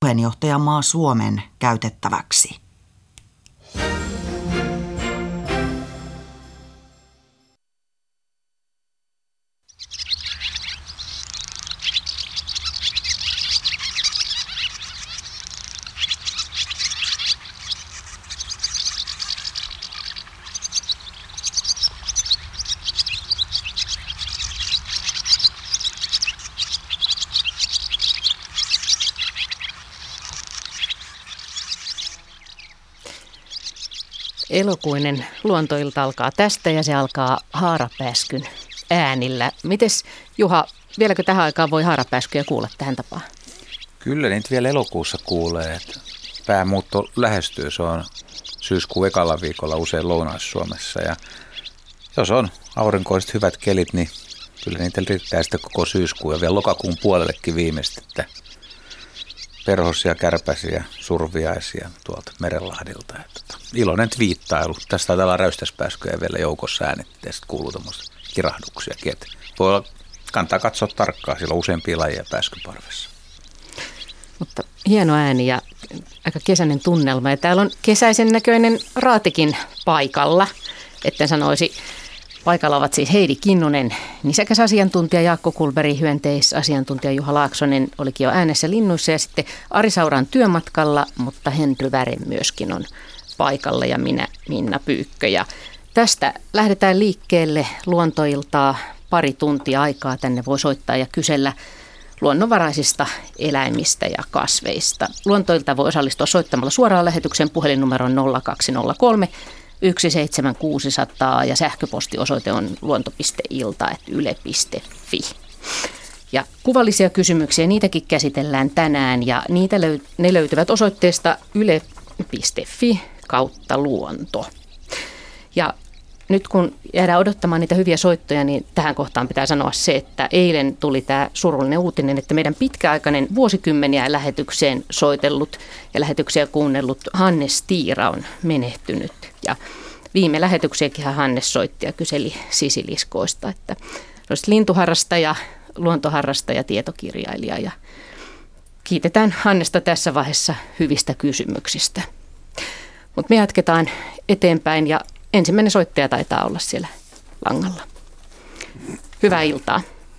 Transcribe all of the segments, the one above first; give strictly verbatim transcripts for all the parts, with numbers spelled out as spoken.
puheenjohtajamaa Suomen käytettäväksi. Elokuinen luontoilta alkaa tästä ja se alkaa haarapääskyn äänillä. Mites Juha, vieläkö tähän aikaan voi haarapääskyjä kuulla tähän tapaan? Kyllä niitä vielä elokuussa kuulee. Että päämuutto lähestyy, se on syyskuun ekalla viikolla usein Lounais-Suomessa. Ja jos on aurinkoiset hyvät kelit, niin kyllä niitä riittää sitten koko syyskuun ja vielä lokakuun puolellekin viimeistä. Että perhosia, kärpäsiä, surviaisia tuolta Merenlahdilta. Tota, iloinen twiittailu. Tästä taitaa olla räystäspääskyjä vielä joukossa äänettä ja sitten kuuluu tuommoista kirahduksiakin. Että voi olla, kannattaa katsoa tarkkaan, siellä on useampia lajeja pääskyparvessa. Mutta hieno ääni ja aika kesäinen tunnelma. Ja täällä on kesäisen näköinen raatikin paikalla, etten sanoisi. Paikalla ovat siis Heidi Kinnunen, nisäkäsasiantuntija, Jaakko Kulberg, hyönteisasiantuntija Juha Laaksonen olikin jo äänessä linnuissa ja sitten Ari Saura on työmatkalla, mutta Henry Väre myöskin on paikalla ja minä Minna Pyykkö. Ja tästä lähdetään liikkeelle luontoiltaa pari tuntia aikaa. Tänne voi soittaa ja kysellä luonnonvaraisista eläimistä ja kasveista. Luontoilta voi osallistua soittamalla suoraan lähetyksen puhelinnumeron nolla kaksi nolla kolme yksi seitsemän kuusi nolla nolla ja sähköpostiosoite on luonto piste ilta ät yle piste fi. Ja kuvallisia kysymyksiä, niitäkin käsitellään tänään ja niitä löy- ne löytyvät osoitteesta yle piste fi kautta luonto. Ja nyt kun jäädään odottamaan niitä hyviä soittoja, niin tähän kohtaan pitää sanoa se, että eilen tuli tämä surullinen uutinen, että meidän pitkäaikainen vuosikymmeniä lähetykseen soitellut ja lähetyksiä kuunnellut Hannes Tiira on menehtynyt. Ja viime lähetyksiäkin Hannes soitti ja kyseli sisiliskoista, että olisi lintuharrastaja, luontoharrastaja, tietokirjailija. Ja kiitetään Hannesta tässä vaiheessa hyvistä kysymyksistä. Mutta me jatketaan eteenpäin ja ensimmäinen soittaja taitaa olla siellä langalla. Hyvää iltaa.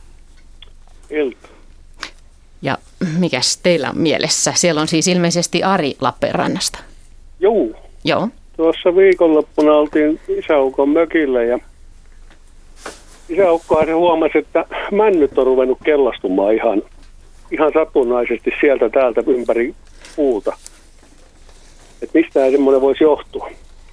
Ilta. Ja mikäs teillä on mielessä? Siellä on siis ilmeisesti Ari Lappeenrannasta. Joo. Joo. Tuossa viikonloppuna oltiin isäukon mökillä ja isäukkohan se huomasi, että männyt on ruvennut kellastumaan ihan, ihan satunnaisesti sieltä täältä ympäri puuta. Että mistähän semmoinen voisi johtua?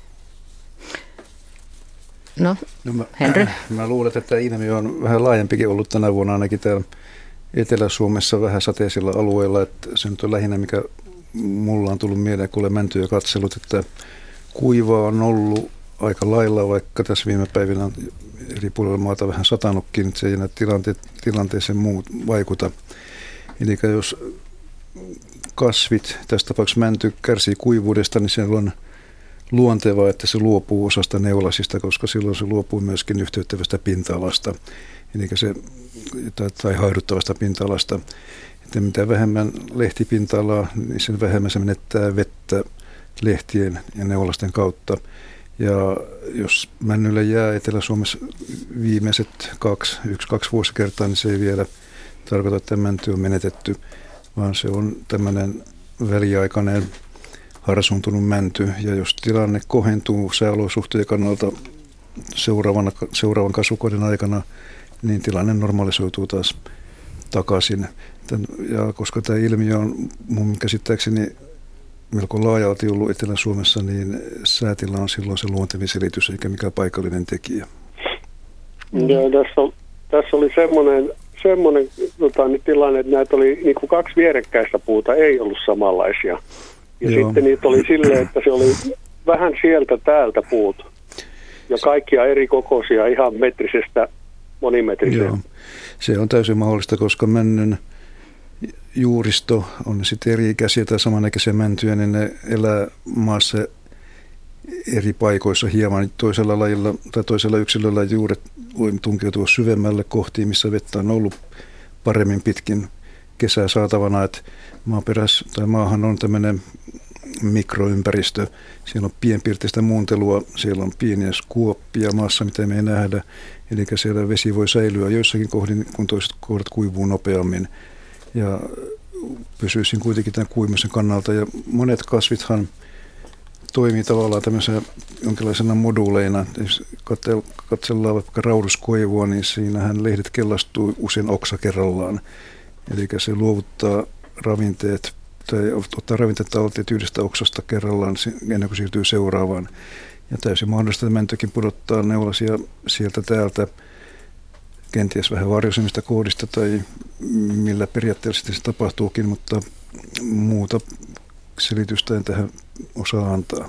No, no mä, Henry? Mä luulen, että ilmiö on vähän laajempikin ollut tänä vuonna ainakin täällä Etelä-Suomessa vähän sateisilla alueilla. Että se nyt on lähinnä, mikä mulla on tullut mieleen, kun olen mäntyjä katsellut, että kuivaa on ollut aika lailla, vaikka tässä viime päivinä on eri puolilla maata vähän satanutkin, että se ei enää tilante- tilanteeseen muut vaikuta. Eli jos kasvit, tässä tapauksessa mänty, kärsii kuivuudesta, niin se on luontevaa, että se luopuu osasta neulasista, koska silloin se luopuu myöskin yhteyttävästä pinta-alasta, eli se, tai, tai haiduttavasta pinta-alasta. Että mitä vähemmän lehtipinta-alaa, niin sen vähemmän se menettää vettä lehtien ja neulasten kautta. Ja jos männylle jää Etelä-Suomessa viimeiset kaksi, yksi, kaksi vuosikertaa, niin se ei vielä tarkoita, että mänty on menetetty, vaan se on tämmöinen väliaikainen harsuntunut mänty. Ja jos tilanne kohentuu sääolosuhteiden kannalta seuraavan, seuraavan kasvukauden aikana, niin tilanne normalisoituu taas takaisin. Ja koska tämä ilmiö on mun käsittääkseni melko laajalti ollut Etelä-Suomessa, niin säätila on silloin se luontevin selitys, eikä mikään paikallinen tekijä. Joo, tässä, on, tässä oli semmoinen, semmoinen tota, niin tilanne, että näitä oli niin kuin kaksi vierekkäistä puuta, ei ollut samanlaisia. Ja Joo. sitten niitä oli silleen, että se oli vähän sieltä täältä puut. Ja kaikkia eri kokoisia, ihan metrisestä monimetriseen. Joo. Se on täysin mahdollista, koska männyn juuristo on sitten eri-ikäisiä tai samannäköisiä mäntyjä, niin ne elää maassa eri paikoissa hieman. Toisella lajilla tai toisella yksilöllä juuret voi tunkeutua syvemmälle kohtiin, missä vettä on ollut paremmin pitkin kesää saatavana, että maaperäs tai maahan on tämmöinen mikroympäristö. Siellä on pienpiirteistä muuntelua, siellä on pieniä kuoppia maassa, mitä me ei nähdä. Eli siellä vesi voi säilyä joissakin kohdin, kun toiset kohdat kuivuu nopeammin. Ja pysyisin kuitenkin tämän kuivumisen kannalta. Ja monet kasvithan toimii tavallaan tämmöisenä jonkinlaisena moduuleina. Jos katsellaan vaikka rauduskoivua, niin siinähän lehdet kellastuu usein oksa kerrallaan. Eli se luovuttaa ravinteet tai ottaa ravinteet talteet yhdestä oksasta kerrallaan ennen kuin siirtyy seuraavaan. Ja täysin mahdollista, että mäntykin pudottaa neulasia sieltä täältä, kenties vähän varjoisemmista kohdista tai millä periaatteella sitten se tapahtuukin, mutta muuta selitystä en tähän osaa antaa.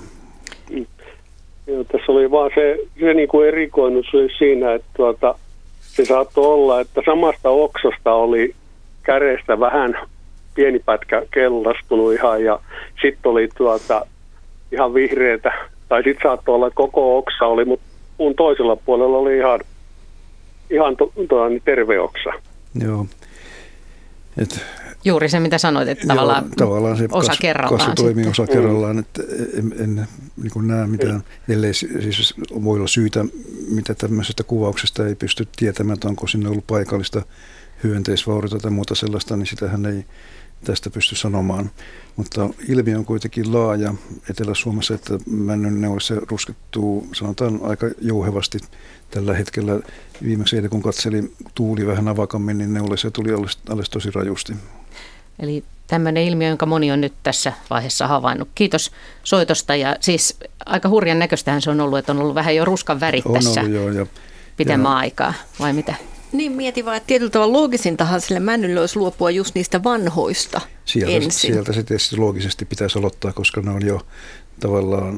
Joo, tässä oli vaan se, se niin kuin erikoinus oli siinä, että tuota, se saattoi olla, että samasta oksasta oli kärestä vähän pieni pätkä kellastunut ihan ja sitten oli tuota, ihan vihreätä. Tai sitten saattoi olla, että koko oksa oli, mutta puun toisella puolella oli ihan, ihan to, to, niin terve oksa. Joo. Et, Juuri se, mitä sanoit, että joo, tavallaan, tavallaan se osa kas, kerrallaan. kasvu toimii sitten. osa kerrallaan. Että en en niin kuin näe mitään, ellei siis voi olla syytä, mitä tämmöisestä kuvauksesta ei pysty tietämään, että onko sinne ollut paikallista hyönteisvauriota tai muuta sellaista, niin sitähän ei tästä pysty sanomaan. Mutta ilmiö on kuitenkin laaja Etelä-Suomessa, että männyn neulassa ruskettuu, sanotaan aika jouhevasti tällä hetkellä. Viimeksi eilen kun katselin tuuli vähän avakammin, niin neulassa tuli alles, alles tosi rajusti. Eli tämmöinen ilmiö, jonka moni on nyt tässä vaiheessa havainnut. Kiitos soitosta. Ja siis aika hurjan näköistähän se on ollut, että on ollut vähän jo ruskan värit on tässä ollut, joo, ja, pitemmän ja, aikaa, vai mitä? Niin, mietin vaan, että tietyllä tavalla loogisintahan sille männylle olisi luopua just niistä vanhoista sieltä, ensin. Sieltä se tietysti loogisesti pitäisi aloittaa, koska ne on jo tavallaan,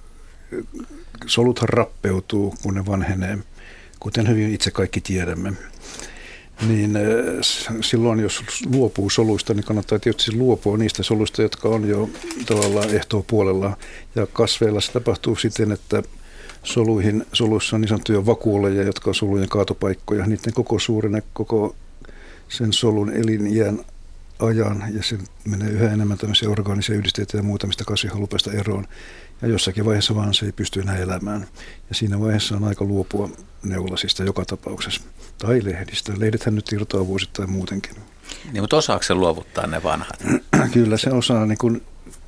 soluthan rappeutuu, kun ne vanhenee, kuten hyvin itse kaikki tiedämme. Niin silloin, jos luopuu soluista, niin kannattaa tietysti luopua niistä soluista, jotka on jo tavallaan ehtoopuolella. Ja kasveilla se tapahtuu siten, että Soluihin, soluissa on niin sanottuja vakuoleja, jotka on solujen kaatopaikkoja. Niiden koko suurena koko sen solun eliniän ajan ja se menee yhä enemmän tämmöisiä orgaanisia yhdisteitä ja muuta, mistä kasvi haluaa päästä eroon. Ja jossakin vaiheessa vaan se ei pysty enää elämään. Ja siinä vaiheessa on aika luopua neulasista joka tapauksessa. Tai lehdistä. Lehdethän nyt irtoaa vuosittain muutenkin. Niin, mutta osaako se luovuttaa ne vanhat? Kyllä se osaa. Niin kun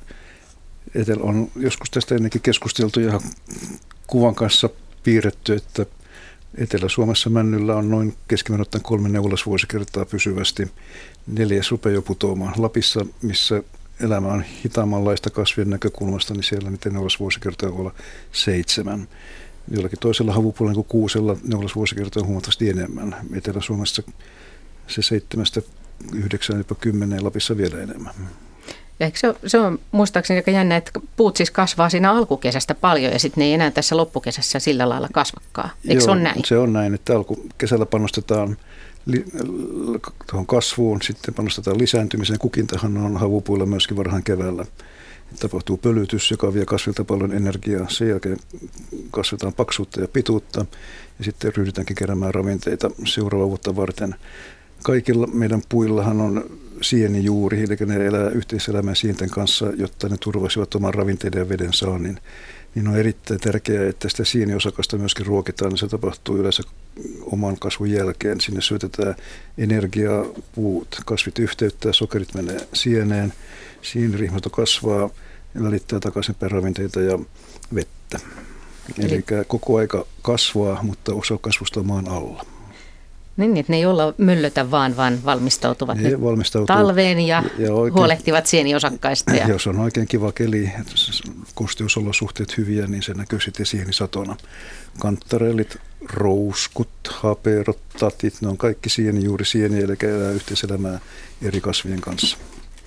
Etelä on joskus tästä ennenkin keskusteltu ja kuvan kanssa piirretty, että Etelä-Suomessa männyllä on noin keskimäärin kolme neulasvuosikertaa pysyvästi. Neljäs rupeaa jo putoamaan. Lapissa, missä elämä on hitaammanlaista kasvien näkökulmasta, niin siellä niiden neulasvuosikertoja voi olla seitsemän. Jollakin toisella havupuolella kuin kuusella neulasvuosikertoja on huomattavasti enemmän. Etelä-Suomessa se seitsemästä, yhdeksän, jopa kymmenen, Lapissa vielä enemmän. Ja eikö se, ole, se on muistaakseni aika jännä, että puut siis kasvaa siinä alkukesästä paljon ja sitten ne ei enää tässä loppukesässä sillä lailla kasvakaan. Eikö Joo, se ole näin? Se on näin, että alkukesällä panostetaan li, tuohon kasvuun, sitten panostetaan lisääntymiseen. Kukintahan on havupuilla myöskin varhain keväällä. Tapahtuu pölytys, joka vie kasvilta paljon energiaa. Sen jälkeen kasvetaan paksuutta ja pituutta ja sitten ryhdytäänkin keräämään ravinteita seuraavaa vuotta varten. Kaikilla meidän puillahan on sienijuuri, eli ne elää yhteiselämää sienten kanssa, jotta ne turvasivat oman ravinteiden ja veden saannin. Niin on erittäin tärkeää, että sitä sieniosakasta myöskin ruokitaan, niin se tapahtuu yleensä oman kasvun jälkeen. Sinne syötetään energiaa, puut, kasvit yhteyttää, sokerit menee sieneen, sienirihmasto kasvaa ja välittää takaisinpäin ravinteita ja vettä. Eli, Eli koko aika kasvaa, mutta osa kasvusta on maan alla. Niin, että ne ei olla möllötä vaan, vaan valmistautuvat ne valmistautuu talveen ja, ja oikein, huolehtivat sieniosakkaista. Ja jos on oikein kiva keli, kosteusolosuhteet hyviä, niin se näkyy sitten sienisatona. Kantarellit, rouskut, haperot, tatit, ne on kaikki sieni, juuri sieni, eli elää yhteiselämää eri kasvien kanssa.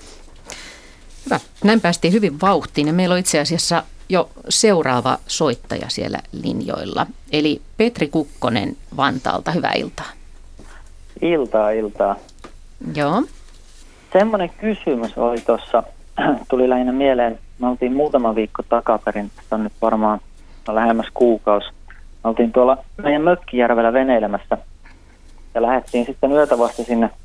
Hyvä. Näin päästiin hyvin vauhtiin ja meillä on itse asiassa jo seuraava soittaja siellä linjoilla. Eli Petri Kukkonen Vantaalta. Hyvää iltaa. Iltaa, iltaa. Joo. Semmoinen kysymys oli tuossa, tuli lähinnä mieleen, me oltiin muutama viikko takaperin, se on nyt varmaan lähemmäs kuukausi. Me oltiin tuolla meidän Mökkijärvellä veneilemässä ja lähdettiin sitten yötä vasta sinne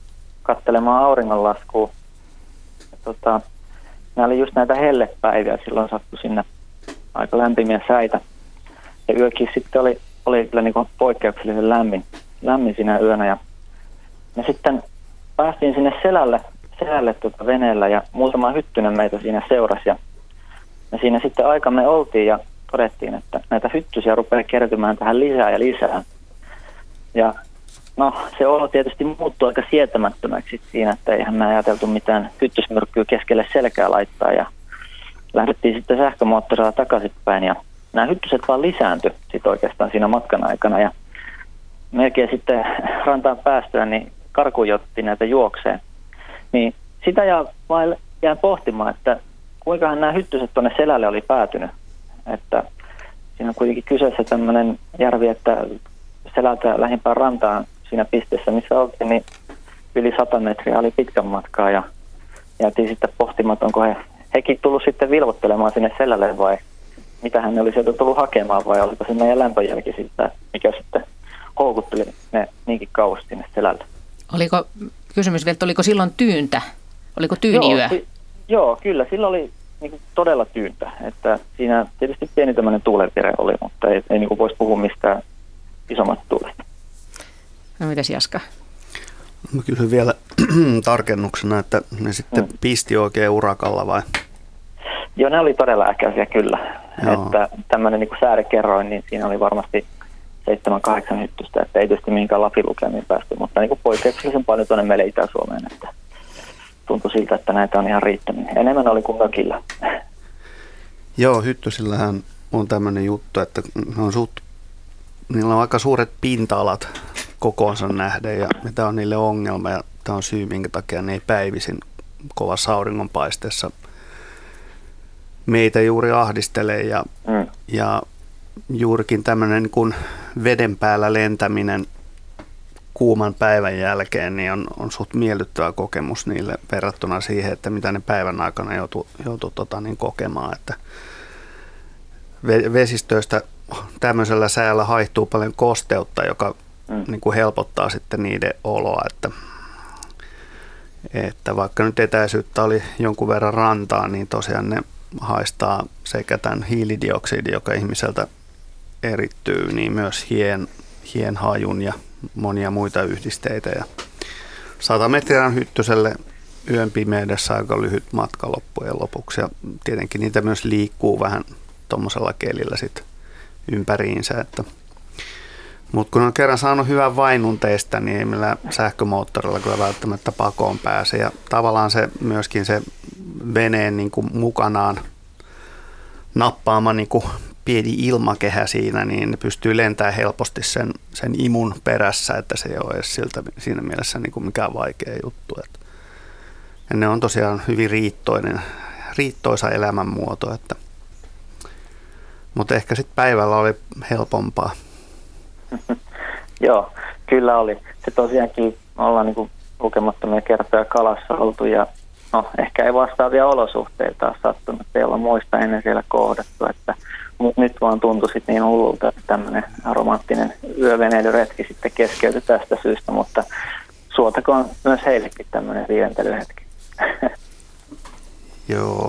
katselemaan auringonlaskua. Ja tota, nämä oli just näitä hellepäiviä, silloin sattui sinne aika lämpimiä säitä. Ja yökin sitten oli, oli kyllä niin kuin poikkeuksellisen lämmin, lämmin siinä yönä. Ja me sitten päästiin sinne selälle, selälle tuota veneellä ja muutama hyttynen meitä siinä seurasi. Ja me siinä sitten aikamme oltiin ja todettiin, että näitä hyttysiä rupeaa kertymään tähän lisää ja lisää. Ja no, se olo tietysti muuttui aika sietämättömäksi siinä, että eihän me ajateltu mitään hyttysmyrkkyä keskelle selkää laittaa. Ja lähdettiin sitten sähkömoottorilla takaisinpäin ja nämä hyttyset vaan lisääntyi sitten oikeastaan siinä matkan aikana. Ja melkein sitten rantaan päästyä, niin karkujotti näitä juokseen. Niin sitä jää, vain jään pohtimaan, että kuinkahan nämä hyttyset tuonne selälle oli päätynyt. Että siinä on kuitenkin kyseessä tämmöinen järvi, että selältä lähimpään rantaan siinä pisteessä, missä oltiin, niin yli sata metriä oli pitkän matkaa ja jäätiin sitten pohtimaan, että onko he, hekin tullut sitten vilvoittelemaan sinne selälle vai mitähän ne oli sieltä tullut hakemaan vai oliko se meidän lämpöjälki siitä, mikä sitten houkutteli ne niinkin kauas sinne selälle. Oliko, kysymys vielä, että oliko silloin tyyntä? Oliko tyyniyö? Joo, si- joo kyllä, silloin oli niin kuin todella tyyntä. Että siinä tietysti pieni tämmöinen tuulenvire oli, mutta ei, ei niin kuin voisi puhua mistään isommasta tuulesta. No mitäs Jaska? Mä kysyn vielä tarkennuksena, että ne sitten hmm. pisti oikein urakalla vai? Joo, ne oli todella äkäisiä kyllä. Joo. Että tämmöinen niin kuin säärikerroin, niin siinä oli varmasti seitsemän kahdeksan hyttystä, että ei tietysti mihinkään lafilukemiin päästy, mutta niin kuin poikkeuksellisen paljon tuonne meille Itä-Suomeen, että tuntui siltä, että näitä on ihan riittämiin. Enemmän oli kuin mökillä. Joo, hyttysillähän on tämmöinen juttu, että ne on suht, niillä on aika suuret pinta-alat kokoonsa nähden ja tämä on niille ongelma ja tämä on syy, minkä takia ne ei päivisin kovassa auringonpaisteessa meitä juuri ahdistelee ja, mm. ja juurikin tämmöinen niin kuin veden päällä lentäminen kuuman päivän jälkeen niin on, on suht miellyttävä kokemus niille verrattuna siihen, että mitä ne päivän aikana joutuu, joutuu tota, niin kokemaan. Että vesistöistä tämmöisellä säällä haihtuu paljon kosteutta, joka mm. niin kuin helpottaa sitten niiden oloa. Että, että vaikka nyt etäisyyttä oli jonkun verran rantaan, niin tosiaan ne haistaa sekä tämän hiilidioksidi, joka ihmiseltä erittyy, niin myös hien, hienhajun ja monia muita yhdisteitä. Ja sata metriä on hyttyselle yön pimeydessä aika lyhyt matka loppujen lopuksi. Ja tietenkin niitä myös liikkuu vähän tuommoisella kelillä sit ympäriinsä. Että. Mutta kun on kerran saanut hyvän vainun teistä, niin ei millä sähkömoottorilla kyllä välttämättä pakoon pääse. Ja tavallaan se myöskin se veneen niin kuin mukanaan nappaama niin kuin pieni ilmakehä siinä, niin ne pystyy lentämään helposti sen, sen imun perässä, että se ei ole edes siltä, siinä mielessä niin kuin mikään vaikea juttu. Että. Ja ne on tosiaan hyvin riittoinen, riittoisa elämänmuoto. Että. Mutta ehkä sitten päivällä oli helpompaa. Joo, kyllä oli. Se tosiaankin ollaan niin kuin lukemattomia kertoja kalassa oltu ja no, ehkä ei vastaavia olosuhteita ole sattunut. Ei olla muista ennen siellä kohdattu, että mutta nyt vaan tuntui sitten niin hullulta, että tämmöinen romanttinen yöveneilyretki sitten keskeytyi tästä syystä, mutta suotakoon myös heillekin tämmöinen viientelyhetki. Joo.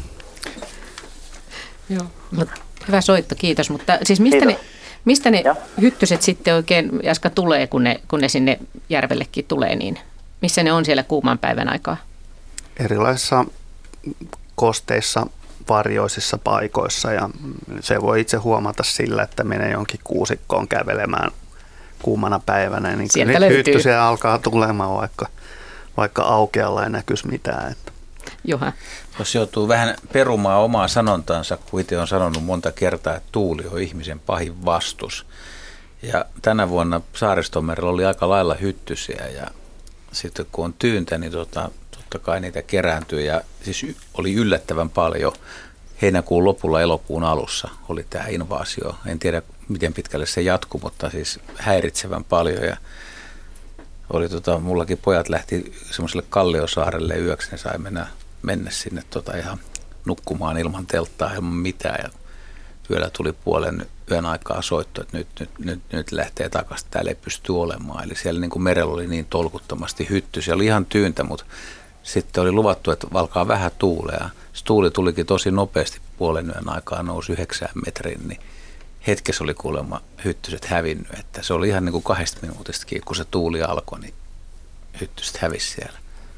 Joo. Hyvä soitto, kiitos. Mutta siis mistä kiitos. ne, mistä ne hyttyset sitten oikein, Jaska, tulee, kun ne, kun ne sinne järvellekin tulee, niin missä ne on siellä kuuman päivän aikaa? Erilaisissa kosteissa, varjoisissa paikoissa ja se voi itse huomata sillä, että menee jonkin kuusikkoon kävelemään kuumana päivänä, niin kyllä hyttysiä alkaa tulemaan, vaikka, vaikka aukealla ei näkyisi mitään. Että. Juha. Jos joutuu vähän perumaan omaa sanontansa, kun itse on sanonut monta kertaa, että tuuli on ihmisen pahin vastus. Ja tänä vuonna Saaristomerellä oli aika lailla hyttysiä ja sitten kun on tyyntä, niin tota, totta kai niitä kerääntyy ja siis oli yllättävän paljon. Heinäkuun lopulla, elokuun alussa oli tämä invaasio. En tiedä, miten pitkälle se jatkuu, mutta siis häiritsevän paljon. Ja oli tota, mullakin pojat lähti semmoiselle Kalliosaarelle yöksi, ne sai mennä, mennä sinne tota ihan nukkumaan ilman telttaa, ilman mitään. Ja yöllä tuli puolen yön aikaa soitto, että nyt, nyt, nyt, nyt lähtee takaisin, täällä ei pysty olemaan. Eli siellä niin kuin merellä oli niin tolkuttomasti hytty, siellä oli ihan tyyntä, mutta sitten oli luvattu, että alkaa vähän tuulea. Se tuuli tulikin tosi nopeasti puolen yön aikaa, nousi yhdeksään metrin, niin hetkessä oli kuulemma hyttyset hävinnyt. Että se oli ihan niin kuin kahdesta minuutistakin, kun se tuuli alkoi, niin hyttyset hävisi siellä.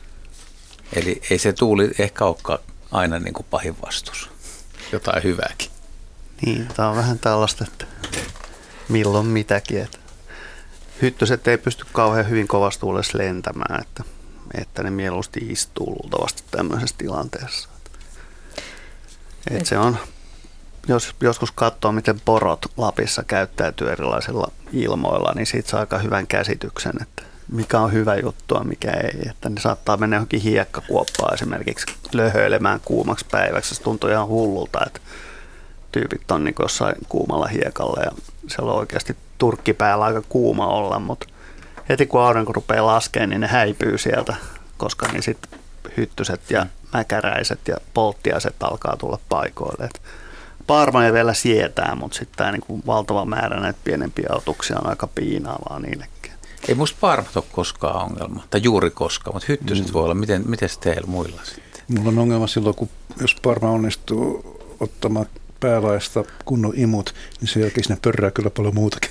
Eli ei se tuuli ehkä olekaan aina niin kuin pahin vastus. Jotain hyvääkin. Niin, tämä on vähän tällaista, että milloin mitäkin. Että hyttyset ei pysty kauhean hyvin kovassa tuulessa lentämään, että, että ne mieluusti istuu luultavasti tämmöisessä tilanteessa. Että se on, jos joskus katsoo, miten porot Lapissa käyttäytyy erilaisilla ilmoilla, niin siitä saa aika hyvän käsityksen, että mikä on hyvä juttu ja mikä ei. Että ne saattaa mennä johonkin hiekkakuoppaan esimerkiksi löhöilemään kuumaksi päiväksi. Se tuntuu ihan hullulta, että tyypit on niin jossain kuumalla hiekalla ja siellä on oikeasti turkki päällä aika kuuma olla, mutta heti kun aurinko rupeaa laskemaan, niin ne häipyy sieltä, koska niin sitten hyttyset ja mäkäräiset ja polttiaiset alkaa tulla paikoille. Et paarmoja vielä sietää, mutta sitten tämä niin valtava määrä näitä pienempiä otuksia on aika piinaavaa niillekin. Ei musta paarmat ole koskaan ongelma, tai juuri koskaan, mutta hyttyset mm. voi olla. Miten, miten se teillä muilla sitten? Mulla on ongelma silloin, kun jos paarma onnistuu ottamaan päälaista kunnon imut, niin sen jälkeen sinne pörrää kyllä paljon muutakin.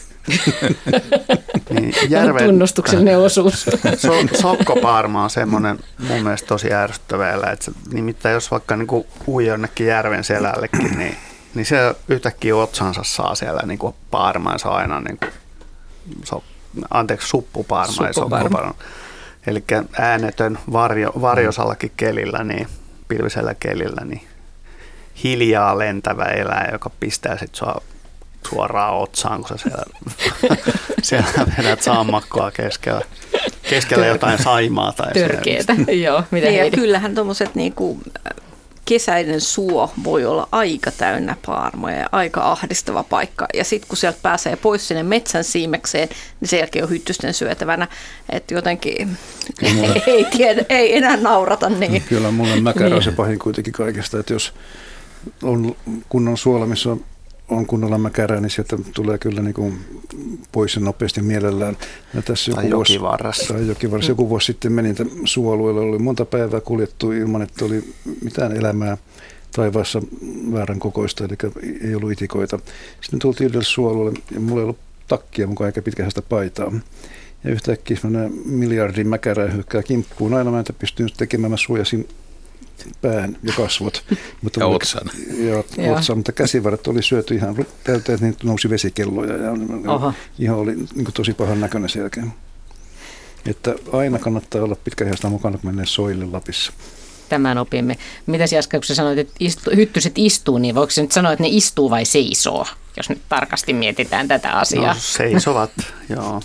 Niin, järven, tunnustuksellinen osuus. So, sokkopaarma on semmoinen mun mielestä tosi ärsyttävä eläin. Nimittäin jos vaikka niinku ui jonnekin järven selällekin, niin, niin se yhtäkkiä otsansa saa siellä niinku paarma ja se on aina niinku, so, anteeksi, suppupaarma ja sokkopaarma. Eli äänetön varjo, varjosallakin kelillä, niin pilvisellä kelillä, niin hiljaa lentävä eläin, joka pistää sit sua suoraan otsaan, kun sä siellä, siellä vedät sammakkoa keskellä, keskellä jotain saimaa. Tai törkeetä, joo. Mitä ja kyllähän tuommoiset niinku kesäinen suo voi olla aika täynnä paarmoja ja aika ahdistava paikka. Ja sitten kun sieltä pääsee pois sinne metsän siimekseen, niin sen jälkeen on hyttysten syötävänä. Että jotenkin mulle, ei, tiedä, ei enää naurata niin. Kyllä mulle mäkärä on se pahin kuitenkin kaikesta, että jos on kunnon suola, missä on on kunnolla mäkärää, niin sieltä tulee kyllä niin kuin pois nopeasti mielellään. Ja tässä tai jokivarressa. Tai jokivarressa. Joku vuosi sitten menin suolueelle, oli monta päivää kuljettu ilman, että oli mitään elämää taivaassa väärän kokoista, eli ei ollut itikoita. Sitten tultiin yhdelle suolueelle ja mulla ei ollut takkia mukaan eikä pitkähästä paitaa. Ja yhtäkkiä semmoinen miljardin mäkärää hyökkää kimppuun. Aina mä en pystyn tekemään, mä suojasin pään ja kasvot. Mutta ja otsan. Ja otsan, mutta käsivarret oli syöty ihan tältä, että niitä nousi vesikelloja ja ihan oli niin kuin tosi pahan näköinen sen jälkeen. Että aina kannattaa olla pitkähiästä mukana, kun menee soille Lapissa. Tämän opimme. Mitäs Jaska, kun sä sanoit, että istu, hyttyset istuu, niin voiko se nyt sanoa, että ne istuu vai seisoo, jos nyt tarkasti mietitään tätä asiaa? No seisovat, joo.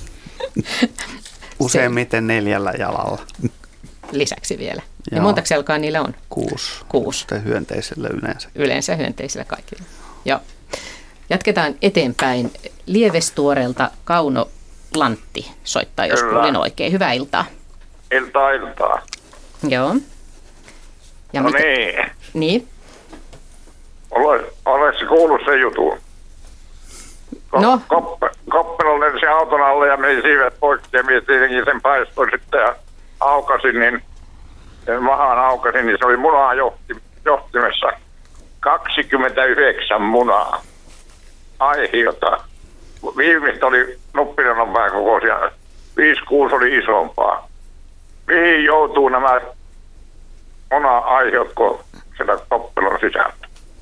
Useimmiten neljällä jalalla. Lisäksi vielä. Ja montako jalkaa niillä on? Kuusi. Kuusi. Tai hyönteisillä yleensä. Yleensä hyönteisillä kaikilla. Joo. Jatketaan eteenpäin. Lievestuorelta Kauno Lantti soittaa, jos kuulin oikein. Hyvää iltaa. Iltaa, iltaa. Joo. Ja no mitä? niin. Niin? Oletko kuullut sen jutun? Ko- no. Koppe, Koppelo lensi auton alle ja meni siivet poikki ja minä tietenkin sen paistoin sitten ja aukasin, niin sen mahaan aukasin, niin se oli munaa johti, johtimessa kaksikymmentäyhdeksän munaa. Aihiota. Viimeistä oli nuppinanon pään kokoisia, viisi kuusi oli isompaa. Mihin joutuu nämä muna-aihiot, kun siellä Koppelon sisältä?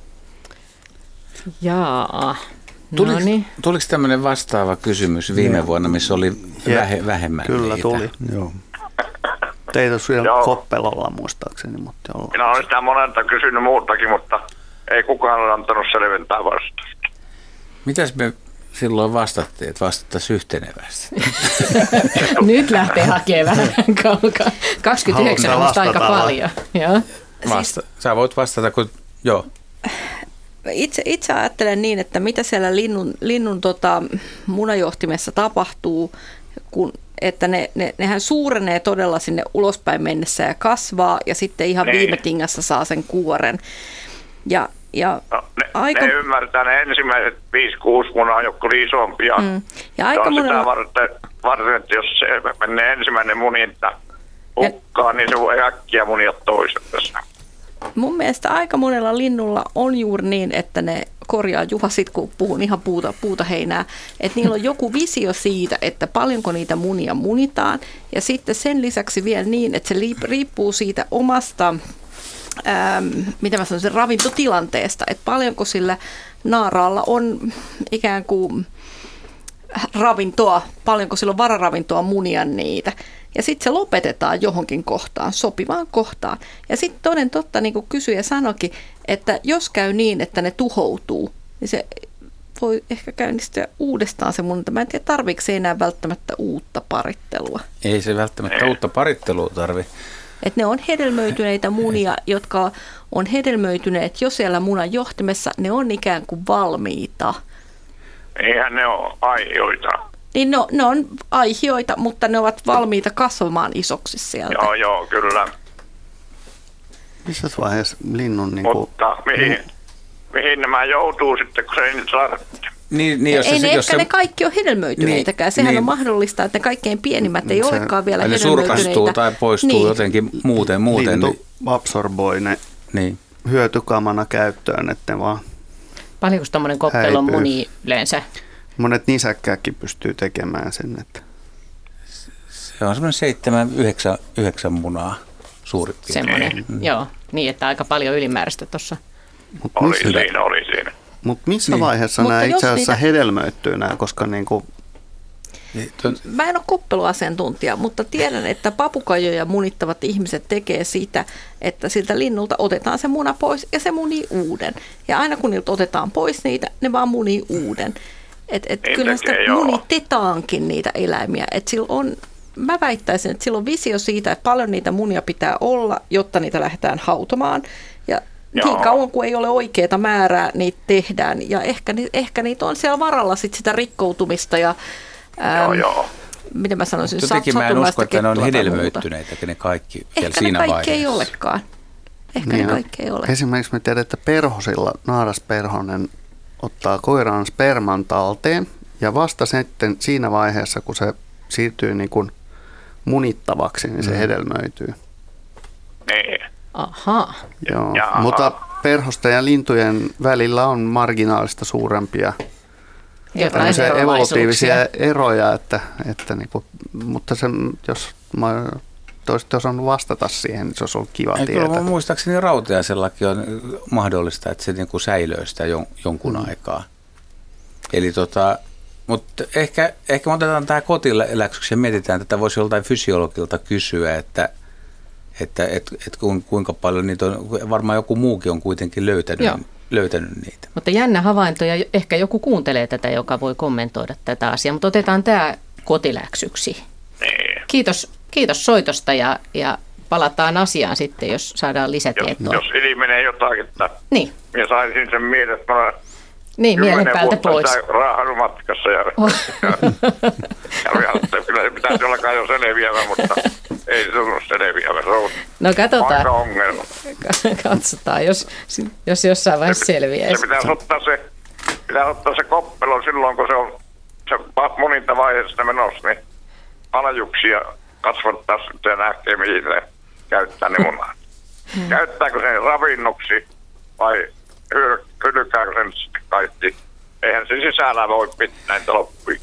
Jaa. Tuliko, no niin. tuliko tämmöinen vastaava kysymys viime ja. vuonna, missä oli vähe, vähemmän Kyllä niitä? tuli. Joo. Teitä siellä Koppelolla muistaakseni. Mutta jollain. Minä olen sitä monelta kysynyt muutakin, mutta ei kukaan ole antanut selventää vastausta. Mitäs me silloin vastattiin, että vastattaisiin yhtenevästi? Nyt lähtee hakemaan vähän kaukaa. kaksikymmentäyhdeksän on vasta aika paljon. Joo. Vasta. Sä voit vastata, kun joo. Itse, itse ajattelen niin, että mitä siellä linnun, linnun tota, munajohtimessa tapahtuu, kun, että ne, ne, nehän suurenee todella sinne ulospäin mennessä ja kasvaa ja sitten ihan niin. viime tingassa saa sen kuoren. Ja Ja no, ne, aika... ne ymmärtää ne ensimmäiset viisi kuusi munaa, jotka oli isompia. Mm. Ja aika se on monella... sitä varten, varten, että jos se menee ensimmäinen muninta hukkaan, ja... niin se voi äkkiä munia toiset tässä. Mun mielestä aika monella linnulla on juuri niin, että ne korjaa Juha sit, kun puhun ihan puuta, puuta heinää, että niillä on joku visio siitä, että paljonko niitä munia munitaan. Ja sitten sen lisäksi vielä niin, että se riippuu siitä omasta, ähm, mitä mä sanoisin, ravintotilanteesta, että paljonko sillä naaraalla on ikään kuin ravintoa, paljonko sillä on vararavintoa munia niitä. Ja sitten se lopetetaan johonkin kohtaan, sopivaan kohtaan. Ja sitten toden totta, niin kuin kysyjä sanoikin, että jos käy niin, että ne tuhoutuu, niin se voi ehkä käynnistyä uudestaan se munta. Mä en tiedä, tarviiko se enää välttämättä uutta parittelua. Ei se välttämättä uutta parittelua tarvi. Että ne on hedelmöityneitä munia, jotka on hedelmöityneet jo siellä munan johtimessa. Ne on ikään kuin valmiita. Eihän ne ole aioita. Niin no, ne on aihioita, mutta ne ovat valmiita kasvamaan isoksi sieltä. Joo, joo, kyllä. Missä vaiheessa linnun... Niin kuin... Mutta mihin, mihin nämä joutuu sitten, kun se ei nyt saada? Niin, niin, jos ei se, ne jos ehkä se... ne kaikki on hedelmöityneitäkään. Sehän niin, on mahdollista, että ne kaikkein pienimmät ei se, olekaan vielä ne hedelmöityneitä. surkastuu tai poistuu niin. jotenkin muuten. muuten Lintu niin. absorboi ne niin. hyötykamana käyttöön, että ne vaan paljonko tuommoinen koppelo on muni yleensä? Monet nisäkkääkin pystyy tekemään sen. Että... Se on semmoinen seitsemän, yhdeksän, yhdeksän munaa suurin piirtein. Semmoinen, mm. joo. Niin, että aika paljon ylimääräistä tuossa. Oli missä, siinä, oli siinä. Mutta missä niin. vaiheessa Mutta nämä itse asiassa niitä... hedelmöittyy nämä, koska niinku... Mä en ole koppeluasiantuntija, mutta tiedän, että papukajoja munittavat ihmiset tekee sitä, että siltä linnulta otetaan se muna pois ja se munii uuden. Ja aina kun niiltä otetaan pois niitä, ne vaan munii uuden. Että et kyllä sitä munitetaankin niitä eläimiä. Et sillä on, mä väittäisin, että sillä on visio siitä, että paljon niitä munia pitää olla, jotta niitä lähdetään hautomaan. Ja joo. Niin kauan kuin ei ole oikeaa määrää, niitä tehdään. Ja ehkä, ehkä niitä on siellä varalla sit sitä rikkoutumista ja ähm, joo, joo. miten mä sanoisin, jotenkin mä en usko, että ne on hedelmöittyneitä, ne kaikki siellä ehkä siinä vaiheessa. Ehkä ne kaikki ei olekaan. Ehkä niin, ne kaikki ei ole. Esimerkiksi me tiedetään, että perhosilla naarasperhonen ottaa koiran sperman talteen ja vasta sitten siinä vaiheessa, kun se siirtyy niin kuin munittavaksi, niin se mm. hedelmöityy. Niin. Aha. Joo, mutta perhosten ja lintujen välillä on marginaalista suurempia evolutiivisia eroja, että, että niin kuin, mutta se, jos mä olisit osannut vastata siihen, niin se olisi ollut kiva Ei, tietää. Kyllä muistaakseni rautiaisellakin on mahdollista, että se niin kuin säilöö sitä jon, jonkun mm. aikaa. Eli tota, mutta ehkä, ehkä me otetaan tämä kotiläksyksi ja mietitään, että tätä voisi joltain fysiologilta kysyä, että että et, et kuinka paljon niitä on, varmaan joku muukin on kuitenkin löytänyt, löytänyt niitä. Mutta jännä havainto ja ehkä joku kuuntelee tätä, joka voi kommentoida tätä asiaa, mutta otetaan tämä kotiläksyksi. Kiitos, kiitos soitosta ja, ja palataan asiaan sitten, jos saadaan lisätietoa. Jos, jos ilmenee jotakin, että niin. minä saisin sen mielestä, niin, mielen päältä pois. Raahannut matkassa ja, oh. ja, ja, ja kyllä se pitäisi olla jo selviävä, mutta ei se tullut selviävä. Se on no katsotaan. aika ongelma. Katsotaan, jos, jos jossain vaiheessa selviää. Se pitäisi ottaa se, pitäisi ottaa se koppelo silloin, kun se on se moninta vaiheessa menossa, niin aljuksia kasvattaa sitten ja näkee, mihin ne käyttää ne munat. Hmm. Käyttääkö sen ravinnoksi vai hylkääkö sen sitten kaikki? Eihän se sisällä voi pitää näitä loppuja.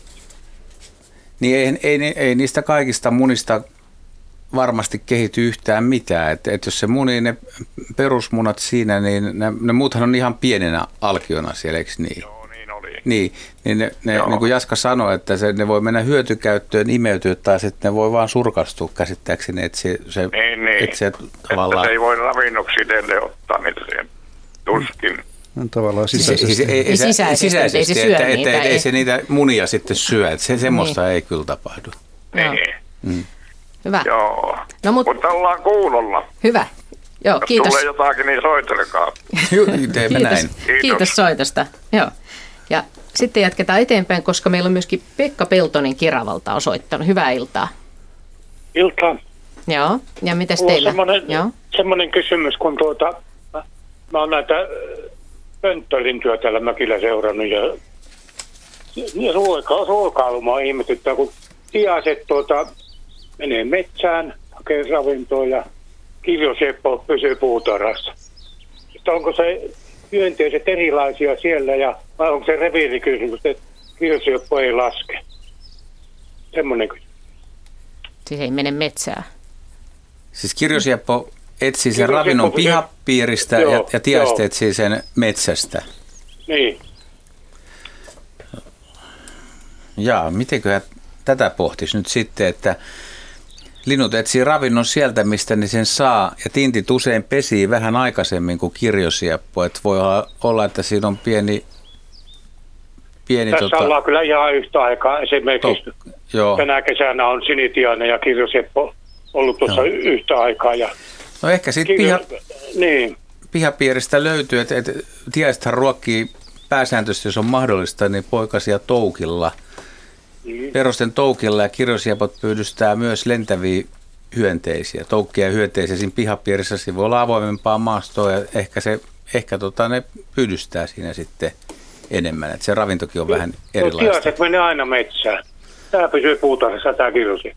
Niin ei, ei, ei niistä kaikista munista varmasti kehity yhtään mitään. Että et jos se munii ne perusmunat siinä, niin ne, ne muuthan on ihan pienenä alkiona siellä, eikö niin? Joo, niin oli. Niin, niin, ne, ne, niin kuin Jaska sanoi, että se, ne voi mennä hyötykäyttöön, imeytyä tai sitten ne voi vaan surkastua käsittääkseni, että se, se, niin, niin. että se tavallaan... Että se ei voi ravinnoksi itselle ottaa niitä siihen tuskin. No, tavallaan sisäisesti. Siis, ei, ei, sisäisesti, sisäisesti, ei se syö että, niitä. Että, ei. ei se niitä munia sitten syö, että se, semmoista niin. ei kyllä tapahdu. Niin. Mm. Hyvä. Joo, no, mut... mutta ollaan kuulolla. Hyvä. Joo, jos kiitos. tulee jotakin, niin soitelekaa. Teemme näin. Kiitos. Kiitos soitosta. Joo. Ja sitten jatketaan eteenpäin, koska meillä on myöskin Pekka Peltonen Keravalta on soittanut. Hyvää iltaa. Iltaa. Joo, ja mitäs Mulla teillä? Semmoinen, Joo. semmoinen kysymys, kun tuota, mä oon näitä pönttölintyä täällä mökillä seurannut ja, ja ruoka, ruokailumaa ihmetyttää, kun tiaiset tuota, menee metsään, hakee ravintoa ja kirjoseppo pysyy puutarhassa. Että onko se hyönteiset erilaisia siellä ja vai onko se reviirikysymys, että kirjoseppo ei laske? Semmoinen kysymys. Siis ei mene metsään. Siis kirjosieppo etsii sen ravinnon pihapiiristä joo, ja, ja tiaiset joo. etsii sen metsästä. Niin. Jaa, mitenköhän tätä pohtisi nyt sitten, että linnut etsii ravinnon sieltä, mistä ne sen saa, ja tintit usein pesii vähän aikaisemmin kuin kirjosieppo. Että voi olla, että siinä on pieni... pieni Tässä tota, ollaan kyllä ihan yhtä aikaa. Esimerkiksi to, joo. tänä kesänä on sinitiainen ja kirjoseppo ollut tuossa joo. yhtä aikaa. Ja no ehkä siitä kirjo... piha... niin. pihapiiristä löytyy, että, että tiaisethan ruokkii pääsääntöisesti, jos on mahdollista, niin poikasia toukilla. Mm. Perusten toukilla ja kirjosiepot pyydystää myös lentäviä hyönteisiä, toukkia ja hyönteisiä. Siinä pihapiirissä siinä voi olla avoimempaa maastoa ja ehkä, se, ehkä tota, ne pyydystää siinä sitten enemmän. Että se ravintokin on vähän erilaista. No, tiaiset menee aina metsään. Tämä pysyy puutarhassa, tämä kirjosieppo.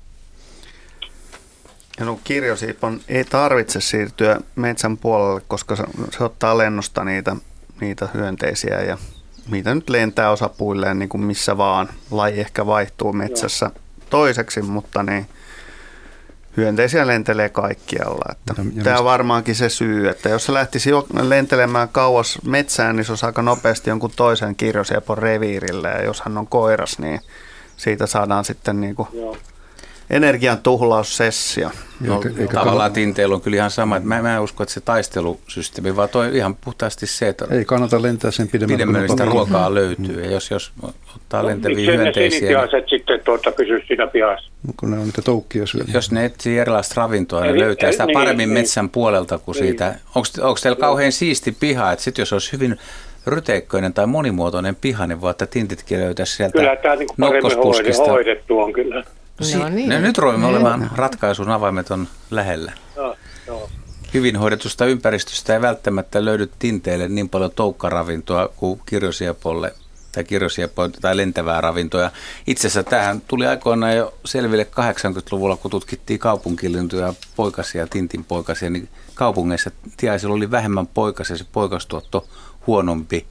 Ja no, kirjosiipon ei tarvitse siirtyä metsän puolelle, koska se, se ottaa lennosta niitä, niitä hyönteisiä ja niitä nyt lentää osapuilleen niin kuin missä vaan. Laji ehkä vaihtuu metsässä Joo. toiseksi, mutta niin hyönteisiä lentelee kaikkialla. Että ja, tämä on varmaankin se syy, että jos se lähtisi lentelemään kauas metsään, niin se olisi aika nopeasti jonkun toisen kirjosiepon reviirille. Ja jos hän on koiras, niin siitä saadaan sitten niin kuin energian tuhlaussessio. No, tavallaan tinteillä on kyllä ihan sama. Mä, mä en usko, että se taistelusysteemi, vaan toi ihan puhtaasti se, että ei kannata lentää sen pidemmälle. Pidemmälle sitä ruokaa löytyy. Ja jos, jos ottaa no, lentäviä hyönteisiä... Miksi ne sinitiaiset sitten tuota pysyy siinä pihassa? Kun ne on niitä toukkia syödä. Jos ne etsii erilaista ravintoa, ne löytää sitä paremmin niin, metsän niin, puolelta kuin niin. siitä. Onko, onko teillä kauhean siisti piha, että sitten jos olisi hyvin ryteikköinen tai monimuotoinen piha, niin voi, että tintitkin löytäisi sieltä kyllä tämä niin paremmin hoidettu on kyllä. No niin. No, nyt ruoimme olemaan ratkaisun avaimet on lähellä. No, no. Hyvin hoidetusta ympäristöstä ei välttämättä löydy tinteille niin paljon toukkaravintoa kuin kirjosiepolle tai kirjosiepo tai lentävää ravintoa. Itse asiassa tämähän tuli aikoinaan jo selville kahdeksankymmentäluvulla, kun tutkittiin kaupunkilintuja, poikasia, tintin poikasia, niin kaupungeissa tiaisilla oli vähemmän poikasia, se poikastuotto huonompi,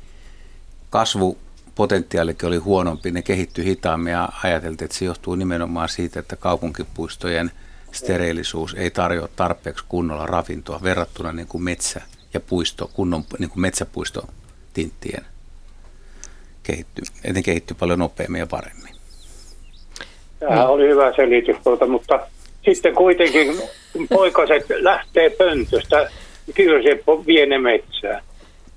kasvupotentiaalikin oli huonompi, ne kehittyi hitaammin ja ajateltiin, että se johtuu nimenomaan siitä, että kaupunkipuistojen steriilisuus ei tarjoa tarpeeksi kunnolla ravintoa verrattuna niin kuin metsä ja puisto, kunnon niin kuin metsäpuistotinttien kehittyy. Ne kehittyy paljon nopeammin ja paremmin. Tämä oli hyvä selitys, tuota, mutta sitten kuitenkin poikaset lähtee pöntöstä, kirjosieppo vie ne metsään.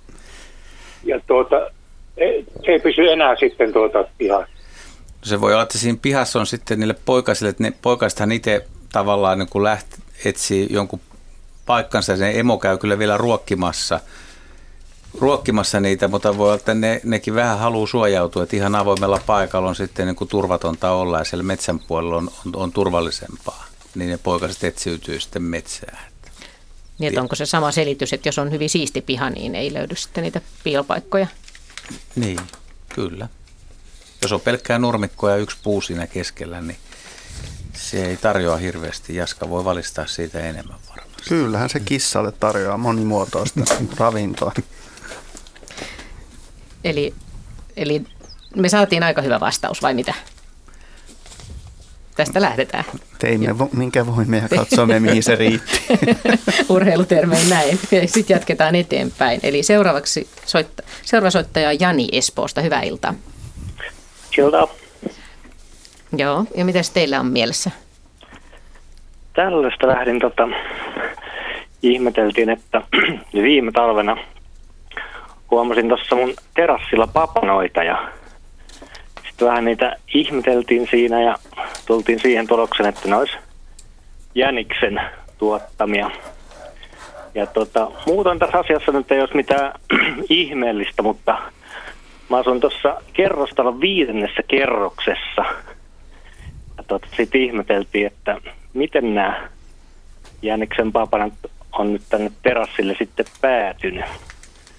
Ja tuota, se ei pysy enää sitten tuota pihassa. Se voi olla, että siinä pihassa on sitten niille poikasille, että ne poikasethan itse tavallaan niin kun läht, etsii jonkun paikkansa, ja se emo käy kyllä vielä ruokkimassa, ruokkimassa niitä, mutta voi olla, että ne, nekin vähän haluaa suojautua, että ihan avoimella paikalla on sitten niin kuin turvatonta olla, ja siellä metsän puolella on, on, on turvallisempaa, niin ne poikaset etsiytyy sitten metsään. Niin, että onko se sama selitys, että jos on hyvin siisti piha, niin ei löydy sitten niitä piilopaikkoja? Niin, kyllä. Jos on pelkkää nurmikkoa ja yksi puu siinä keskellä, niin se ei tarjoa hirveästi. Jaska voi valistaa siitä enemmän varmasti. Kyllähän se kissalle tarjoaa monimuotoista ravintoa. Eli, eli me saatiin aika hyvä vastaus, vai mitä? Tästä lähdetään. Teimme vo- minkä voimme ja katsomme, mihin se riitti. Urheilutermein näin. Sitten jatketaan eteenpäin. Eli seuraavaksi soitta- seuraava soittaja on Jani Espoosta. Hyvää iltaa. Iltaa. Joo, ja mitäs teillä on mielessä? Tällaista lähdin tota, ihmeteltiin, että viime talvena huomasin tuossa mun terassilla papanoita ja sitten vähän niitä ihmeteltiin siinä ja tultiin siihen tulokseen, että ne olisi jäniksen tuottamia. Ja tota, muutoin tässä asiassa nyt ei olisi mitään ihmeellistä, mutta mä asun tuossa kerrostalon viidennessä kerroksessa. Ja tota, sitten ihmeteltiin, että miten nämä jäniksen papanat on nyt tänne terassille sitten päätynyt.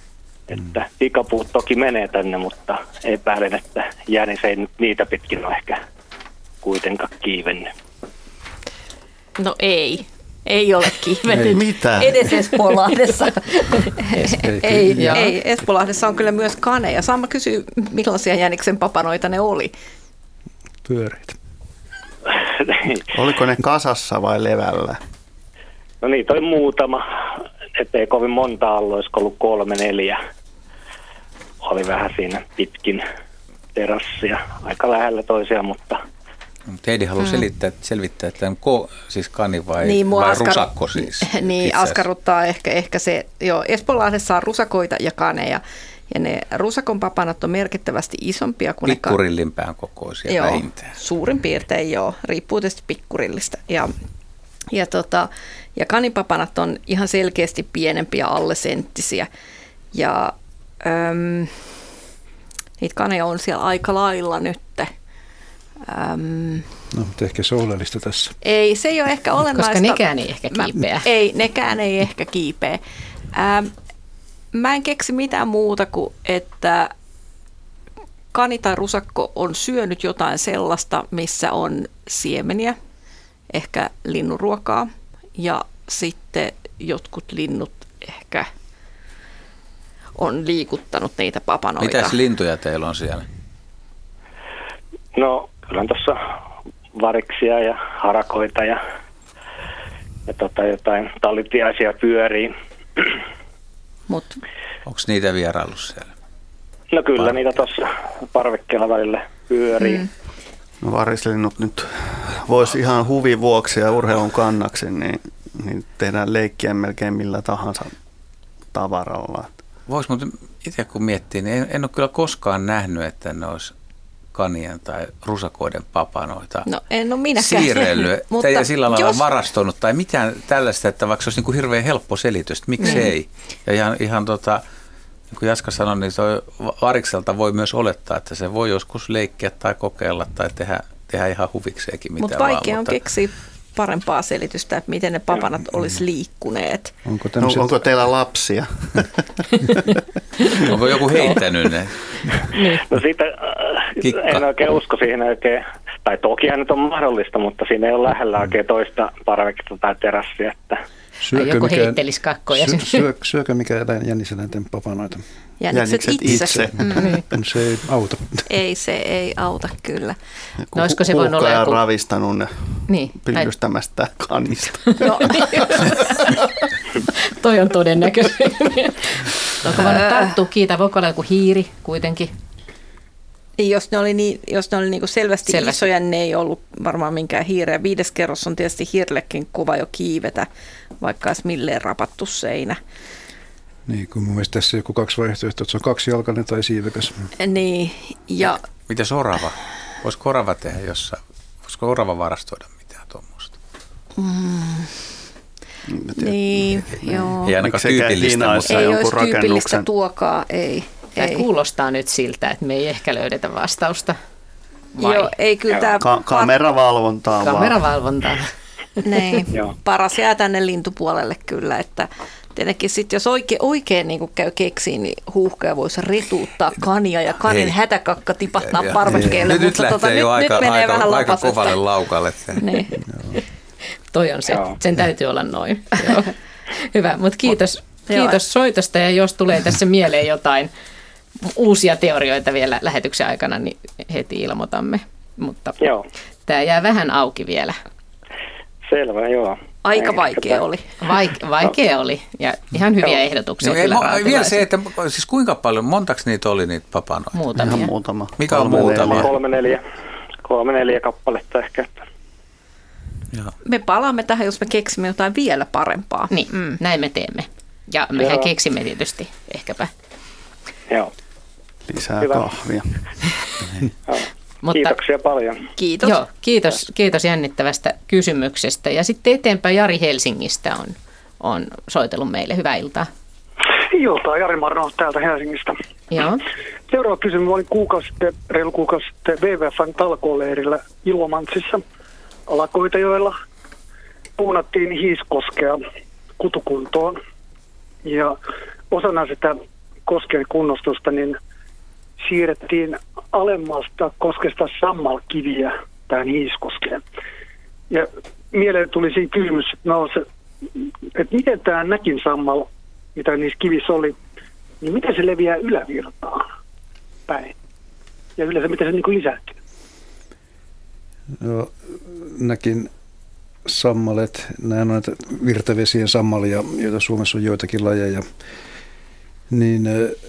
Että pikapuut toki menee tänne, mutta epäilen, että jänis ei nyt niitä pitkin ole ehkä kuitenkaan kiivennyt. No ei. Ei ole kiivennyt. Ei mitään. Edes Espoonlahdessa. Ei, ei, Joo. ei, Espoonlahdessa on kyllä myös kaneja. Saan mä kysyä, millaisia jäniksen papanoita ne oli? Pyöreitä. Oliko ne kasassa vai levällä? No niitä oli muutama, ettei kovin monta ollut, olisiko ollut kolme, neljä. Oli vähän siinä pitkin terassia, aika lähellä toisiaan, mutta... Mutta Heidi haluaa selittää, selvittää, että on ko, siis kani vai, Niin, vai askar- rusakko siis? Niin, itse asiassa. askarruttaa ehkä, ehkä se, joo, Espoonlahdessa on rusakoita ja kaneja, ja ne rusakon papanat on merkittävästi isompia kuin ne ka- Pikkurillinpään kokoisia joo, vähintään. suurin piirtein joo, riippuu tietysti pikkurillistä. Ja, ja, tota, ja kanipapanat on ihan selkeästi pienempiä, alle senttisiä. Ja äm, niitä kaneja on siellä aika lailla nyt. Äm, No, mutta ehkä se on oleellista tässä. ei, se ei ole ehkä olennaista. Koska nekään ei ehkä kiipeä. Mä, ei, nekään ei ehkä kiipeä. Ähm, mä en keksi mitään muuta kuin, että kani tai rusakko on syönyt jotain sellaista, missä on siemeniä, ehkä linnunruokaa, ja sitten jotkut linnut ehkä on liikuttanut niitä papanoita. Mitäs lintuja teillä on siellä? No, kyllä tuossa variksia ja harakoita ja, ja tota, jotain talitiaisia pyörii. Mut. Onko niitä vieraillut siellä? No kyllä Parve. niitä tuossa parvekkeella välillä pyörii. Mm. No varislinnut nyt voisi ihan huvin vuoksi ja urheilun kannaksi, niin, niin tehdään leikkiä melkein millä tahansa tavaralla. Vois, mutta itse kun miettii, niin en, en ole kyllä koskaan nähnyt, että ne olisi kanien tai rusakoiden papanoita No en ole minäkään. siirrellyt Mutta ja sillä lailla jos... varastonut tai mitään tällaista, että vaikka se olisi niin kuin hirveän helppo selitys, että miksi mm. ei. Ja ihan, ihan tota, niin kuin Jaska sanoi, niin toi varikselta voi myös olettaa, että se voi joskus leikkiä tai kokeilla tai tehdä, tehdä ihan huvikseenkin mitä Mut vaan. vaikea on mutta keksiä parempaa selitystä, että miten ne papanat olisi liikkuneet. Onko, no, onko teillä lapsia? Onko joku heittänyt ne? No siitä äh, en oikein usko siihen oikein, tai tokihan nyt on mahdollista, mutta siinä ei ole lähellä oikein toista parveketta tai terassia. Että... Syökö joku mikä, heittelisi kakkoja. Syö, syö, syökö mikä jäniseläinten papanoita? Jänikset, Jänikset itse. itse. Mm. Se ei auta. Ei, se ei auta kyllä. No olisiko se voinut olla joku... ravistanut ne niin, pyllystämästä kanista. No, toi on todennäköisesti. Onko voinut tarttua kiitä? Voiko olla joku hiiri kuitenkin? Jos ne oli, niin, jos ne oli niin kuin selvästi, selvästi isoja, niin ne ei ollut varmaan minkään hiireä. Viides kerros on tietysti hiirellekin kova jo kiivetä, vaikka olisi milleen rapattu seinä. Niin, kun mun mielestä tässä joku kaksi vaihtoehtoa, että se on kaksijalkainen tai siivekäs. Niin, ja... Mitäs orava? Voisiko orava tehdä jossain? Voisiko orava varastoida mitään tuommoista? Mm. Niin, ei, joo. Ei ainakaan tyypillistä, mutta ei olisi tyypillistä tuokaa, ei. Tämä kuulostaa nyt siltä, että me ei ehkä löydetä vastausta. Vai? Joo, ei kyllä tämä... Ka- kameravalvontaa vaan. Kameravalvontaa. Niin, paras jää tänne lintupuolelle kyllä, että tietenkin sitten jos oikein, oikein niin käy keksiin, niin huuhkaja voisi retuuttaa kania ja kanin Hei. hätäkakka tipahtaa parvekkeelle. Nyt, mutta nyt tota, lähtee jo nyt, aika, nyt menee aika, vähän aika lapasesta. kovalle laukalle. Niin. Toi on se, sen täytyy olla noin. Joo. Hyvä, mutta kiitos, kiitos soitosta ja jos tulee tässä mieleen jotain uusia teorioita vielä lähetyksen aikana, niin heti ilmoitamme. Mutta joo. Tämä jää vähän auki vielä. Selvä, joo. Aika vaikea oli. Vaik- vaikea no. oli ja ihan hyviä joo. ehdotuksia. No, kyllä ei, vielä se, että siis kuinka paljon, montaks niitä oli niitä papanoita? Muutamia. Ihan muutama. Mikä on muutama? Kolme neljä, kolme neljä kappaletta ehkä. Joo. Me palaamme tähän, jos me keksimme jotain vielä parempaa. Niin, mm. näin me teemme. Ja mehän joo. keksimme tietysti ehkäpä. Joo. Lisää hyvä. Kahvia. Mutta, kiitoksia paljon. Kiitos. Joo, kiitos, kiitos jännittävästä kysymyksestä. Ja sitten eteenpäin Jari Helsingistä on, on soitellut meille. Hyvää iltaa. Iltaa, Jari Marno täältä Helsingistä. Joo. Seuraava kysymys. Olin kuukausi sitten, reilu kuukausi sitten W W F:n talkooleirillä Ilomantsissa Alakoitajoella. Puunattiin Hiiskoskea kutukuntoon. Ja osana sitä kosken kunnostusta, niin siirrettiin alemmasta koskesta sammalkiviä tähän Hiiskoskeen. Ja mieleen tuli siinä kysymys, että, no se, että miten tämä näkin sammal, mitä niissä kivissä oli, niin miten se leviää ylävirtaan päin? Ja yleensä miten se niin kuin lisääntyy? No, näkin sammalet, nämä on näitä virtavesien sammalia, joita Suomessa on joitakin lajeja, niin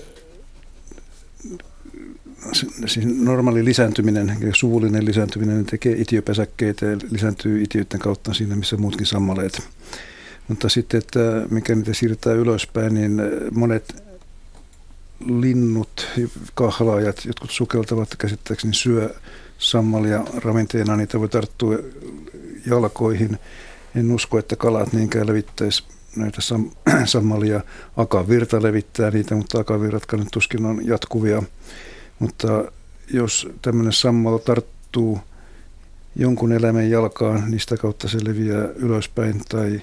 siis normaali lisääntyminen, suvullinen lisääntyminen tekee itiöpesäkkeitä ja lisääntyy itiöiden kautta siinä, missä muutkin sammaleet. Mutta sitten, että mikä niitä siirtää ylöspäin, niin monet linnut, kahlaajat, jotkut sukeltavat käsittääkseni syö sammalia ravinteena, niitä voi tarttua jalkoihin. En usko, että kalat niinkään levittäisi näitä sam- sammalia. Akavirta levittää niitä, mutta akavirratkaan nyt tuskin on jatkuvia. Mutta jos tämmöinen sammal tarttuu jonkun eläimen jalkaan, niin sitä kautta se leviää ylöspäin tai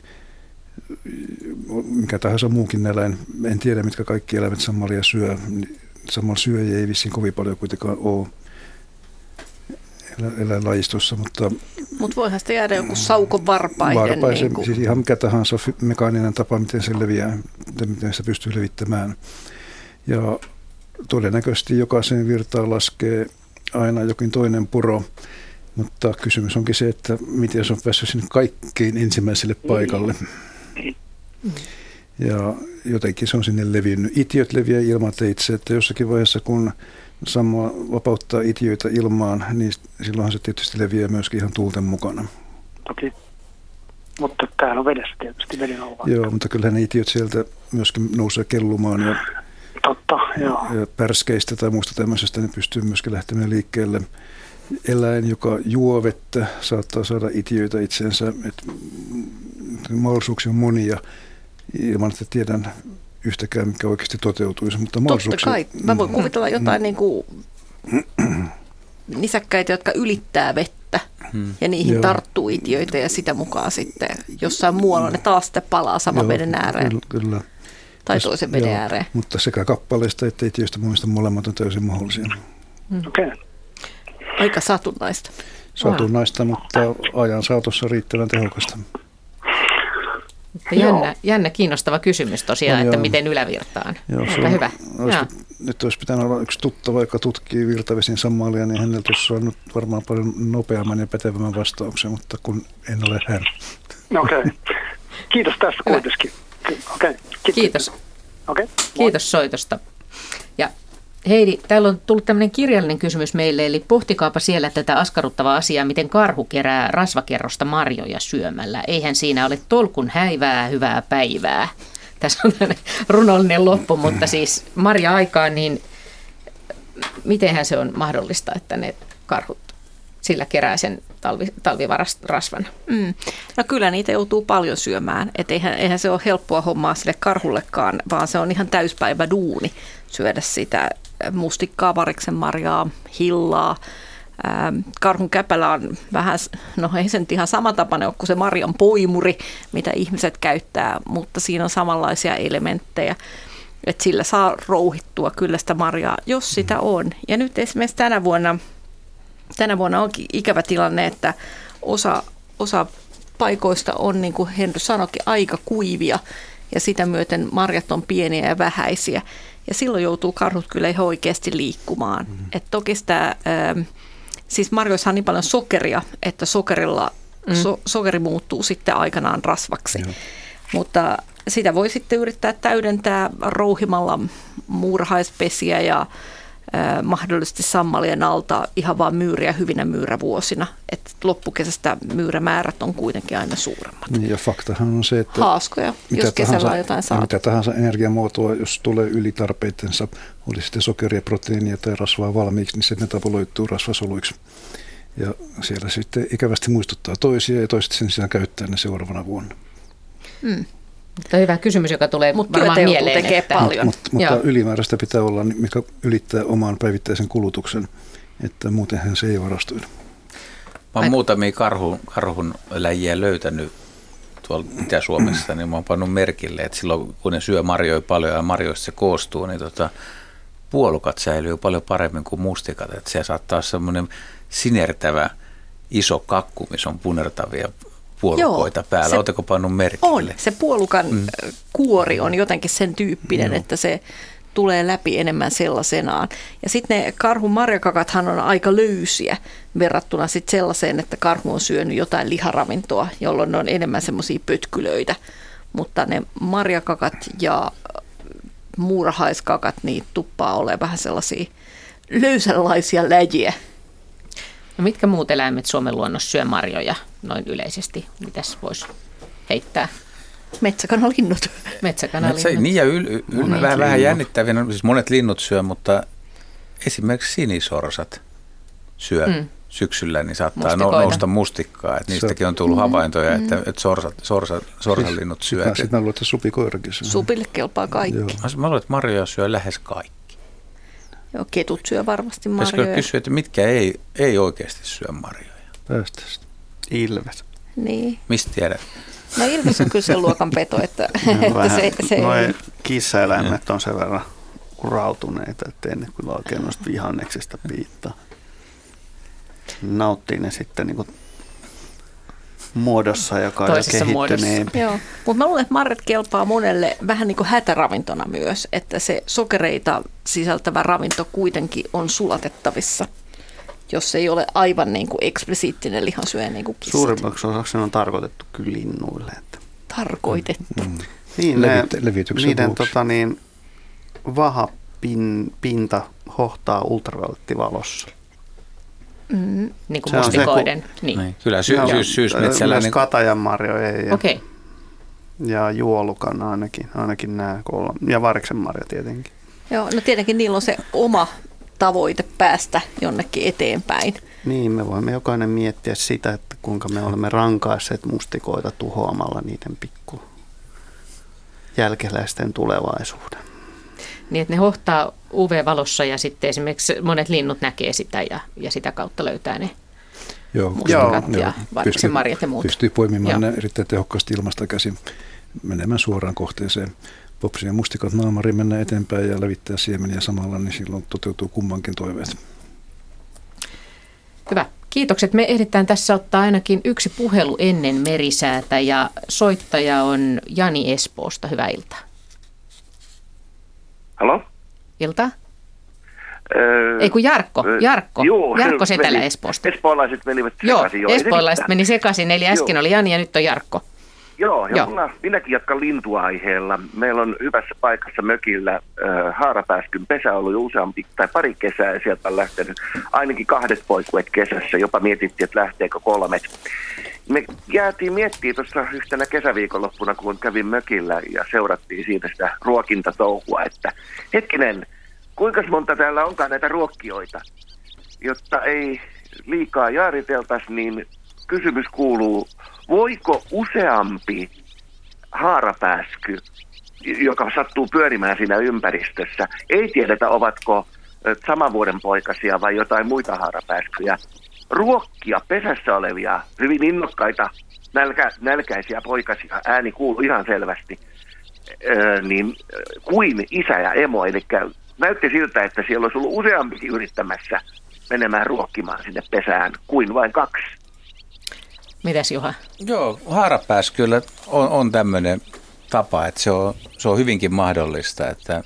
mikä tahansa muukin eläin. En tiedä, mitkä kaikki eläimet sammalia syö. Sammal syöjiä ei vissiin kovin paljon kuitenkaan ole eläinlajistossa, mutta... Mutta voihan sitä jäädä joku saukon varpaiden. Varpaisen, niin kuin. Siis ihan mikä tahansa mekaaninen tapa, miten se leviää, miten se pystyy levittämään. Ja todennäköisesti jokaisen virtaan laskee aina jokin toinen puro, mutta kysymys onkin se, että miten se on päässyt sinne kaikkein ensimmäiselle paikalle. Ja jotenkin se on sinne levinnyt. Itiöt leviää ilmateitse, että jossakin vaiheessa kun sammal vapauttaa itiöitä ilmaan, niin silloinhan se tietysti leviää myöskin ihan tuulten mukana. Toki. Mutta täällä on vedessä tietysti, veden alla. Joo, mutta kyllähän ne itiöt sieltä myöskin nousee kellumaan ja, Totta, joo. ja pärskeistä tai muusta tämmöisestä ne pystyy myöskin lähtemään liikkeelle. Eläin, joka juo vettä, saattaa saada itiöitä itsensä. Et mahdollisuuksia on monia ilman, että tiedän yhtäkään, mikä oikeasti toteutuisi. Mutta totta kai. Mä voin kuvitella jotain mm. niin kuin nisäkkäitä, jotka ylittää vettä hmm. ja niihin Joo. tarttuu itiöitä ja sitä mukaan sitten jossain muualla ne taas sitten palaa saman Joo, veden ääreen. Kyllä. kyllä. Tai toisen veden Joo, ääreen. Mutta sekä kappaleista että itiöistä muista molemmat on täysin mahdollisia. Hmm. Okei. Okay. Aika satunnaista. Satunnaista, wow. mutta ajan saatossa riittävän tehokasta. Jännä, jännä kiinnostava kysymys tosiaan, no, että joo. miten ylävirtaan. Joo, Aika hyvä. Olisi, nyt olisi pitänyt olla yksi tuttava, joka tutkii virtavesin sammalia, niin häneltä olisi saanut varmaan paljon nopeamman ja pätevämmän vastauksen, mutta kun en ole hän. Okei. Okay. Kiitos tästä kuitenkin. Okay. Kiitos. Kiitos. Okay. Kiitos soitosta. Ja Heidi, täällä on tullut tämmöinen kirjallinen kysymys meille, eli pohtikaapa siellä tätä askarruttavaa asiaa, miten karhu kerää rasvakerrosta marjoja syömällä. Eihän siinä ole tolkun häivää, hyvää päivää. Tässä on tämmöinen runollinen loppu, mutta siis marja-aikaan, niin mitenhän se on mahdollista, että ne karhut sillä kerää sen talvi, talvivarasrasvan? Mm. No kyllä niitä joutuu paljon syömään, et eihän, eihän se ole helppoa hommaa sille karhullekaan, vaan se on ihan täyspäivä duuni syödä sitä mustikkaa, variksen marjaa, hillaa. Karhun käpälä on vähän, no ei se nyt ihan samantapainen ole kuin se marjan poimuri, mitä ihmiset käyttää, mutta siinä on samanlaisia elementtejä, että sillä saa rouhittua kyllä sitä marjaa, jos sitä on. Ja nyt esimerkiksi tänä vuonna, tänä vuonna onkin ikävä tilanne, että osa, osa paikoista on, niin kuin Henry sanoikin, aika kuivia ja sitä myöten marjat on pieniä ja vähäisiä. Ja silloin joutuu karhut kyllä ihan oikeasti liikkumaan. Mm. Et toki sitä, äh, siis marjoissa on niin paljon sokeria, että sokerilla, mm. so, sokeri muuttuu sitten aikanaan rasvaksi. Joo. Mutta sitä voi sitten yrittää täydentää rouhimalla muurahaispesiä ja äh, mahdollisesti sammalien alta ihan vaan myyriä hyvinä myyrävuosina. Että loppukesästä myyrämäärät on kuitenkin aina suuremmat. Niin ja faktahan on se, että haaskoja, jos kesällä on jotain saatu. Mitä tahansa energiamuotoa, jos tulee yli tarpeitensa, oli sitten sokeria, proteiinia tai rasvaa valmiiksi, niin se metaboloituu rasvasoluiksi. Ja siellä sitten ikävästi muistuttaa toisia ja toiset sen sijaan käyttää ne seuraavana vuonna. Mm. Tämä on hyvä kysymys, joka tulee Mut varmaan mieleen. Tekee että... paljon. Mut, mutta ylimääräistä pitää olla, mikä ylittää oman päivittäisen kulutuksen, että muutenhan se ei varastoida. Mä oon muutamia karhun, karhun eläjiä löytänyt tuolla Itä-Suomessa, niin mä oon pannut merkille, että silloin kun ne syö marjoja paljon ja marjoista se koostuu, niin tota, puolukat säilyy paljon paremmin kuin mustikat. Että siellä saattaa olla semmoinen sinertävä iso kakku, missä on punertavia puolukoita Joo, päällä. Oletteko pannut merkille? On. Se puolukan mm. kuori on jotenkin sen tyyppinen, Joo. että se tulee läpi enemmän sellaisenaan. Ja sitten ne karhun marjakakathan on aika löysiä verrattuna sitten sellaiseen, että karhu on syönyt jotain liharavintoa, jolloin ne on enemmän semmoisia pötkylöitä. Mutta ne marjakakat ja muurahaiskakat, niin tuppaa olemaan vähän sellaisia löysänlaisia läjiä. No mitkä muut eläimet Suomen luonnossa syö marjoja noin yleisesti? Mitäs voisi heittää? Metsäkanalinnut. Metsäkanalinnut. Metsä, niin ja yl, yl, yl, vähän, vähän jännittäviä. No, siis monet linnut syö, mutta esimerkiksi sinisorsat syö mm. syksyllä, niin saattaa Mustikoida. nousta mustikkaa. Että niistäkin on tullut havaintoja, mm. että, että sorsat, sorsa, sorsalinnut syö. Sitten mä luulen, että supikoirakin syö. Supille kelpaa kaikki. Joo. Mä luulen, että marjoja syö lähes kaikki. Joo, ketut syö varmasti marjoja. Pitäisikö kysyä, että mitkä ei, ei oikeasti syö marjoja? Päästäisiin. Ilves. Niin. Mistä tiedät? No Ilves on kyllä sen luokan peto, että, että se, se Noi kissaeläimet on sen verran urautuneita, että ennen kuin oikein noista vihanneksista piittaa. Nauttii ne sitten niin kuin muodossa, joka on kehittyneempi. Mutta mä luulen, että marjat kelpaa monelle vähän niin kuin hätäravintona myös, että se sokereita sisältävä ravinto kuitenkin on sulatettavissa, jos ei ole aivan niin kuin eksplisiittinen lihansyöjä niin kuin kissat. Suurimmaksi osaksi on tarkoitettu kyllä linnuille. Että. Tarkoitettu. Mm. Niin, ne, niiden tota, niin, vahapinta hohtaa ultraviolettivalossa. Mm, niin kuin mustikoiden. Se, niin. Niin, kyllä sy- sy- syysmetsällä. Myös niin... katajanmarjoja ja, okay. ja juolukan ainakin, ainakin nämä kolme. Ja variksenmarja tietenkin. Joo, no tietenkin niillä on se oma tavoite päästä jonnekin eteenpäin. Niin, me voimme jokainen miettiä sitä, että kuinka me olemme rankaisseet mustikoita tuhoamalla niiden pikku jälkeläisten tulevaisuuden. Niin, että ne hohtaa U V-valossa ja sitten esimerkiksi monet linnut näkee sitä ja, ja sitä kautta löytää ne Joo, mustikat joo, ja variksen marjat ja muut. Pystyy poimimaan joo. ne erittäin tehokkaasti ilmasta käsin menemään suoraan kohteeseen. Popsi ja mustikat naamariin mennä eteenpäin ja levittää siemeniä samalla, niin silloin toteutuu kummankin toiveet. Hyvä. Kiitokset. Me ehditään tässä ottaa ainakin yksi puhelu ennen merisäätä ja soittaja on Jani Espoosta. Hyvää iltaa. Halo? Iltaa? Öö, Ei kun Jarkko, Jarkko, joo, Jarkko Setälä Espoosta. Espoolaiset menivät sekaisin. Joo, espoolaiset meni sekaisin, eli äsken joo. oli Jani ja nyt on Jarkko. Joo, ja joo. minäkin jatkan lintuaiheella. Meillä on hyvässä paikassa mökillä äh, haarapääskyn pesä ollut jo useampi tai pari kesää ja sieltä on lähtenyt ainakin kahdet poikuet kesässä. Jopa mietittiin, että lähteekö kolmet. Me jäätiin miettimään tuossa yhtenä kesäviikonloppuna, kun kävin mökillä ja seurattiin siitä sitä ruokintatouhua, että hetkinen, kuinka monta täällä onkaan näitä ruokkijoita, jotta ei liikaa jaariteltaisi, niin kysymys kuuluu, voiko useampi haarapääsky, joka sattuu pyörimään siinä ympäristössä, ei tiedetä ovatko saman vuoden poikasia vai jotain muita haarapääskyjä, ruokkia pesässä olevia, hyvin innokkaita, nälkä, nälkäisiä poikasia, ääni kuuluu ihan selvästi, öö, niin kuin isä ja emo, eli näytti siltä, että siellä olisi ollut useampikin yrittämässä menemään ruokkimaan sinne pesään kuin vain kaksi. Mitäs Juha? Joo, haarapääskyllä on, on tämmöinen tapa, että se on, se on hyvinkin mahdollista, että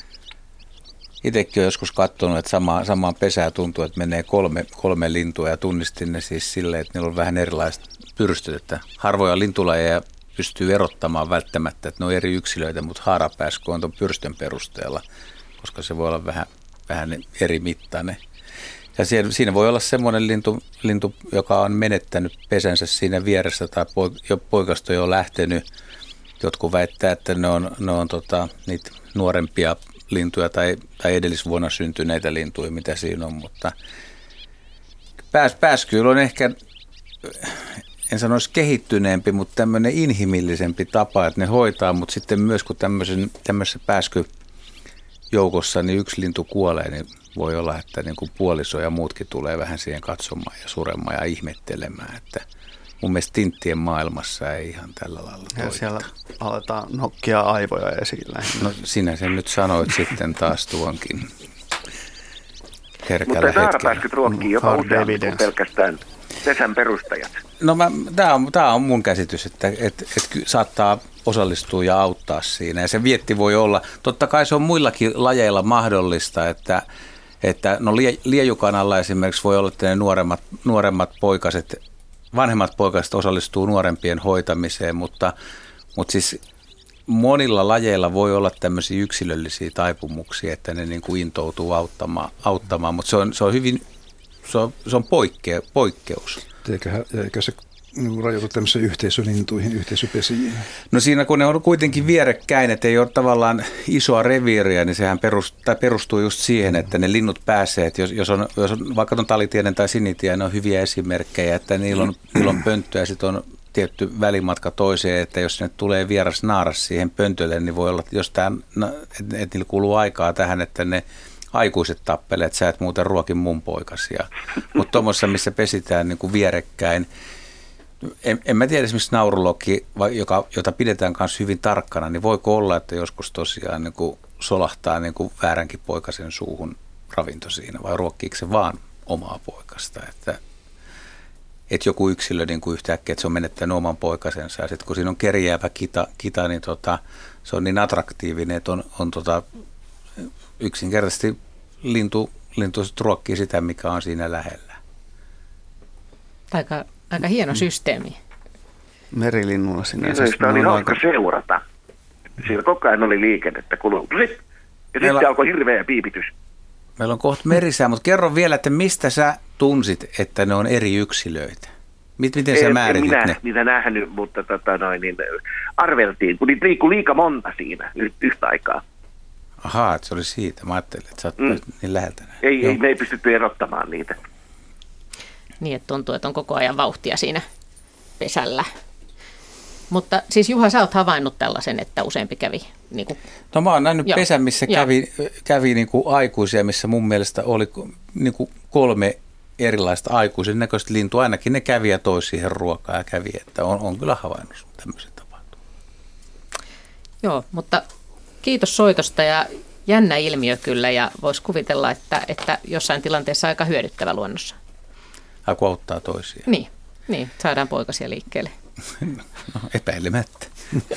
itsekin olen joskus katsonut, että sama, samaan pesään tuntuu, että menee kolme, kolme lintua ja tunnistin ne siis silleen, että niillä on vähän erilaiset pyrstöt, että harvoja lintulajeja pystyy erottamaan välttämättä, että ne on eri yksilöitä, mutta haarapääsky on tuon pyrstön perusteella, koska se voi olla vähän, vähän eri mittainen. Ja siinä voi olla semmoinen lintu, lintu, joka on menettänyt pesänsä siinä vieressä tai poikasta jo lähtenyt. Jotkut väittää, että ne on, ne on tota, niitä nuorempia lintuja tai, tai edellisvuonna syntyneitä lintuja, mitä siinä on. Mutta pääs, pääskyillä on ehkä, en sanoisi kehittyneempi, mutta tämmöinen inhimillisempi tapa, että ne hoitaa, mutta sitten myös kun tämmöisessä pääskyjoukossa niin yksi lintu kuolee, niin voi olla, että niin kuin puoliso ja muutkin tulee vähän siihen katsomaan ja suremaan ja ihmettelemään, että mun mielestä tinttien maailmassa ei ihan tällä lailla toimita. Ja siellä aletaan nokkia aivoja esillä. No sinä sen nyt sanoit sitten taas tuonkin herkällä Mutta hetkellä. haarapääskyt ruokkii jopa useammin kuin pelkästään pesän perustajat. No tämä on, tää on mun käsitys, että et, et saattaa osallistua ja auttaa siinä. Ja se vietti voi olla, totta kai se on muillakin lajeilla mahdollista, että, että no lie, liejukanalla esimerkiksi voi olla, että ne nuoremmat, nuoremmat poikaset, vanhemmat poikaset osallistuu nuorempien hoitamiseen, mutta, mutta siis monilla lajeilla voi olla tämmöisiä yksilöllisiä taipumuksia, että ne niin kuin intoutuu auttamaan, auttamaan, mutta se on, se on hyvin, se on, se on poikke, poikkeus. Eikä, eikä se rajoitu tämmöisiin yhteisölintuihin, yhteisöpesiin? No siinä kun ne on kuitenkin vierekkäin, että ei ole tavallaan isoa reviiriä, niin sehän perustuu, perustuu just siihen, että ne linnut pääsee, että jos, jos, on, jos on vaikka on talitienen tai sinitien, ne on hyviä esimerkkejä, että niillä on, niillä on pönttöä ja sitten on tietty välimatka toiseen, että jos sinne tulee vieras naaras siihen pöntölle, niin voi olla, että jos tämä, että, että niillä kuluu aikaa tähän, että ne aikuiset tappelee, että sä et muuten ruokin mun poikasia. Mutta tuommoissa, missä pesitään niin kuin vierekkäin, en, en mä tiedä esimerkiksi naurulokki, joka, jota pidetään myös hyvin tarkkana, niin voiko olla, että joskus tosiaan niin kuin solahtaa niin kuin vääränkin poikasen suuhun ravinto siinä, vai ruokkiiko se vaan omaa poikasta, että että joku yksilö niin kuin yhtäkkiä, että se on menettänyt oman poikasensa, ja sitten kun siinä on kerjäävä kita, kita niin tota, se on niin attraktiivinen, että on, on tota, yksinkertaisesti lintu, lintu ruokkii sitä, mikä on siinä lähellä. Aika, aika hieno systeemi. Merilinnulla sinänsä. Sitä oli hauska aika seurata. Siinä koko ajan oli liikennettä kulunut. Ja sitten Meillä... alkoi hirveä piipitys. Meillä on kohta merisää, mutta kerro vielä, että mistä sä tunsit, että ne on eri yksilöitä? Miten sä määritit minä, ne? Minä nähnyt, mutta tota noin, niin arveltiin, kun niitä liikkui liika monta siinä yhtä aikaa. Ahaa, että se oli siitä. Mä ajattelin, että sä oot mm. niin läheltä. Ei, ei, me ei pystytty erottamaan niitä. Niin, että tuntuu, että on koko ajan vauhtia siinä pesällä. Mutta siis Juha, sä oot havainnut tällaisen, että useampi kävi niin kuin... No mä oon nähnyt Joo. pesän, missä Joo. kävi, kävi niin kuin aikuisia, missä mun mielestä oli niin kuin kolme erilaista aikuisen näköistä lintua. Ainakin ne kävi ja toi siihen ruokaa ja kävi, että on, on kyllä havainnut tämmöisen tapahtuman. Joo, mutta kiitos soitosta ja jännä ilmiö kyllä, ja voisi kuvitella, että, että jossain tilanteessa aika hyödyttävä luonnossa. Aiku auttaa toisia. Niin, niin, saadaan poikasia liikkeelle. No, epäilemättä.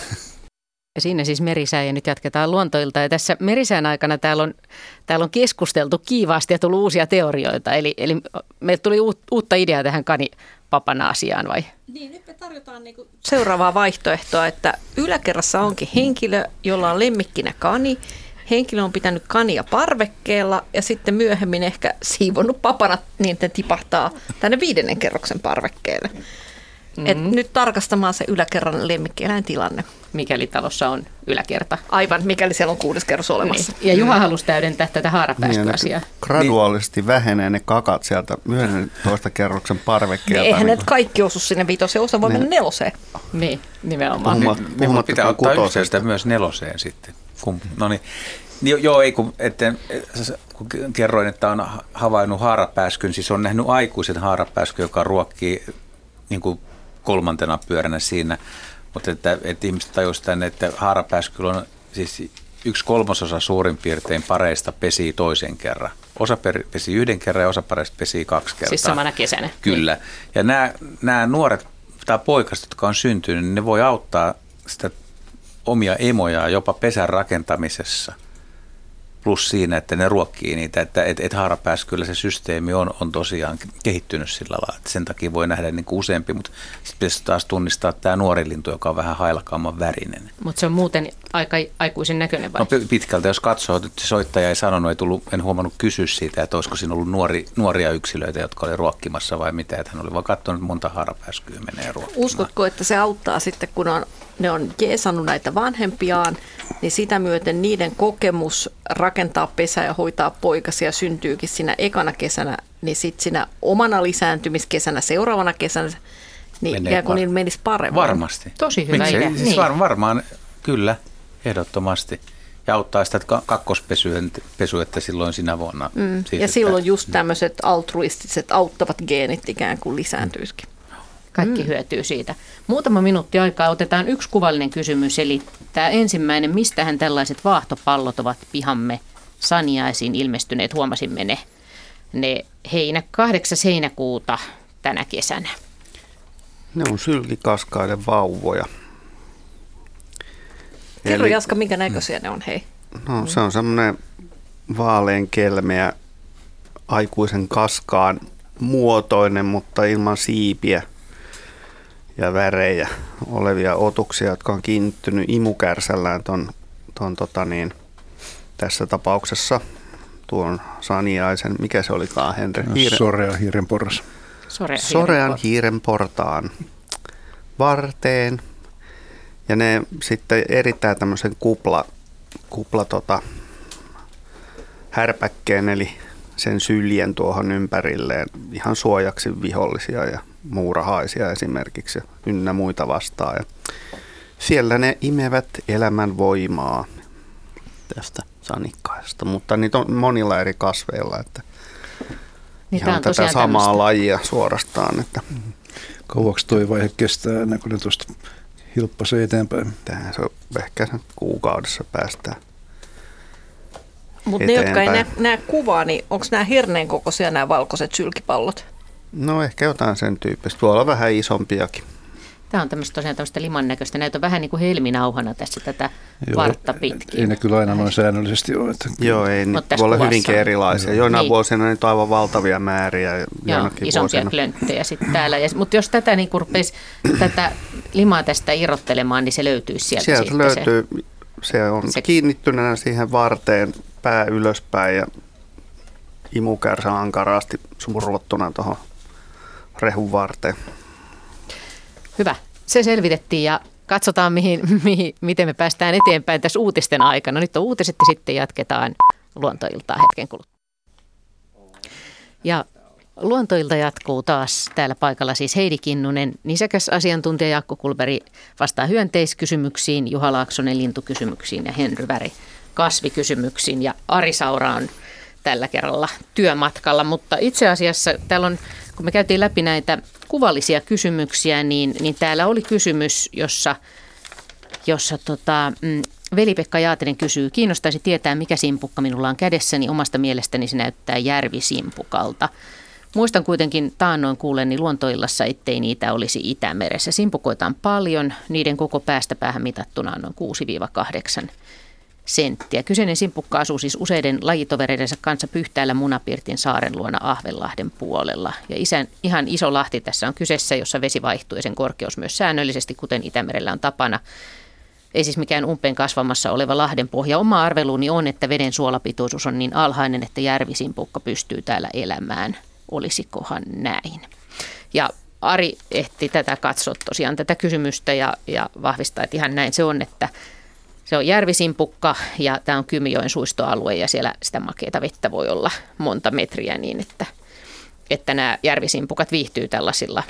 Ja siinä siis merisää, ja nyt jatketaan luontoilta. Ja tässä merisään aikana täällä on, täällä on keskusteltu kiivaasti ja tullut uusia teorioita. Eli, eli meille tuli uutta ideaa tähän kanipapana-asiaan, vai? Niin, nyt me tarjotaan niinku seuraavaa vaihtoehtoa, että yläkerrassa onkin henkilö, jolla on lemmikkinä kani. Henkilö on pitänyt kania parvekkeella ja sitten myöhemmin ehkä siivonnut papanat niin, että tipahtaa tänne viidennen kerroksen parvekkeelle. Mm-hmm. Et nyt tarkastamaan se yläkerran lemmikkieläintilanne. Mikäli talossa on yläkerta. Aivan, mikäli siellä on kuudes kerros olemassa. Niin. Ja Juha halusi täydentää tätä haarapääskyasiaa. Niin, graduaalisesti niin. vähenee ne kakat sieltä yhdennentoista kerroksen parvekkeelta. Eihän ne kaikki osu sinne vitoseen, osa voi niin. mennä neloseen. Niin, nimenomaan. Puhumat, niin, puhumat pitää ottaa yhteystä myös neloseen sitten. Kun, no niin. Joo, ei kun, että, kun kerroin, että on havainnut haarapääskyn, siis on nähnyt aikuisen haarapääskyn, joka ruokkii niin kuin kolmantena pyöränä siinä, mutta että, että ihmiset tajusivat tänne, että haarapääskyllä on siis yksi kolmasosa suurin piirtein pareista pesii toisen kerran. Osa pesii yhden kerran ja osa pareista pesii kaksi kertaa. Siis samana kesänä. Kyllä. Niin. Ja nämä, nämä nuoret tai poikaset, jotka on syntynyt, niin ne voi auttaa sitä omia emoja jopa pesän rakentamisessa. Plus siinä, että ne ruokkii niitä, että et, et haarapääskyllä se systeemi on, on tosiaan kehittynyt sillä lailla, että sen takia voi nähdä niin kuin useampi, mutta sitten pitäisi taas tunnistaa tämä nuori lintu, joka on vähän hailakaamman värinen. Mutta se on muuten aika aikuisen näköinen vai? No pitkältä, jos katsoo, että se soittaja ei sanonut, ei tullut, en huomannut kysyä siitä, että olisiko siinä ollut nuori, nuoria yksilöitä, jotka oli ruokkimassa vai mitä, että hän oli vaan katsonut, että monta haarapääskyä menee ruokkimaan. Uskotko, että se auttaa sitten, kun on, ne on jeesannut näitä vanhempiaan, niin sitä myöten niiden kokemus rakentaa pesää ja hoitaa poikasia syntyykin siinä ekana kesänä, niin sitten siinä omana lisääntymiskesänä, seuraavana kesänä, niin ikään kuin niillä menisi paremmin. Varmasti. Tosi hyvä Miksei? idea. Siis niin. var, varmaan, kyllä, ehdottomasti. Ja auttaa sitä kakkospesu, että silloin sinä vuonna. Mm. Siis ja silloin just tämmöiset altruistiset auttavat geenit ikään kuin lisääntyisikin. Kaikki mm. hyötyy siitä. Muutama minuutti aikaa, otetaan yksi kuvallinen kysymys, eli tämä ensimmäinen, mistähän tällaiset vaahtopallot ovat pihamme saniaisiin ilmestyneet, huomasimme ne, ne heinä, kahdeksas heinäkuuta tänä kesänä. Ne on sylkikaskaiden vauvoja. Kerro Eli, Jaska, minkä näköisiä ne on, hei? No se on semmoinen vaaleankelmeä aikuisen kaskaan muotoinen, mutta ilman siipiä ja värejä olevia otuksia, jotka on kiinnittynyt imukärsällään ton, ton tota niin, tässä tapauksessa tuon saniaisen, mikä se olikaan, Henri? Hiire... Sorea hiirenporras. Sorea Sorean hiirenportaan varteen. Ja ne sitten erittää tämmöisen kupla, kupla tota, härpäkkeen, eli sen syljen tuohon ympärilleen ihan suojaksi vihollisia ja muurahaisia esimerkiksi ynnä muita vastaan. Ja siellä ne imevät elämän voimaa tästä sanikkaista, mutta niitä on monilla eri kasveilla, että niin ihan tätä samaa tämmöistä lajia suorastaan. Että kauaksi toi vaihe kestää ennen kuin ne tuosta hilppasee eteenpäin? Tähän se on ehkä kuukaudessa päästään. Mutta ne, jotka ei näe, näe kuvaa, niin onko nämä hirneen kokoisia nämä valkoiset sylkipallot? No ehkä jotain sen tyyppistä. Tuolla on vähän isompiakin. Tämä on tämmöistä, tosiaan tämmöistä liman näköistä. Näitä on vähän niin kuin helminauhana tässä tätä Joo, vartta pitkin. Ei ne kyllä aina noin säännöllisesti ole. Että Joo, ei ne voi olla hyvinkin erilaisia. Joinain niin vuosina niitä on aivan valtavia määriä. Joo, isompia klönttejä sitten täällä. Ja, mutta jos tätä niin rupeisi tätä limaa tästä irrottelemaan, niin se löytyisi sieltä. Sieltä löytyy. Se, se on se kiinnittyneenä siihen varteen, pää ylöspäin ja imukärsä ankarasti survottuna tuohon rehun varteen. Hyvä. Se selvitettiin ja katsotaan, mihin, mihin, miten me päästään eteenpäin tässä uutisten aikana. Nyt on uutiset ja sitten jatketaan luontoiltaa hetken kuluttua. Ja luontoilta jatkuu taas täällä paikalla siis Heidi Kinnunen, nisäkäs asiantuntija, Jaakko Kulberi vastaa hyönteiskysymyksiin, Juha Laaksonen lintukysymyksiin ja Henry Väri kasvikysymyksiin ja Ari Saura on tällä kerralla työmatkalla, mutta itse asiassa täällä on, kun me käytiin läpi näitä kuvallisia kysymyksiä, niin, niin täällä oli kysymys, jossa, jossa tota, mm, Veli-Pekka Jaatinen kysyy, kiinnostaisi tietää, mikä simpukka minulla on kädessäni, omasta mielestäni se näyttää järvisimpukalta. Muistan kuitenkin taannoin kuulleni luontoillassa, ettei niitä olisi Itämeressä. Simpukoita on paljon, niiden koko päästä päähän mitattuna on noin kuusi kahdeksan senttiä. Kyseinen simpukka asuu siis useiden lajitovereidensa kanssa Pyhtäällä Munapirtin saaren luona Ahvenlahden puolella. Ja isän, ihan iso lahti tässä on kyseessä, jossa vesi vaihtuu ja sen korkeus myös säännöllisesti, kuten Itämerellä on tapana. Ei siis mikään umpeen kasvamassa oleva lahden pohja. Oma arveluuni on, että veden suolapitoisuus on niin alhainen, että järvisimpukka pystyy täällä elämään. Olisikohan näin? Ja Ari ehti tätä katsoa tosiaan tätä kysymystä ja, ja vahvistaa, että ihan näin se on, että se on järvisimpukka ja tämä on Kymijoen suistoalue ja siellä sitä makeata vettä voi olla monta metriä niin, että, että nämä järvisimpukat viihtyy tällaisilla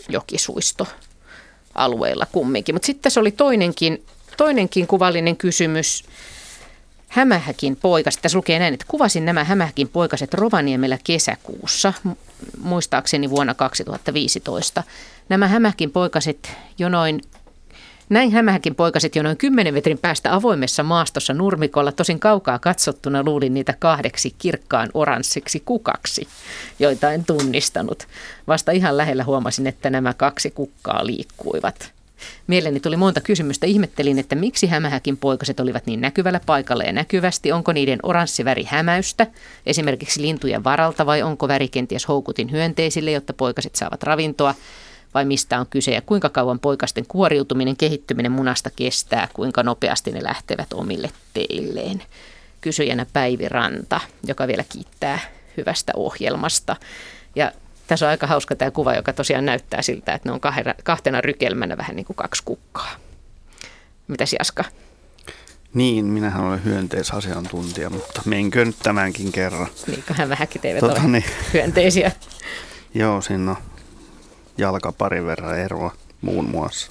jokisuistoalueilla kumminkin. Mutta sitten tässä oli toinenkin, toinenkin kuvallinen kysymys. Hämähäkin poikaset, tässä lukee näin, että kuvasin nämä hämähäkin poikaset Rovaniemellä kesäkuussa, muistaakseni vuonna kaksituhattaviisitoista. Nämä hämähäkin poikaset jo noin Näin hämähäkin poikaset jo noin kymmenen metrin päästä avoimessa maastossa nurmikolla, tosin kaukaa katsottuna luulin niitä kahdeksi kirkkaan oranssiksi kukaksi, joita en tunnistanut. Vasta ihan lähellä huomasin, että nämä kaksi kukkaa liikkuivat. Mieleeni tuli monta kysymystä. Ihmettelin, että miksi hämähäkin poikaset olivat niin näkyvällä paikalla ja näkyvästi. Onko niiden oranssiväri hämäystä, esimerkiksi lintujen varalta, vai onko väri kenties houkutin hyönteisille, jotta poikaset saavat ravintoa? Vai mistä on kyse ja kuinka kauan poikasten kuoriutuminen, kehittyminen munasta kestää, kuinka nopeasti ne lähtevät omille teilleen. Kysyjänä Päivi Ranta, joka vielä kiittää hyvästä ohjelmasta. Ja tässä on aika hauska tämä kuva, joka tosiaan näyttää siltä, että ne on kahtena rykelmänä vähän niin kuin kaksi kukkaa. Mitäs Jaska? Niin, minähän olen hyönteisasiantuntija, mutta menkö nyt tämänkin kerran. Niinköhän vähänkin teivät tota, ole niin. hyönteisiä. Joo, siinä on jalka parin verran eroa muun muassa.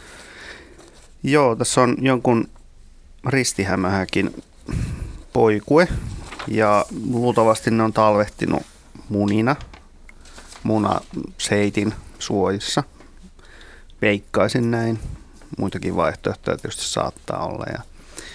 Joo, tässä on jonkun ristihämähäkin poikue ja luultavasti ne on talvehtinut munina munaseitin suojissa veikkaisin näin. Muitakin vaihtoehtoja tietysti saattaa olla. Ja,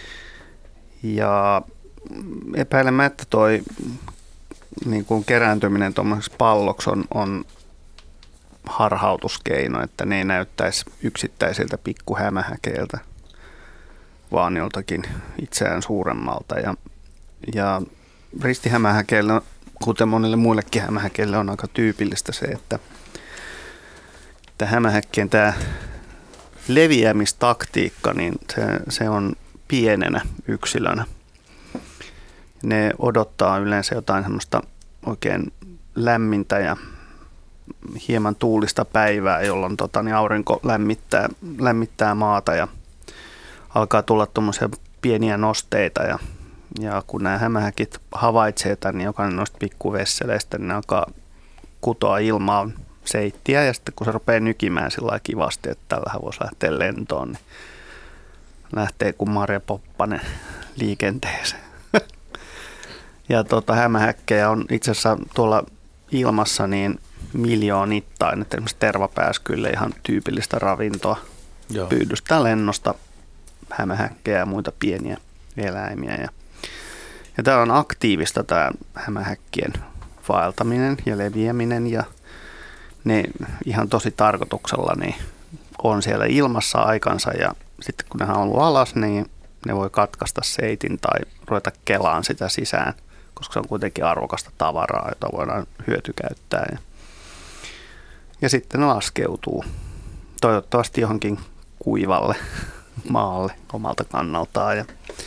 ja epäilemättä toi niin kuin kerääntyminen tuommoiseksi palloksi on, on harhautuskeino, että ne ei näyttäisi yksittäisiltä pikkuhämähäkeiltä, vaan joltakin itseään suuremmalta. Ja, ja ristihämähäkeillä, kuten monille muillekin hämähäkeille, on aika tyypillistä se, että, että hämähäkkien tämä leviämistaktiikka, niin se, se on pienenä yksilönä. Ne odottaa yleensä jotain semmoista oikein lämmintä ja hieman tuulista päivää, jolloin tota, niin aurinko lämmittää, lämmittää maata ja alkaa tulla tuommoisia pieniä nosteita. Ja, ja kun nämä hämähäkit havaitsee tämän, niin jokainen noista pikkuvesseleistä, niin ne alkaa kutoa ilmaan seittiä. Ja sitten kun se rupeaa nykimään sillä lailla kivasti, että tällähän voisi lähteä lentoon, niin lähtee kuin Marja Poppanen liikenteeseen. Ja tota, hämähäkkejä on itse asiassa tuolla ilmassa niin miljoonittain, että esimerkiksi tervapääskyille ihan tyypillistä ravintoa. Joo. Pyydystää lennosta hämähäkkejä ja muita pieniä eläimiä. Ja, ja tämä on aktiivista tämä hämähäkkien vaeltaminen ja leviäminen ja ne ihan tosi tarkoituksella niin on siellä ilmassa aikansa ja sitten kun ne on ollut alas, niin ne voi katkaista seitin tai ruveta kelaan sitä sisään, koska se on kuitenkin arvokasta tavaraa, jota voidaan hyötykäyttää. Ja, ja sitten ne laskeutuu toivottavasti johonkin kuivalle maalle omalta kannaltaan. Ja,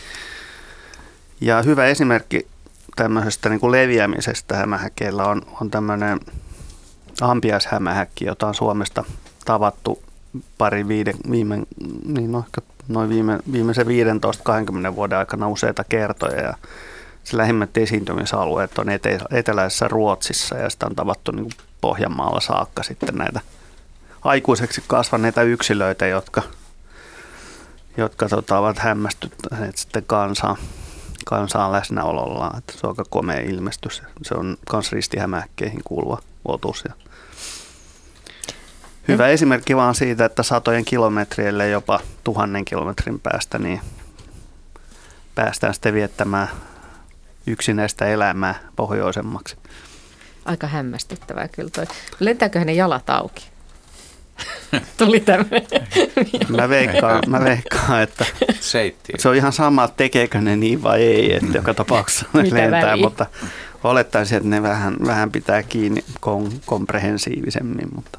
ja hyvä esimerkki tämmöisestä niin kuin leviämisestä hämähäkeillä on, on tämmöinen ampiaishämähäkki, jota on Suomesta tavattu pari viide, viime, niin no, noin viime, viimeisen viisitoista kaksikymmentä vuoden aikana useita kertoja. Ja se lähimmät esiintymisalueet on ete, eteläisessä Ruotsissa ja sitä on tavattu niin kuin Pohjanmaalla saakka sitten näitä aikuiseksi kasvaneita yksilöitä, jotka, jotka tota, ovat hämmästyttäneet sitten kansaan, kansaan läsnäolollaan. Että se on aika komea ilmestys. Se on myös ristihämähäkkeihin kuuluva otus. Ja hyvä mm. esimerkki vaan siitä, että satojen kilometrielle jopa tuhannen kilometrin päästä niin päästään sitten viettämään yksinäistä elämää pohjoisemmaksi. Aika hämmästyttävää kyllä toi. Lentääköhän ne jalat auki? Tuli tämmöinen. Mä veikkaan, mä veikkaan että se on ihan sama, tekeekö ne niin vai ei, että joka tapauksessa ne lentää, väliin? Mutta olettaisin, että ne vähän, vähän pitää kiinni kom- komprehensiivisemmin, mutta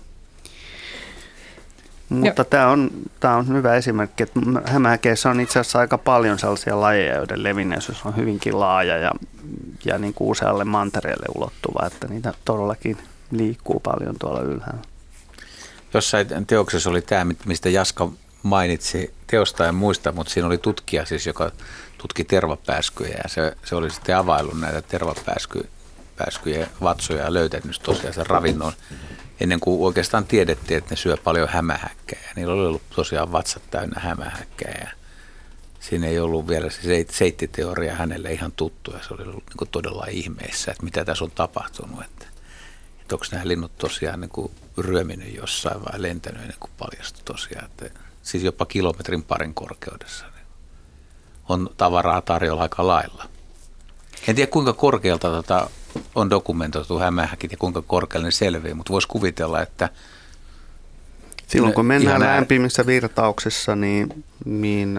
Mutta tämä on, tämä on hyvä esimerkki, että hämähäkeissä on itse asiassa aika paljon sellaisia lajeja, joiden levinneisyys on hyvinkin laaja ja, ja niin kuin usealle mantereelle ulottuva, että niitä todellakin liikkuu paljon tuolla ylhäällä. Jossain teoksessa oli tämä, mistä Jaska mainitsi, teosta en muista, mutta siinä oli tutkija siis, joka tutki tervapääskyjä ja se, se oli sitten availlut näitä tervapääskyjen vatsoja ja löytänyt tosiaan sen ravinnon. Ennen kuin oikeastaan tiedettiin, että ne syö paljon hämähäkkejä. Niillä oli ollut tosiaan vatsat täynnä hämähäkkejä. Siinä ei ollut vielä se seittiteoria hänelle ihan tuttu ja se oli ollut niin kuin todella ihmeissä, että mitä tässä on tapahtunut. Että, että onko nämä linnut tosiaan niin kuin ryöminyt jossain vai lentänyt ennen kuin paljastui tosiaan. Että, siis jopa kilometrin parin korkeudessa niin on tavaraa tarjolla aika lailla. En tiedä kuinka korkealta tota on dokumentoitu hämähäkit ja kuinka korkealle ne selviää, mutta voisi kuvitella, että silloin kun mennään lämpimissä virtauksissa, niin, niin,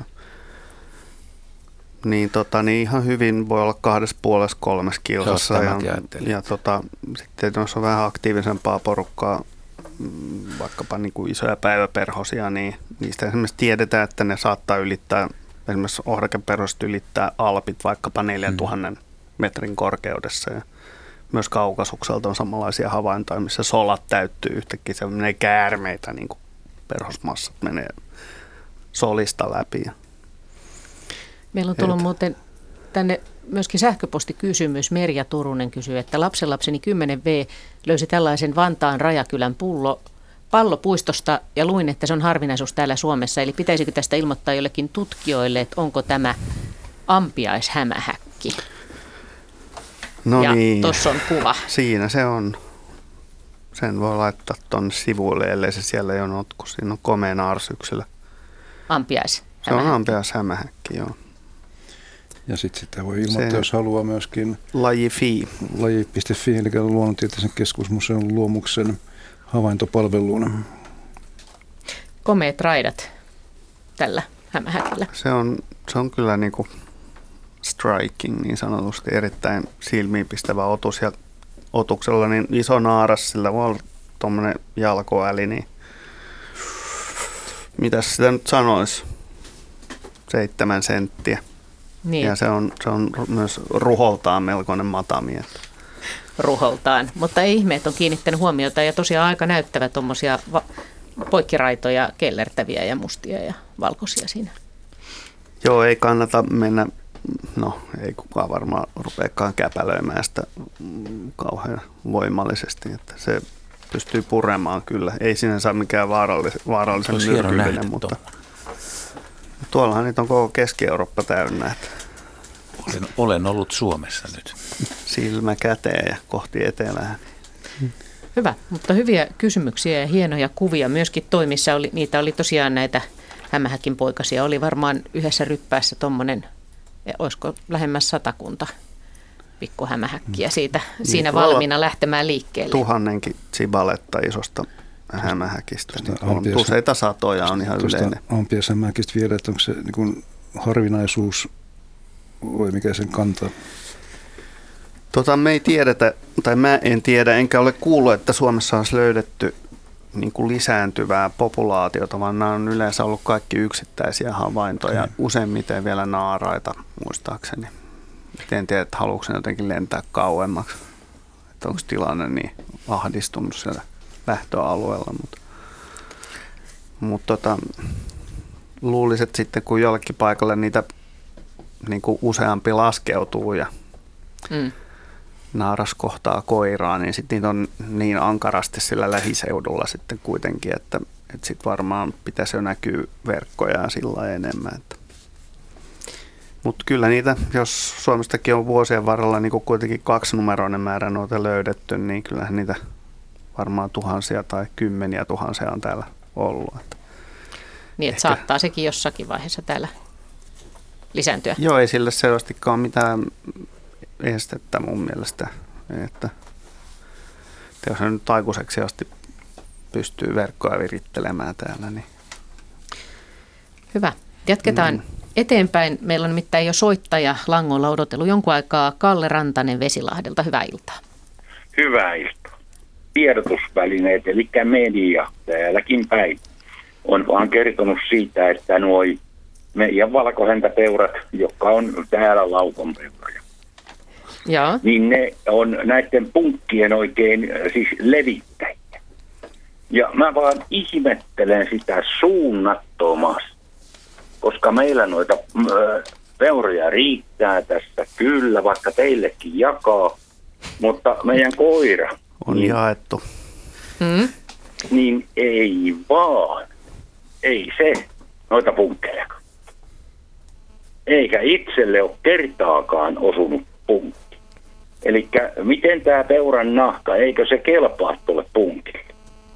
niin, tota, niin ihan hyvin voi olla kahdessa puolessa kolmessa kilsassa. Ja, ja tota, sitten jos on vähän aktiivisempaa porukkaa, vaikkapa niin kuin isoja päiväperhosia, niin niistä esimerkiksi tiedetään, että ne saattaa ylittää, esimerkiksi ohrakeperhoset ylittää alpit vaikkapa neljäntuhatta hmm. metrin korkeudessa. Ja myös Kaukasukselta on samanlaisia havaintoja, missä solat täyttyy yhtäkkiä. Se menee käärmeitä, niin kuin perhosmassat menee solista läpi. Meillä on tullut Et. muuten tänne myöskin sähköpostikysymys. Merja Turunen kysyy, että lapsenlapseni kymmenen vuotias löysi tällaisen Vantaan Rajakylän pullo, pallopuistosta ja luin, että se on harvinaisuus täällä Suomessa. Eli pitäisikö tästä ilmoittaa jollekin tutkijoille, että onko tämä ampiaishämähäkki? No ja niin, tuossa on kuva. Siinä se on. Se Sen voi laittaa tuonne sivuille, ellei se siellä jo ole, kun siinä on komea naarsyksilä. Ampiais. Se on ampiaishämähäkki, joo. Ja sitten sitä voi ilmoittaa, se, jos haluaa myöskin laji.fi. laji piste fi, eli Luonnontieteellisen keskusmuseon luomuksen havaintopalveluna. Komeat raidat tällä hämähäkillä. Se on, se on kyllä niin kuin striking niin sanotusti, erittäin silmiinpistävä otus. Ja otuksella niin iso naaras, sillä voi olla tuommoinen jalkoäli, niin mitäs sitä nyt sanoisi? Seitsemän senttiä. Niin. Ja se on, se on myös ruholtaan melkoinen matami. Ruholtaan, mutta ei ihme, että on kiinnittänyt huomiota ja tosiaan aika näyttävä tuommoisia va- poikkiraitoja, kellertäviä ja mustia ja valkoisia siinä. Joo, ei kannata mennä, no ei kukaan varmaan rupeakaan käpälöimään sitä kauhean voimallisesti, että se pystyy puremaan kyllä. Ei sinänsä ole mikään vaarallis, vaarallisen myrkyllinen, mutta tuollahan niitä on koko Keski-Eurooppa täynnä. Että olen, olen ollut Suomessa nyt. Silmä käteen ja kohti etelää. Hyvä, mutta hyviä kysymyksiä ja hienoja kuvia. Myöskin toimissa oli, niitä oli tosiaan näitä hämähäkin poikasia. Oli varmaan yhdessä ryppäässä tuommoinen, olisiko lähemmäs satakunta pikkuhämähäkkiä siitä, niin, siinä valmiina lähtemään liikkeelle. Tuhannenkin sibaletta isosta hämähäkistä. Niin on useita satoja, on ihan yleinen. Ampiaishämähäkistä vielä, että onko se niin kuin harvinaisuus vai mikä sen kantaa? Tota, me ei tiedetä, tai mä en tiedä, enkä ole kuullut, että Suomessa olisi löydetty niin kuin lisääntyvää populaatiota, vaan nämä on yleensä ollut kaikki yksittäisiä havaintoja, okay. Useimmiten vielä naaraita muistaakseni. En tiedä, että haluatko ne jotenkin lentää kauemmaksi, että onko tilanne niin ahdistunut siellä lähtöalueella, mutta, mutta tota, luulisin, että sitten kun jollekin paikalle niitä niin kuin useampi laskeutuu ja mm. naaras kohtaa koiraa, niin sitten niitä on niin ankarasti sillä lähiseudulla sitten kuitenkin, että, että sitten varmaan pitäisi jo näkyä verkkoja sillä enemmän. Että. Mutta kyllä niitä, jos Suomestakin on vuosien varrella niin kuitenkin kaksinumeroinen määrä noita löydetty, niin kyllähän niitä varmaan tuhansia tai kymmeniä tuhansia on täällä ollut. Että niin, että ehkä saattaa sekin jossakin vaiheessa täällä lisääntyä. Joo, ei sille selvästikään mitään estettä mun mielestä, että jos se nyt aikuiseksi asti pystyy verkkoa virittelemään täällä. Niin. Hyvä. Jatketaan mm. eteenpäin. Meillä on nimittäin jo soittaja langolla odotellut jonkun aikaa. Kalle Rantanen Vesilahdelta. Hyvää iltaa. Hyvää iltaa. Tiedotusvälineet, eli media täälläkin päin, on vaan kertonut siitä, että nuo meidän valkohäntäpeurat, jotka on täällä laukonpeuroja, ja. niin ne on näiden punkkien oikein siis levittäjiä. Ja mä vaan ihmettelen sitä suunnattomasti, koska meillä noita ö, peuroja riittää tässä kyllä, vaikka teillekin jakaa, mutta meidän koira on niin, jaettu. Hmm? Niin ei vaan, ei se noita punkkeja. Eikä itselle ole kertaakaan osunut punkki. Eli miten tämä peuran nahka, eikö se kelpaa tuolle punkille?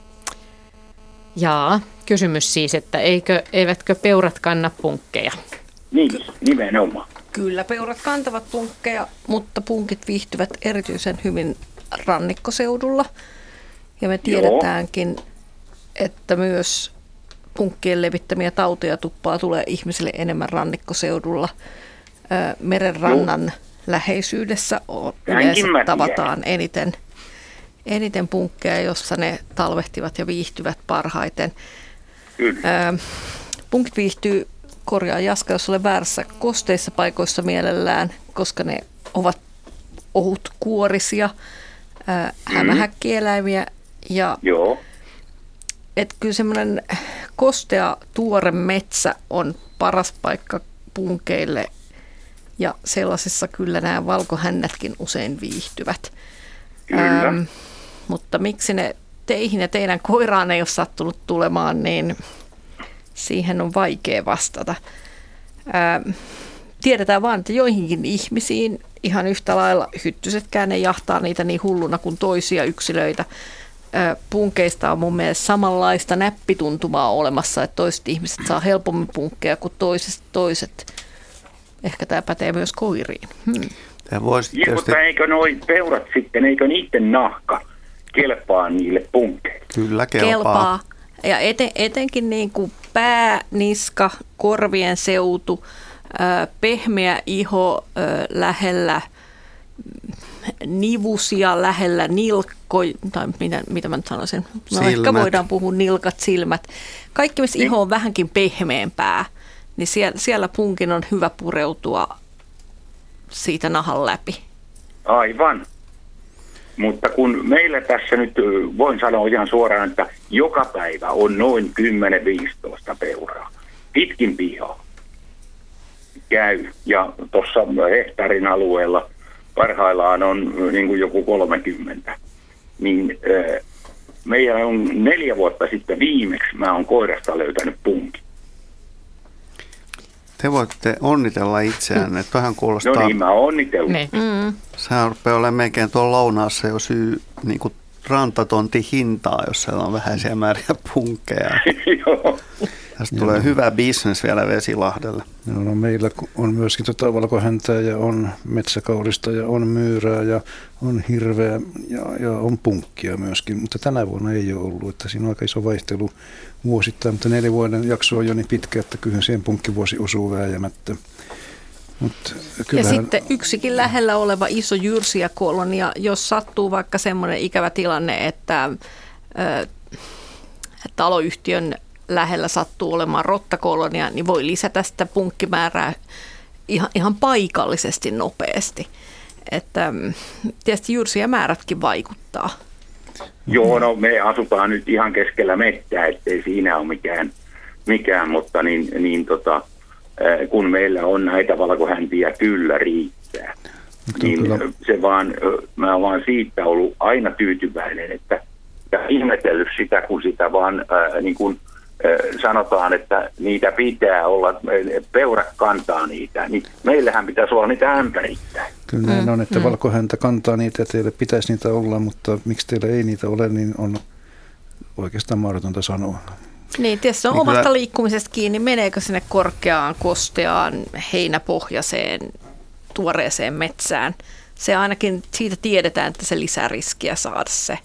Jaa, kysymys siis, että eikö, eivätkö peurat kanna punkkeja? Niin, nimenomaan. Kyllä, peurat kantavat punkkeja, mutta punkit viihtyvät erityisen hyvin rannikkoseudulla. Ja me tiedetäänkin, Joo. että myös punkkien levittämiä tauteja tuppaa tulee ihmisille enemmän rannikkoseudulla. Merenrannan Joo. läheisyydessä on yleensä tavataan eniten, eniten punkkeja, jossa ne talvehtivat ja viihtyvät parhaiten. Kyllä. Punkit viihtyy, korjaa Jaska, jos olen väärässä, kosteissa paikoissa mielellään, koska ne ovat ohutkuorisia ää, hämähäkkieläimiä. Ja Joo. Et kyllä semmoinen kostea tuore metsä on paras paikka punkeille ja sellaisessa kyllä nämä valkohännätkin usein viihtyvät. Kyllä. Ähm, mutta miksi ne teihin ja teidän koiraan ei ole sattunut tulemaan, niin siihen on vaikea vastata. Ähm, tiedetään vaan, että joihinkin ihmisiin ihan yhtä lailla hyttysetkään ne jahtaa niitä niin hulluna kuin toisia yksilöitä. punkeista on mun mielestä samanlaista näppituntumaa olemassa, että toiset ihmiset saa helpommin punkkeja kuin toiset toiset. Ehkä tämä pätee myös koiriin. Hmm. Ja, mutta eikö noi peurat sitten, eikö niiden nahka kelpaa niille punkkeille? Kyllä kelpaa. kelpaa. Ja eten, etenkin niin kuin pää, niska, korvien seutu, äh, pehmeä iho äh, lähellä nivusia, lähellä nilkkoja, tai mitä, mitä mä nyt sanoisin, no ehkä voidaan puhua nilkat, silmät. Kaikki, missä iho on vähänkin pehmeämpää, niin siellä, siellä punkin on hyvä pureutua siitä nahan läpi. Aivan. Mutta kun meillä tässä nyt, voin sanoa ihan suoraan, että joka päivä on noin kymmenen viisitoista peuraa. Pitkin pihaa käy. Ja tuossa hehtaarin alueella parhaillaan on niin kuin joku kolmekymmentä. Niin äh, meillä on neljä vuotta sitten viimeksi, mä oon koirasta löytänyt punkin. Te voitte onnitella itseään, että vähän kuulostaa... No niin, mä oon onnitellut. Mm. Sehän rupeaa olemaan melkein tuolla lounaassa jo syy niin kuin rantatonti hintaa, jos siellä on vähäisiä määriä punkkeja. Joo. Tästä tulee Joo. hyvä business vielä Vesilahdelle. Joo, no meillä on myöskin tota valkohäntää ja on metsäkaurista ja on myyrää ja on hirveä ja, ja on punkkia myöskin, mutta tänä vuonna ei ole ollut, että siinä on aika iso vaihtelu vuosittain, mutta neljä vuoden jakso on jo niin pitkä, että kyllä siihen punkkivuosi osuu vääjäämättä. Mut kyllähän... Ja sitten yksikin lähellä oleva iso jyrsiäkolonia, jos sattuu vaikka semmoinen ikävä tilanne, että ö, taloyhtiön lähellä sattuu olemaan rottakolonia, niin voi lisätä sitä punkkimäärää ihan, ihan paikallisesti nopeasti. Että tietysti jyrsiämäärätkin vaikuttaa. Joo, no me asutaan nyt ihan keskellä mettää, ettei siinä ole mikään, mikään mutta niin, niin tota, kun meillä on näitä valkohäntiä, kyllä riittää. Niin se vaan, mä oon vaan siitä ollut aina tyytyväinen, että ja ihmetellyt sitä, kun sitä vaan ää, niin kuin sanotaan, että niitä pitää olla, peurat kantaa niitä, niin meillähän pitäisi olla niitä ämpärittäin. Kyllä näin mm, on, että mm. valkohäntä kantaa niitä ja teille pitäisi niitä olla, mutta miksi teillä ei niitä ole, niin on oikeastaan mahdotonta sanoa. Niin, tietysti se on niin omasta kyllä... liikkumisesta kiinni, meneekö sinne korkeaan, kosteaan, heinäpohjaiseen, tuoreeseen metsään. Se ainakin siitä tiedetään, että se lisää riskiä saada se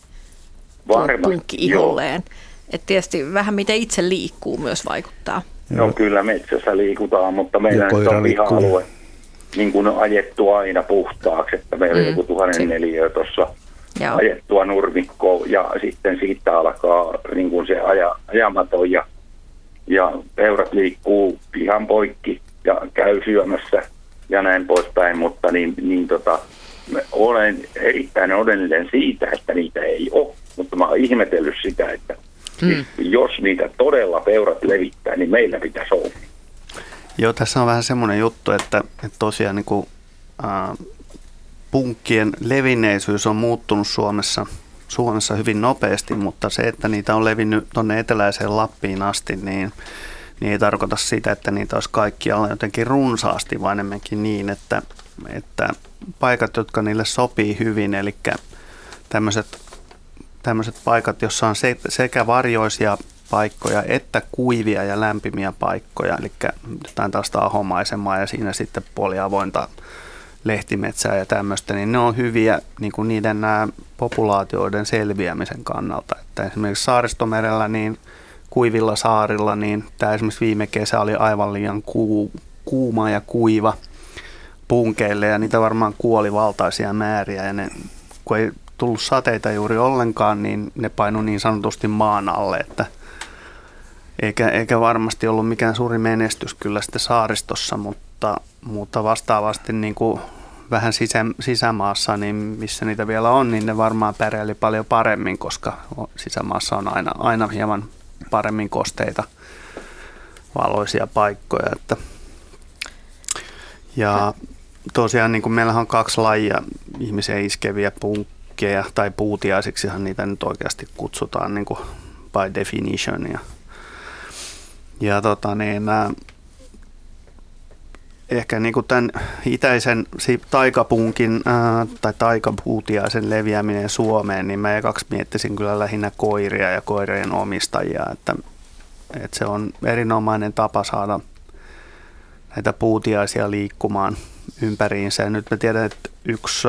punkki iholleen. Että tietysti vähän miten itse liikkuu myös vaikuttaa. No kyllä metsässä liikutaan, mutta meillä nyt on piha-alue niin kuin ajettu aina puhtaaksi, että meillä on mm. joku tuhannen neliöä tuossa ajettua nurmikkoa ja sitten siitä alkaa niin kuin se aja, ajamaton ja, ja peurat liikkuu pihan poikki ja käy syömässä ja näin poispäin, mutta niin, niin tota, olen erittäin onnellinen siitä, että niitä ei ole, mutta mä oon ihmetellyt sitä, että Mm. jos niitä todella peurat levittää, niin meillä pitäisi olla. Joo, tässä on vähän semmoinen juttu, että, että tosiaan niin kuin, äh, punkkien levinneisyys on muuttunut Suomessa, Suomessa hyvin nopeasti, mutta se, että niitä on levinnyt tuonne eteläiseen Lappiin asti, niin, niin ei tarkoita sitä, että niitä olisi kaikkialla jotenkin runsaasti, vaan enemmänkin niin, että, että paikat, jotka niille sopii hyvin, eli tämmöiset tämmöiset paikat, jossa on sekä varjoisia paikkoja että kuivia ja lämpimiä paikkoja, eli jotain tällaista ahomaisemaa ja siinä sitten puoliavointa lehtimetsää ja tämmöistä, niin ne on hyviä niin kuin niiden nämä populaatioiden selviämisen kannalta. Että esimerkiksi Saaristomerellä, niin kuivilla saarilla, niin tämä esimerkiksi viime kesä oli aivan liian kuu, kuuma ja kuiva punkeille ja niitä varmaan kuoli valtaisia määriä ja ne, kun ei tullut sateita juuri ollenkaan, niin ne painui niin sanotusti maan alle, että eikä, eikä varmasti ollut mikään suuri menestys kyllä sitten saaristossa, mutta, mutta vastaavasti niin kuin vähän sisä, sisämaassa, niin missä niitä vielä on, niin ne varmaan pärjäili paljon paremmin, koska sisämaassa on aina, aina hieman paremmin kosteita valoisia paikkoja. Että. Ja tosiaan niin kuin meillähän on kaksi lajia ihmiseen iskeviä punkkeja, tai puutiaisiksihan niitä nyt oikeasti kutsutaan niin kuin by definition. Ja, ja tota niin, ää, ehkä niin kuin tämän itäisen taikapunkin ää, tai taikapuutiaisen leviäminen Suomeen, niin mä ekaksi miettisin kyllä lähinnä koiria ja koirien omistajia, että, että se on erinomainen tapa saada näitä puutiaisia liikkumaan ympäriinsä. Ja nyt mä tiedän, että yksi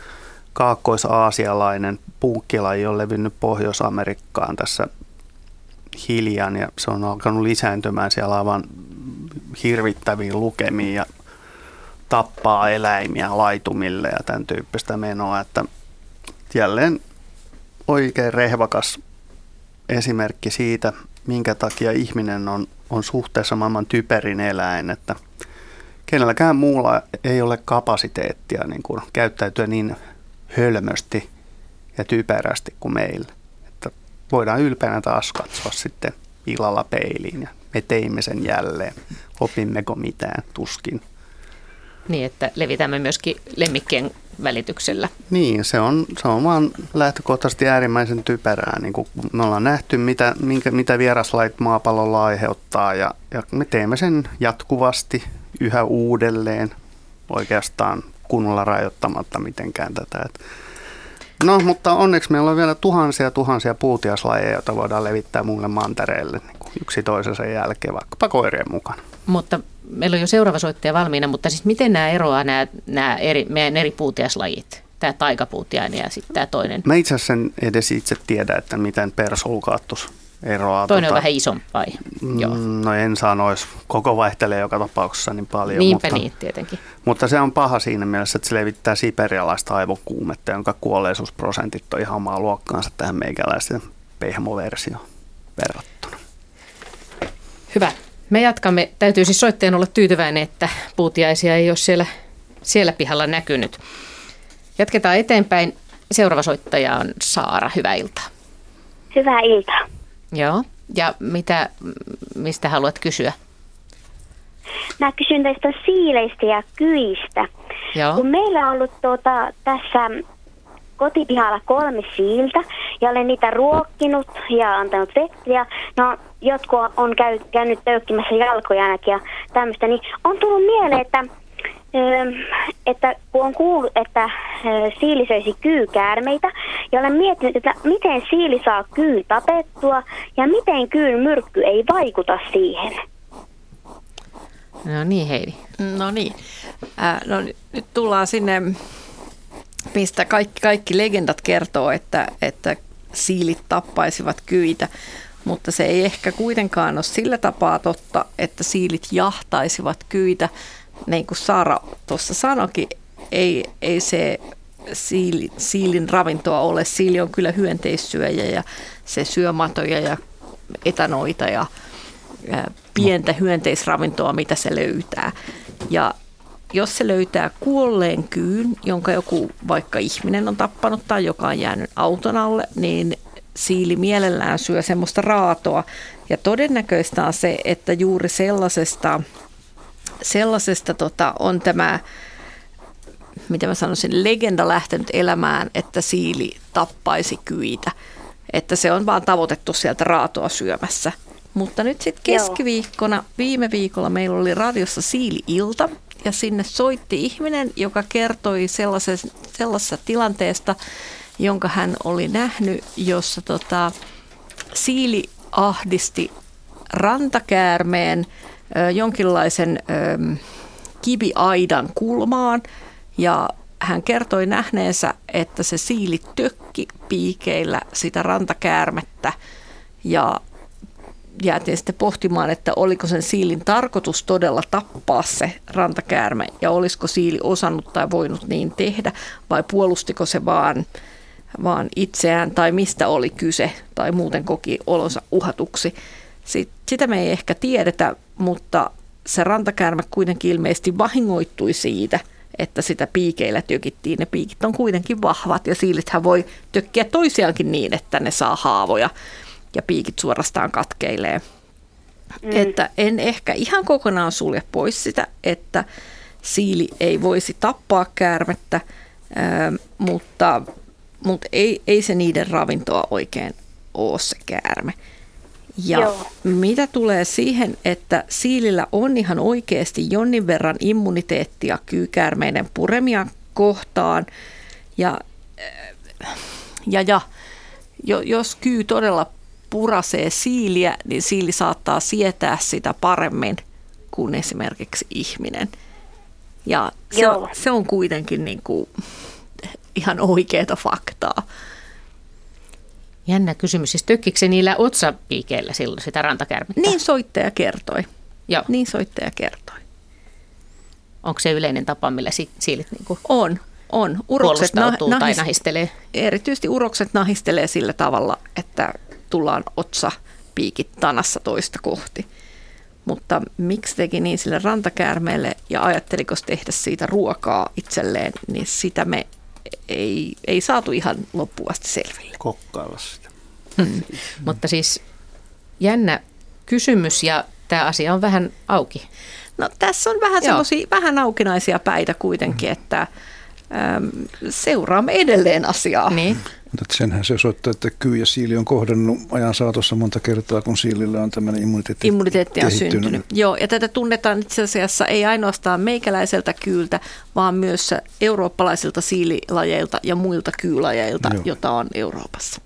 kaakkois-aasialainen punkkilaji on levinnyt Pohjois-Amerikkaan tässä hiljan ja se on alkanut lisääntymään siellä aivan hirvittäviin lukemiin ja tappaa eläimiä laitumille ja tämän tyyppistä menoa, että jälleen oikein rehvakas esimerkki siitä, minkä takia ihminen on, on suhteessa maailman typerin eläin, että kenelläkään muulla ei ole kapasiteettia niin kuin käyttäytyä niin hölmösti ja typerästi kuin meillä. Että voidaan ylpeänä taas katsoa sitten illalla peiliin ja me teimme sen jälleen. Opimmeko mitään? Tuskin. Niin, että levitämme myöskin lemmikkien välityksellä. Niin, se on, se on vaan lähtökohtaisesti äärimmäisen typerää. Niin kuin me ollaan nähty, mitä, minkä, mitä vieraslait maapallolla aiheuttaa ja, ja me teemme sen jatkuvasti yhä uudelleen oikeastaan kunnolla rajoittamatta mitenkään tätä. No, mutta onneksi meillä on vielä tuhansia tuhansia puutiaslajeja, joita voidaan levittää muulle mantereelle niin kuin yksi toisensa jälkeen, vaikkapa koirien mukana. Mutta meillä on jo seuraava soittaja valmiina, mutta siis miten nämä eroaa nämä, nämä eri, meidän eri puutiaslajit? Tämä taikapuutiainen ja sitten tämä toinen. Mä itse asiassa en edes itse tiedä, että miten persulkaattus eroaa. Toinen tota, on vähän isompi. Mm, Joo. No en sanoisi. Koko vaihtelee joka tapauksessa niin paljon. Niinpä mutta, niin, tietenkin. Mutta se on paha siinä mielessä, että se levittää siperialaista aivokuumetta, jonka kuolleisuusprosentit on ihan omaa luokkaansa tähän meikäläisen pehmoversioon verrattuna. Hyvä. Me jatkamme. Täytyy siis soittajan olla tyytyväinen, että puutiaisia ei ole siellä, siellä pihalla näkynyt. Jatketaan eteenpäin. Seuraava soittaja on Saara. Hyvää iltaa. Hyvää iltaa. Joo. Ja mitä, mistä haluat kysyä? Mä kysyn tästä siileistä ja kyistä. Joo. Kun meillä on ollut tuota, tässä kotipihalla kolme siiltä ja olen niitä ruokkinut ja antanut vettä ja no, jotkut on käy, käynyt töykkimässä jalkoja ainakin ja tämmöistä, niin on tullut mieleen, että että kun on kuullut, että siili söisi kyykäärmeitä ja olen miettinyt, että miten siili saa kyyn tapettua ja miten kyyn myrkky ei vaikuta siihen. No niin, Heidi. No niin. Äh, no, nyt tullaan sinne, mistä kaikki, kaikki legendat kertoo, että, että siilit tappaisivat kyitä, mutta se ei ehkä kuitenkaan ole sillä tapaa totta, että siilit jahtaisivat kyitä. Niin kuin Saara tuossa sanoikin, ei, ei se siili, siilin ravintoa ole. Siili on kyllä hyönteissyöjä ja se syö matoja ja etanoita ja, ja pientä hyönteisravintoa, mitä se löytää. Ja jos se löytää kuolleen kyyn, jonka joku vaikka ihminen on tappanut tai joka on jäänyt auton alle, niin siili mielellään syö semmoista raatoa. Ja todennäköistä on se, että juuri sellaisesta... Sellaisesta tota, on tämä, mitä mä sanoisin, legenda lähtenyt elämään, että siili tappaisi kyitä. Että se on vaan tavoitettu sieltä raatoa syömässä. Mutta nyt sitten keskiviikkona, viime viikolla meillä oli radiossa Siili-ilta ja sinne soitti ihminen, joka kertoi sellaisessa, sellaisessa tilanteesta, jonka hän oli nähnyt, jossa tota, siili ahdisti rantakäärmeen jonkinlaisen ö, kiviaidan kulmaan ja hän kertoi nähneensä, että se siili tökki piikeillä sitä rantakäärmettä ja jäätiin sitten pohtimaan, että oliko sen siilin tarkoitus todella tappaa se rantakäärme ja olisiko siili osannut tai voinut niin tehdä vai puolustiko se vaan, vaan itseään tai mistä oli kyse tai muuten koki olonsa uhatuksi. Sitä me ei ehkä tiedetä, mutta se rantakäärme kuitenkin ilmeisesti vahingoittui siitä, että sitä piikeillä tökittiin. Ne piikit on kuitenkin vahvat ja siilithän voi tökkiä toisiaankin niin, että ne saa haavoja ja piikit suorastaan katkeilee. Mm. Että en ehkä ihan kokonaan sulje pois sitä, että siili ei voisi tappaa käärmettä, ää, mutta, mutta ei, ei se niiden ravintoa oikein ole se käärme. Ja Joo. mitä tulee siihen, että siilillä on ihan oikeasti jonnin verran immuniteettia kyykäärmeiden puremia kohtaan. Ja, ja, ja jos kyy todella purasee siiliä, niin siili saattaa sietää sitä paremmin kuin esimerkiksi ihminen. Ja se, se on kuitenkin niin kuin ihan oikeaa faktaa. Jännä kysymys. Siis tökkikö se niillä otsapiikeillä silloin sitä rantakärmettä? Niin soittaja kertoi. Joo. Niin soittaja kertoi. Onko se yleinen tapa, millä siilit niin kuin on? On. Urokset puolustautuu nah- tai nahistelee? Erityisesti urokset nahistelee sillä tavalla, että tullaan otsapiikit tanassa toista kohti. Mutta miksi teki niin sille rantakäärmeelle ja ajatteliko tehdä siitä ruokaa itselleen, niin sitä me ei, ei saatu ihan loppuun asti selville. Kokkailla sitä. Hmm. Mutta siis jännä kysymys ja tämä asia on vähän auki. No tässä on vähän semmoisia vähän aukinaisia päitä kuitenkin, että äm, seuraamme edelleen asiaa. Niin. Mutta senhän se osoittaa, että kyy ja siili on kohdannut ajan saatossa monta kertaa, kun siilillä on tämmöinen immuniteetti Immuniteetti on syntynyt. Joo, ja tätä tunnetaan itse asiassa ei ainoastaan meikäläiseltä kyyltä, vaan myös eurooppalaisilta siililajeilta ja muilta kyylajeilta, Joo. jota on Euroopassa.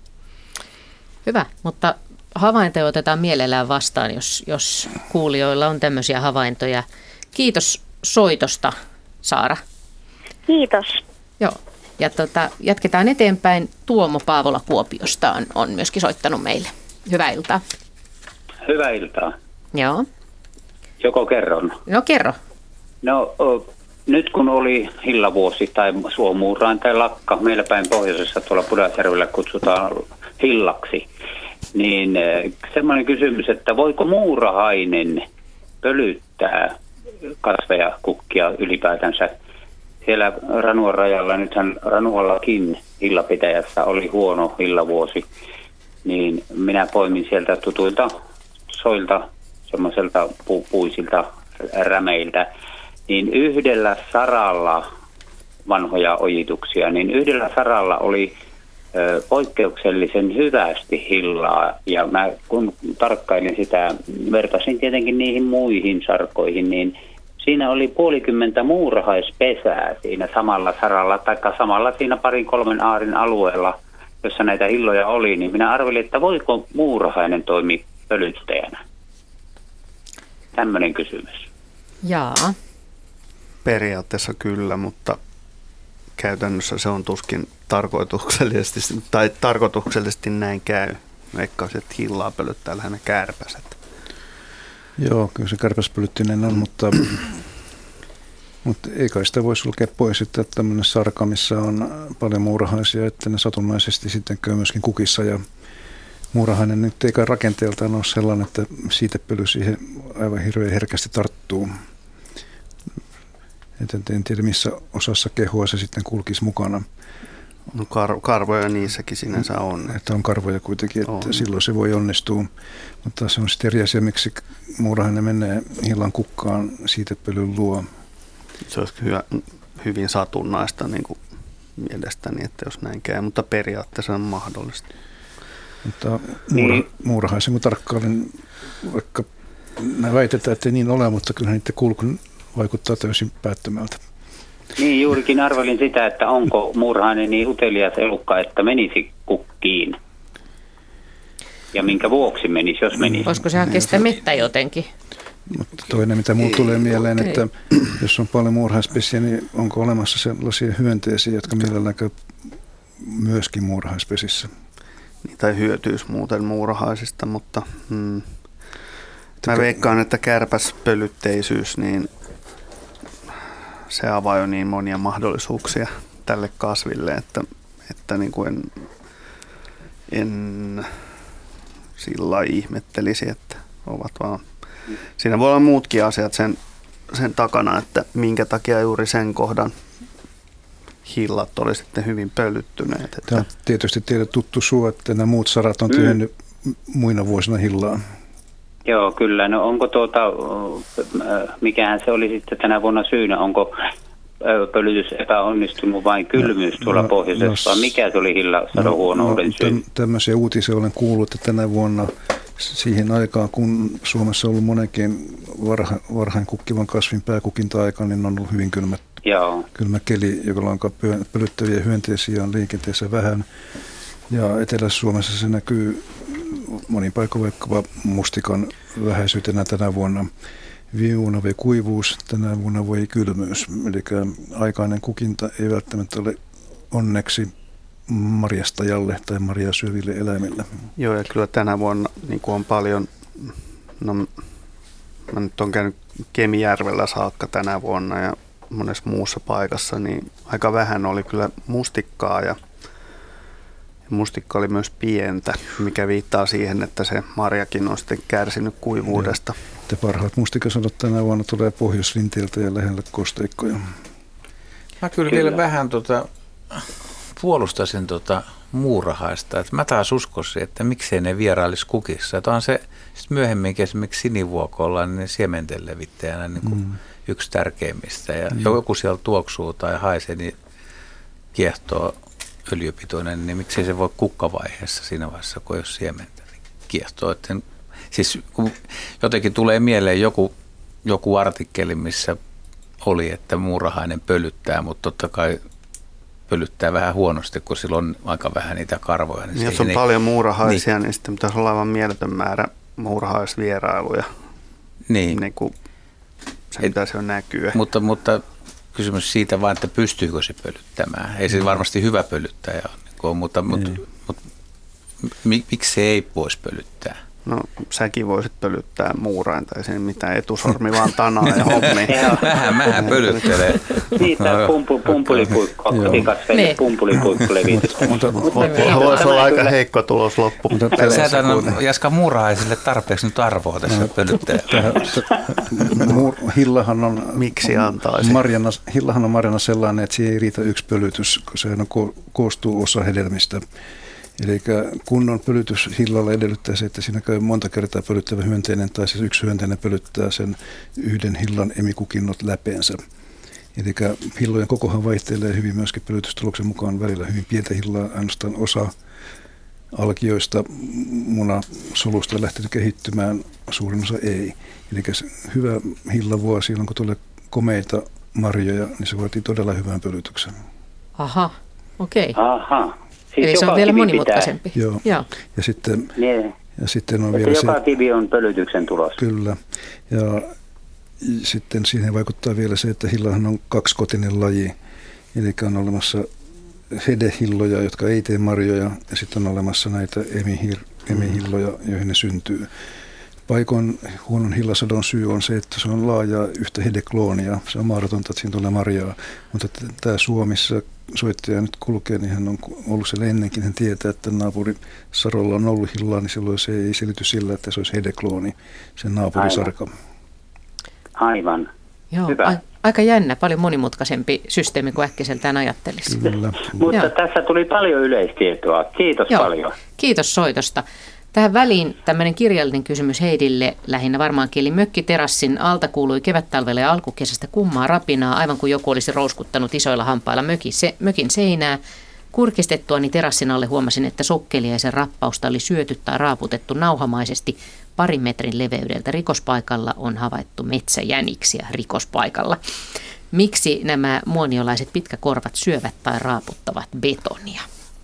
Hyvä, mutta havaintoja otetaan mielellään vastaan, jos, jos kuulijoilla on tämmöisiä havaintoja. Kiitos soitosta, Saara. Kiitos. Joo. Ja tota, jatketaan eteenpäin. Tuomo Paavola Kuopiosta on, on myöskin soittanut meille. Hyvää iltaa. Hyvää iltaa. Joo. Joko kerron? No kerro. No o, nyt kun oli hillavuosi tai suomuurain tai lakka, meillä päin pohjoisessa tuolla Pudasjärvellä kutsutaan hillaksi, niin semmoinen kysymys, että voiko muurahainen pölyttää kasveja, kukkia ylipäätänsä? Siellä Ranuan rajalla, nythän Ranuallakin hillapitäjässä oli huono hillavuosi, niin minä poimin sieltä tutuilta soilta, semmoiselta pu- puisilta rämeiltä, niin yhdellä saralla vanhoja ojituksia, niin yhdellä saralla oli ö, poikkeuksellisen hyvästi hillaa, ja mä kun tarkkailin sitä, vertasin tietenkin niihin muihin sarkoihin, niin siinä oli puolikymmentä muurahaispesää siinä samalla saralla, tai samalla siinä parin kolmen aarin alueella, jossa näitä hilloja oli, niin minä arvelin, että voiko muurahainen toimia pölyttäjänä? Tämmöinen kysymys. Jaa. Periaatteessa kyllä, mutta käytännössä se on tuskin tarkoituksellisesti, tai tarkoituksellisesti näin käy. Veikkaisin, että hillaa pölyttää lähinnä kärpäset. Joo, kyllä se kärpäspölyttinen on, mutta, mutta ei kai sitä voi sulkea pois, että tämmöinen sarka, missä on paljon muurahaisia, että ne satunnaisesti sitten käy myöskin kukissa, ja muurahainen nyt ei kai rakenteeltaan ole sellainen, että siitepöly siihen aivan hirveän herkästi tarttuu. Et en tiedä, missä osassa kehoa se sitten kulkisi mukana. No kar- karvoja niissäkin sinänsä on. Että on karvoja kuitenkin, että on. Silloin se voi onnistua. Mutta se on sitten eri asia, miksi muurahainen menee hillan kukkaan siitepölyn luo. Se olisi hyvä, hyvin satunnaista niin kuin mielestäni, että jos näin käy, mutta periaatteessa on mahdollista. Mutta muura, muurahaisen kun tarkkailin, vaikka väitetään, että ei niin ole, mutta kyllähän niiden kulku vaikuttaa täysin päättömältä. Niin, juurikin arvelin sitä, että onko muurahainen niin utelias elukka, että menisi kukkiin. Ja minkä vuoksi menisi, jos menisi. Voisiko sehän kestää mettä jotenkin? Mutta toinen, mitä mulle tulee mieleen, okay. että jos on paljon muurahaispesiä, niin onko olemassa sellaisia hyönteisiä, jotka mielellään käy myöskin muurahaispesissä? Niin, tai hyötyisi muuten muurahaisista, mutta hmm. mä veikkaan, että kärpäspölytteisyys, niin se avaa jo niin monia mahdollisuuksia tälle kasville, että, että niin kuin en, en sillä ihmettelisi, että ovat vaan. Siinä voi olla muutkin asiat sen, sen takana, että minkä takia juuri sen kohdan hillat oli sitten hyvin pölyttyneet. Että tämä on tietysti teille tuttu suu, että nämä muut sarat on tehnyt mm. muina vuosina hillaa. Joo, kyllä. No onko tuota, mikähän se oli sitten tänä vuonna syynä, onko pölytys epäonnistunut vain kylmyys tuolla no, pohjoisessa, no, vai mikä se oli hillasadon huonouden no, syy? Tämmöisiä uutisia olen kuullut, että tänä vuonna siihen aikaan, kun Suomessa on ollut monenkin varha, varhain kukkivan kasvin pääkukinta-aika, niin on ollut hyvin kylmä, kylmä keli, joka on pölyttäviä hyönteisiä on liikenteessä vähän. Ja Etelä-Suomessa se näkyy monin paikoin vaikkapa mustikan vähäisyytenä tänä vuonna. Viime vuonna voi kuivuus, tänä vuonna voi kylmyys. Eli aikainen kukinta ei välttämättä ole onneksi marjastajalle tai marjaa syöville eläimille. Joo, ja kyllä tänä vuonna niin kuin on paljon, no mä nyt olen käynyt Kemijärvellä saakka tänä vuonna ja monessa muussa paikassa, niin aika vähän oli kyllä mustikkaa ja mustikka oli myös pientä, mikä viittaa siihen, että se marjakin on sitten kärsinyt kuivuudesta. Ja parhaat mustikasadot tänä vuonna tulee Pohjois-Lintiltä ja lähellä kosteikkoja. Mä kyllä, kyllä. vielä vähän tota, puolustasin tota muurahaista. Että mä taas uskoisin, että miksei ne vierailisi kukissa. Että on se sit myöhemminkin esimerkiksi sinivuokolla niin siementen levittäjänä niin kuin mm. yksi tärkeimmistä. Ja mm. joku siellä tuoksuu tai haisee, niin kiehtoo öljypitoinen, niin miksei se voi kukkavaiheessa siinä vaiheessa, kun ei ole siementä, niin kiehtoo. Että siis jotenkin tulee mieleen joku, joku artikkeli, missä oli, että muurahainen pölyttää, mutta totta kai pölyttää vähän huonosti, kun sillä on aika vähän niitä karvoja. Niin jos on ei, paljon muurahaisia, niin, niin sitten pitäisi olla aivan mieletön määrä muurahaisvierailuja. Niin. Niin kuin se pitäisi jo näkyä. Mutta, mutta kysymys siitä vaan, että pystyykö se pölyttämään. Ei se mm. varmasti hyvä pölyttäjä ole, mutta, mm. mutta, mutta miksi se ei voisi pölyttää? No säkin voisit pölyttää muurain tai sen mitään etusormi vaan tanaa ja hommia. Vähän, vähän pölyttelee. Siitä pumpu, pumpulipuikko, kotikasveille pumpulipuikko-levitystä. Voisi olla aika heikko tulos loppu. Sä et anna Jaska muurahaisille tarpeeksi nyt arvoa tässä pölytteellä. Hillahan on, miksi antaisi? Marjana, hillahan on marjana sellainen, että siihen ei riitä yksi pölytys, kun se koostuu osa hedelmistä. Eli kunnon pölytys hillalla edellyttää se, että siinä käy monta kertaa pölyttävä hyönteinen tai siis yksi hyönteinen pölyttää sen yhden hillan emikukinnot läpeensä. Eli hillojen kokohan vaihtelee hyvin myöskin pölytystuloksen mukaan välillä hyvin pientä hillaa, ainoastaan osa alkioista munasolusta lähtenyt kehittymään, suurin osa ei. Eli hyvä hillavuosi, silloin kun tulee komeita marjoja, niin se vaatii todella hyvän pölytyksen. Aha, okei. Okay. Aha. Siis eli se on vielä monimutkaisempi. Joo. Joo. Ja sitten, niin. ja sitten on että vielä joka se, kivi on pölytyksen tulos. Kyllä. Ja sitten siihen vaikuttaa vielä se, että hillahan on kaksikotinen laji. Eli on olemassa hedehilloja, jotka ei tee marjoja, ja sitten on olemassa näitä emihir, emihilloja, joihin ne syntyy. Paikoin huonon hillasadon syy on se, että se on laaja yhtä hedekloonia. Se on mahdotonta, että siinä tulee marjaa. Mutta tämä Suomessa soittaja nyt kulkee, niin hän on ollut siellä ennenkin. Hän tietää, että naapurin sarolla on ollut hillaa, niin silloin se ei selity sillä, että se olisi hedeklooni, sen naapurisarka. Aivan. Aivan. Joo, Hyvä. A- aika jännä, paljon monimutkaisempi systeemi kuin äkkiseltään ajattelisi. Kyllä. Mutta Joo. tässä tuli paljon yleistietoa. Kiitos Joo. paljon. Kiitos soitosta. Tähän väliin tämmöinen kirjallinen kysymys Heidille lähinnä varmaankin, eli mökkiterassin alta kuului kevättalvella ja alkukesästä kummaa rapinaa, aivan kuin joku olisi rouskuttanut isoilla hampailla mökin, se, mökin seinää. Kurkistettuani terassin alle huomasin, että sokkeliaisen rappausta oli syöty tai raaputettu nauhamaisesti parin metrin leveydeltä. Rikospaikalla on havaittu metsäjäniksiä rikospaikalla. Miksi nämä muoniolaiset pitkäkorvat syövät tai raaputtavat betonia?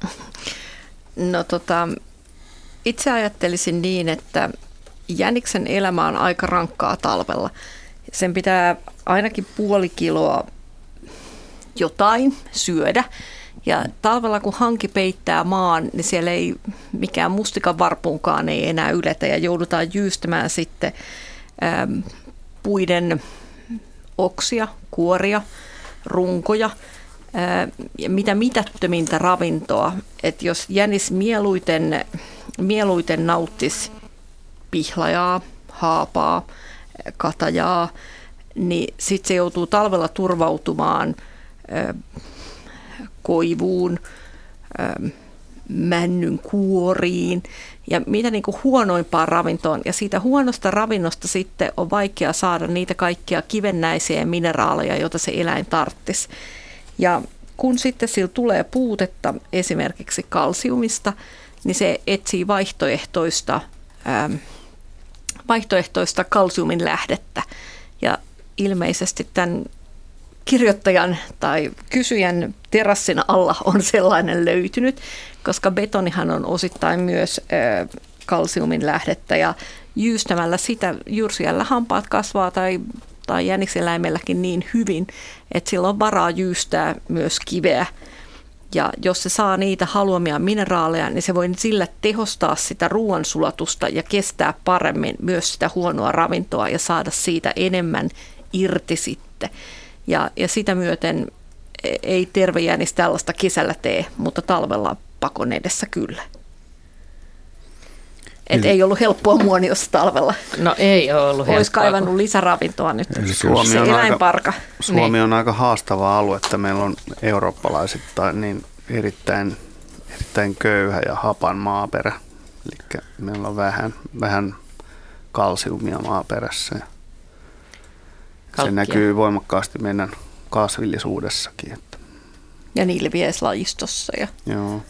No tota... Itse ajattelisin niin, että jäniksen elämä on aika rankkaa talvella. Sen pitää ainakin puoli kiloa jotain syödä. Ja talvella kun hanki peittää maan, niin siellä ei mikään mustikan varpuunkaan ei enää yletä ja joudutaan jyystämään sitten äm, puiden oksia, kuoria, runkoja. Ja mitä mitättömintä ravintoa, että jos jänis mieluiten, mieluiten nauttisi pihlajaa, haapaa, katajaa, niin sitten se joutuu talvella turvautumaan ö, koivuun, ö, männyn kuoriin ja mitä niin kuin huonoimpaan ravintoon. Ja siitä huonosta ravinnosta sitten on vaikea saada niitä kaikkia kivennäisiä ja mineraaleja, joita se eläin tarvitsisi. Ja kun sitten sillä tulee puutetta esimerkiksi kalsiumista, niin se etsii vaihtoehtoista ähm, vaihtoehtoista kalsiumin lähdettä. Ja ilmeisesti tämän kirjoittajan tai kysyjän terassin alla on sellainen löytynyt, koska betonihan on osittain myös äh, kalsiumin lähdettä ja jyystämällä sitä jyrsijällä hampaat kasvaa tai, tai jänikseläimelläkin niin hyvin, että sillä on varaa jyystää myös kiveä. Ja jos se saa niitä haluamia mineraaleja, niin se voi sillä tehostaa sitä ruoansulatusta ja kestää paremmin myös sitä huonoa ravintoa ja saada siitä enemmän irti sitten. Ja, ja sitä myöten ei terve jänis tällaista kesällä tee, mutta talvella pakon edessä kyllä. Että ei ollut helppoa muoniossa talvella. No ei ole ollut helppoa. Olisi kaivannut lisäravintoa nyt. Suomi on, eläinparka. aika, Suomi niin. on aika haastava alue, että meillä on eurooppalaisittain niin erittäin, erittäin köyhä ja hapan maaperä. Eli meillä on vähän, vähän kalsiumia maaperässä. Se Kalkkia. näkyy voimakkaasti meidän kasvillisuudessakin. Että. Ja nilvieslajistossa. Ja. Joo.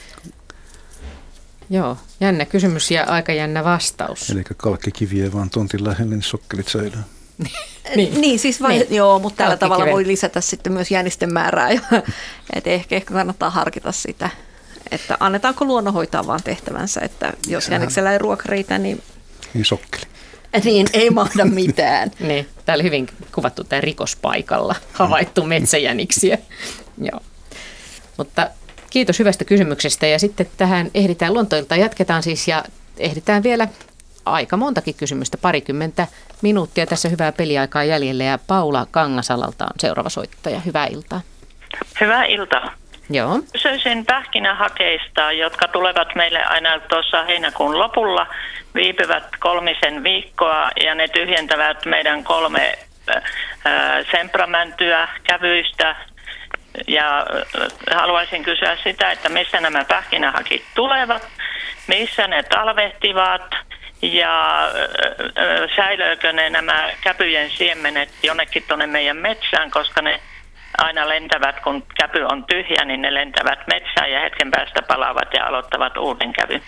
Joo, jännä kysymys ja aika jännä vastaus. Eli kalkkikiviä vaan tontin lähelle, niin sokkelit säilyy. niin. niin, siis vai, niin. Joo, mutta tällä tavalla voi lisätä sitten myös jänisten määrää. Ja, et ehkä, ehkä kannattaa harkita sitä, että annetaanko luonnon hoitaa vaan tehtävänsä, että jos Sehän. jäniksellä ei ruoka riitä, niin... Niin sokkeli. Niin, ei mahda mitään. niin, tää oli hyvin kuvattu tämä rikospaikalla havaittu metsäjäniksiä. Joo, mutta... Kiitos hyvästä kysymyksestä ja sitten tähän ehditään luontoilta. Jatketaan siis ja ehditään vielä aika montakin kysymystä, parikymmentä minuuttia. Tässä hyvää peliaikaa jäljellä ja Paula Kangasalalta on seuraava soittaja. Hyvää iltaa. Hyvää iltaa. Joo. Kysyisin pähkinähakeista, jotka tulevat meille aina tuossa heinäkuun lopulla, viipyvät kolmisen viikkoa ja ne tyhjentävät meidän kolme äh, sempramäntyä kävyistä. Ja haluaisin kysyä sitä, että missä nämä pähkinähakit tulevat, missä ne talvehtivat ja säilöykö ne nämä käpyjen siemenet jonnekin tuonne meidän metsään, koska ne aina lentävät, kun käpy on tyhjä, niin ne lentävät metsään ja hetken päästä palaavat ja aloittavat uuden kävyn.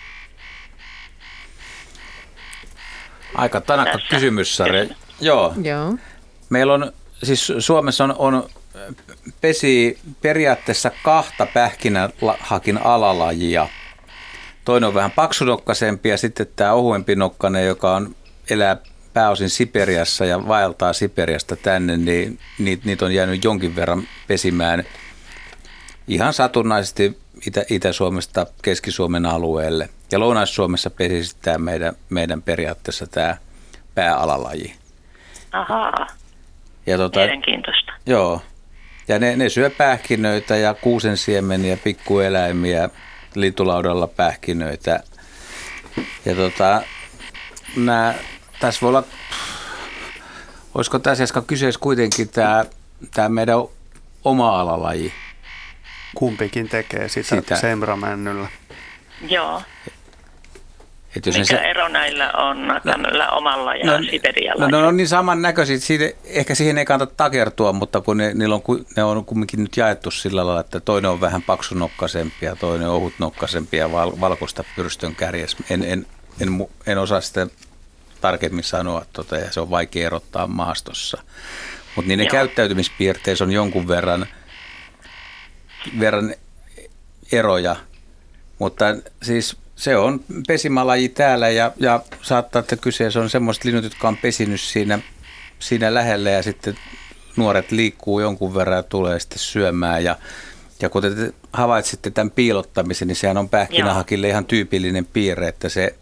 Aika tanakka kysymys, Sari. Joo. Joo. Meillä on, siis Suomessa on, on pesi periaatteessa kahta pähkinähakin alalajia. Toinen on vähän paksunokkaisempi ja sitten tämä ohuempi nokkainen, joka on, elää pääosin Siperiassa ja vaeltaa Siperiasta tänne, niin niitä on jäänyt jonkin verran pesimään ihan satunnaisesti Itä- Itä-Suomesta Keski-Suomen alueelle. Ja Lounais-Suomessa pesisi tämä meidän, meidän periaatteessa tämä pääalalaji. Ahaa, ja tota, mielenkiintoista. Joo. Ja ne, ne syö pähkinöitä ja kuusensiemeniä, pikkueläimiä, lintulaudalla pähkinöitä. Ja tota, nää, tässä voi olla, olisiko tässä äsken kyseessä kuitenkin tämä, tämä meidän oma alalaji? Kumpikin tekee sitä, sitä. Sembramännyllä. Joo. Et jos Mikä se, ero näillä on tämmöllä omalla ja no, Siperialla? No ne on niin samannäköisiä, siitä, ehkä siihen ei kannata takertua, mutta kun ne, niillä on, ne on kumminkin nyt jaettu sillä lailla, että toinen on vähän paksunokkaisempi ja toinen on ohutnokkaisempi ja val, valkoista pyrstön kärjes. En, en, en, en osaa sitä tarkemmin sanoa, tota, ja se on vaikea erottaa maastossa. Mutta niiden Joo. käyttäytymispiirteissä on jonkun verran, verran eroja, mutta siis... Se on pesimälaji täällä ja, ja saattaa, että kyseessä on semmoiset linnut, jotka on pesinyt siinä, siinä lähellä ja sitten nuoret liikkuu jonkun verran ja tulee sitten syömään. Ja, ja kun te havaitsitte tämän piilottamisen, niin sehän on pähkinähakille ihan tyypillinen piirre, että se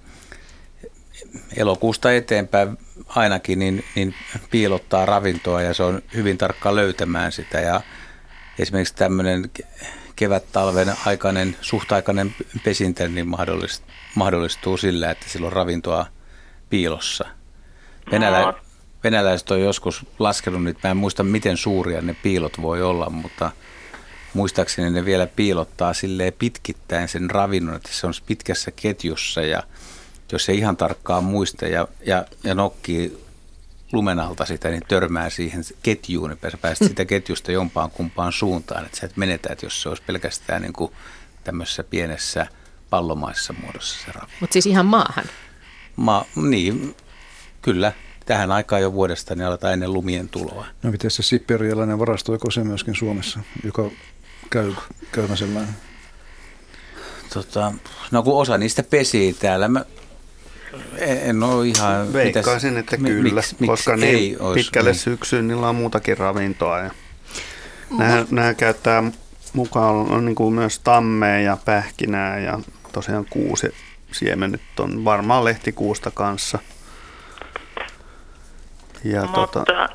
elokuusta eteenpäin ainakin niin, niin piilottaa ravintoa ja se on hyvin tarkka löytämään sitä. Ja esimerkiksi tämmöinen... kevät-talven aikainen, suhtaikainen pesintä niin mahdollistuu sillä, että sillä on ravintoa piilossa. Venälä, venäläiset on joskus laskenut niitä, mä en muista miten suuria ne piilot voi olla, mutta muistaakseni ne vielä piilottaa silleen pitkittäin sen ravinnon, että se on pitkässä ketjussa ja jos ei ihan tarkkaan muista ja, ja, ja nokkii lumen alta sitä, niin törmää siihen ketjuun, niin päästä sitä ketjusta jompaan kumpaan suuntaan, että sä et menetä, että jos se olisi pelkästään niin kuin tämmöisessä pienessä pallomaisessa muodossa se ravinto. Mutta siis ihan maahan? Ma, niin, kyllä. Tähän aikaan jo vuodesta niin aletaan ennen lumien tuloa. No miten se siperialainen varastoiko se myöskin Suomessa, joka käy käymäsellään? Tota, no kun osa niistä pesii täällä, mä en ole ihan... Veikkaisin, että mi, kyllä, miksi, koska miksi niin pitkälle niin. Syksyyn niillä on muutakin ravintoa. Ja nämä, nämä käyttää mukaan on niin kuin myös tammea ja pähkinää ja tosiaan kuusi siemenet on varmaan lehtikuusta kanssa. Ja mutta, tota...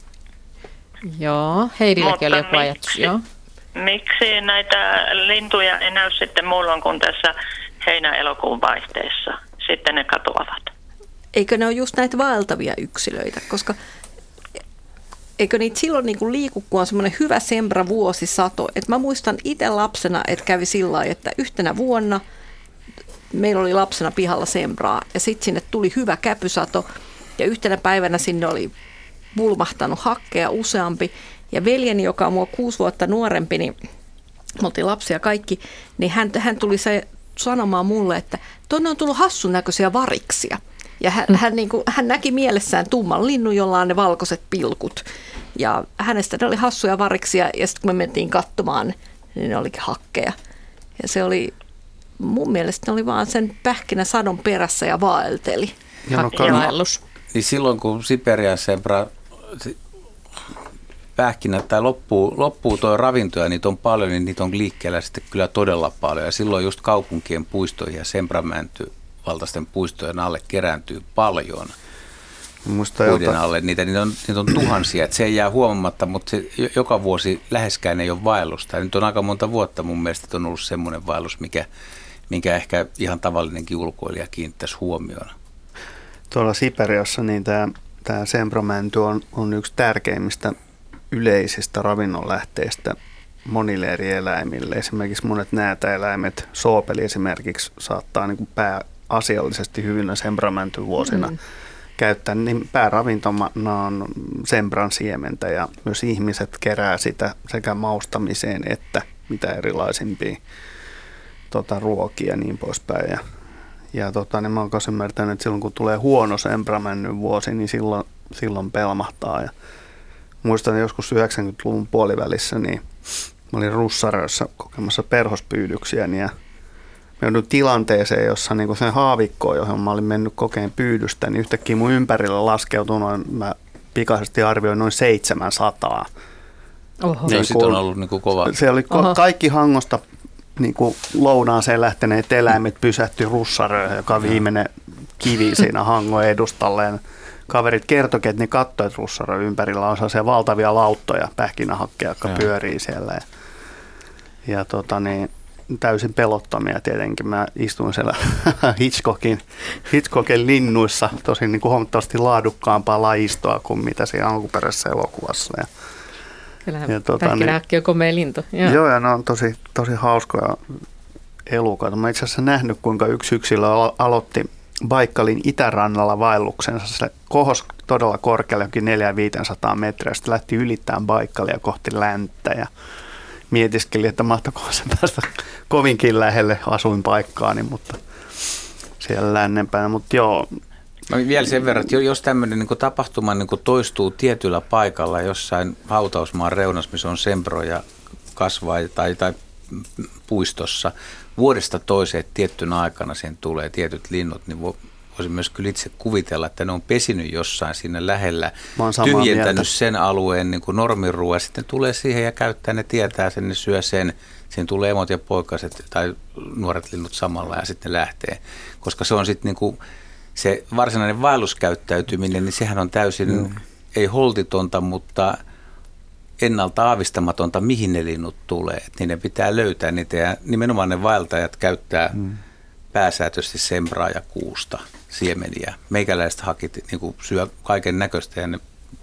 Joo, Heidilläkin oli joku miksi, ajatus. Joo. Miksi näitä lintuja ei näy sitten muulloin kuin tässä heinä-elokuun vaihteessa? Sitten ne katoavat. Eikö ne ole just näitä vaeltavia yksilöitä, koska eikö niitä silloin niin kuin liiku, kun on semmoinen hyvä sembra-vuosisato. Et mä muistan itse lapsena, että kävi sillä lailla, että yhtenä vuonna meillä oli lapsena pihalla sembraa ja sitten sinne tuli hyvä käpysato ja yhtenä päivänä sinne oli vulmahtanut hakkea useampi ja veljeni, joka on mua kuusi vuotta nuorempi, niin me oltiin lapsia kaikki, niin hän, hän tuli se sanomaan mulle, että tuonne on tullut hassun näköisiä variksia. Ja hän, mm. hän, niin kuin, hän näki mielessään tumman linnun, jolla on ne valkoiset pilkut. Ja hänestä ne oli hassuja variksia ja sitten kun me mentiin katsomaan, niin ne olikin hakkeja. Ja se oli, mun mielestä ne oli vaan sen pähkinä sadon perässä ja vaelteli. Ja no, niin silloin kun Siperian sembra pähkinät tai loppuu, loppuu tuo ravinto ja niitä on paljon, niin niitä on liikkeellä sitten kyllä todella paljon. Ja silloin just kaupunkien puistoihin ja sembramänty valtaisten puistojen alle kerääntyy paljon puiden alle. Niitä, niitä, on, niitä on tuhansia, että se ei jää huomaamatta, mutta se, joka vuosi läheskään ei ole vaellusta. Ja nyt on aika monta vuotta mun mielestä, että on ollut semmoinen vaellus, mikä, minkä ehkä ihan tavallinenkin ulkoilija kiinnittäisi huomioon. Tuolla Siperiassa niin tämä, tämä sembramänty on, on yksi tärkeimmistä yleisistä ravinnonlähteistä monille eri eläimille. Esimerkiksi monet näätäeläimet, soopeli esimerkiksi, saattaa niin kuin pääasiallisesti hyvinä sembramäntyvuosina mm. käyttää. Niin pääravintona on sembran siementä ja myös ihmiset kerää sitä sekä maustamiseen että mitä erilaisimpia tota, ruokia ja niin poispäin. Ja, ja tota, niin mä oon myös ymmärtänyt, että silloin kun tulee huono sembramännyn vuosi, niin silloin, silloin pelmahtaa. Ja muistan joskus yhdeksänkymmentäluvun puolivälissä, niin mä olin Russarössä kokemassa perhospyydyksiä ja mä joudun tilanteeseen, jossa niin sen haavikkoon, johon mä olin mennyt kokeen pyydystä, niin yhtäkkiä mun ympärillä laskeutui noin, mä pikaisesti arvioin noin seitsemänsataa. Oho. Niin sitten on ollut niin kuin kova. Se oli ko- kaikki Hangosta niin kuin lounaaseen lähteneet eläimet pysähtyi Russaröön, joka on viimeinen kivi siinä Hangon edustalleen. Kaverit kertoivat, että ne katsoivat, että Russarön ympärillä on sellaisia valtavia lauttoja, pähkinähakkeja, jotka pyörii siellä. Ja, ja tota niin, täysin pelottomia tietenkin. Mä istuin siellä Hitchcockin, Hitchcockin linnuissa, tosin niin kuin huomattavasti laadukkaampaa lajistoa kuin mitä siinä alkuperäisessä elokuvassa. Ja, ja tota, pähkinähakki on komea lintu. Joo, joo ja ne on tosi, tosi hauskoja elukoita. Mä itse asiassa nähnyt, kuinka yksi yksilö aloitti Baikkalin itärannalla vaelluksensa. Se kohosi todella korkealle jokin neljäsataa viisisataa metriä. Sitten lähti ylittämään Baikkalia kohti länttä ja mietiskeli, että mahtoikohan se päästä kovinkin lähelle asuinpaikkaani, mutta siellä lännempänä. Mutta joo. Mä vielä sen verran, että jos tämmöinen niin tapahtuma niin toistuu tietyllä paikalla jossain hautausmaan reunassa, missä on sembroja kasvaa tai, tai puistossa, vuodesta toiseen tiettynä aikana sen tulee tietyt linnut, niin voisin myös kyllä itse kuvitella, että ne on pesinyt jossain siinä lähellä, tyhjentänyt mieltä. Sen alueen niin kuin normiruoan, sitten tulee siihen ja käyttää, ne tietää sen, ne syö sen, siinä tulee emot ja poikaset tai nuoret linnut samalla ja sitten lähtee, koska se on sitten niin kuin se varsinainen vaelluskäyttäytyminen, niin sehän on täysin, mm. ei holtitonta, mutta ennalta aavistamatonta, mihin ne linnut tulee. Että niiden pitää löytää niitä ja nimenomaan ne vaeltajat käyttää mm. pääsääntöisesti sembraa ja kuusta siemeniä. Meikäläiset hakit niin kuin syö kaiken näköistä. Ja, ne...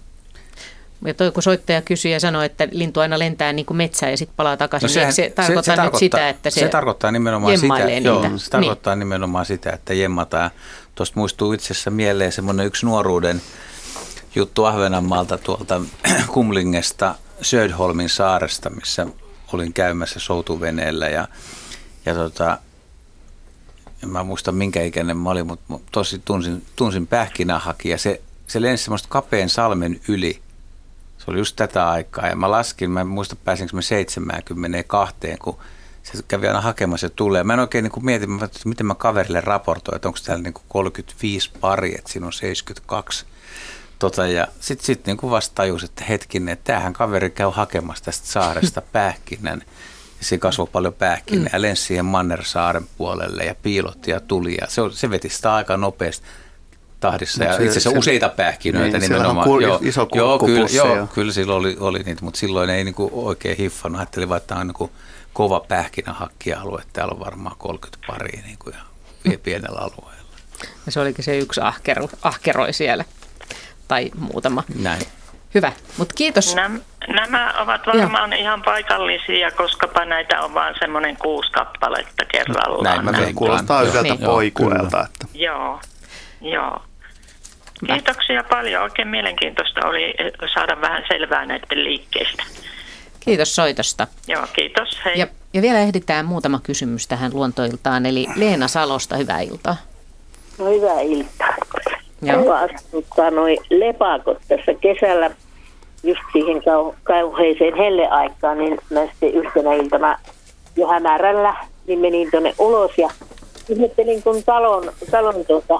ja toi kun soittaja kysyi ja sanoi, että lintu aina lentää niin kuin metsään ja sitten palaa takaisin, no sehän, se, tarkoittaa se, se nyt tarkoittaa, sitä, että se, se tarkoittaa nimenomaan sitä, niitä. Joo, se tarkoittaa niin. nimenomaan sitä, että jemmataan. Tuosta muistuu itse asiassa mieleen semmoinen yksi nuoruuden juttu Ahvenanmaalta tuolta Kumlingesta, Södholmin saaresta, missä olin käymässä soutuveneellä ja, ja tota, en mä muista minkä ikäinen mä olin, mutta tosi tunsin, tunsin pähkinähaki ja se, se lensi semmoista kapeen salmen yli. Se oli just tätä aikaa ja mä laskin, mä en muista pääsinkö mä seitsemänkymmentäkaksi, kun se kävi aina hakemassa ja tulee. Mä en oikein niin kuin mietin, että miten mä kaverille raportoin, että onko täällä niin kuin kolmekymmentäviisi pari, että siinä on seitsemänkymmentäkaksi. Tota, ja sitten sit niin kuin vasta tajus, että hetkinen, että tämähän kaveri käy hakemassa tästä saaresta pähkinän. Ja siinä kasvoi paljon pähkinää mm. ja lensi siihen Mannersaaren puolelle ja piilotti ja tuli. Ja se, se veti sitä aika nopeasti tahdissa. No, ja itse asiassa useita pähkinöitä niin, nimenomaan. On joo, iso joo, kyllä, joo, kyllä silloin oli, oli niitä, mutta silloin ei niin kuin oikein hiffannut. Ajattelin vaan, että tämä on niin kuin kova pähkinähakkialue. Täällä on varmaan kolmekymmentä paria niin kuin ja pienellä alueella. Ja se olikin se yksi ahkero, ahkeroi siellä. Tai muutama. Näin. Hyvä, mutta kiitos. Nämä, nämä ovat varmaan Joo. ihan paikallisia, koskapa näitä on vain semmoinen kuusi kappaletta kerrallaan. Näin mä veikkaan. Kuulostaa yhdeltä niin. poikuelta. Että. Joo, joo. Kiitoksia paljon. Oikein mielenkiintoista oli saada vähän selvää näiden liikkeistä. Kiitos soitosta. Joo, kiitos. Hei. Ja, ja vielä ehditään muutama kysymys tähän luontoiltaan. Eli Leena Salosta, hyvää iltaa. No hyvää iltaa. Mä asuttaa noi lepakot tässä kesällä just siihen kau- kauheiseen helleaikaan, niin mä sitten yhtenä iltana jo hämärällä niin menin tuonne ulos ja ihmettelin kun talon, talon tuota,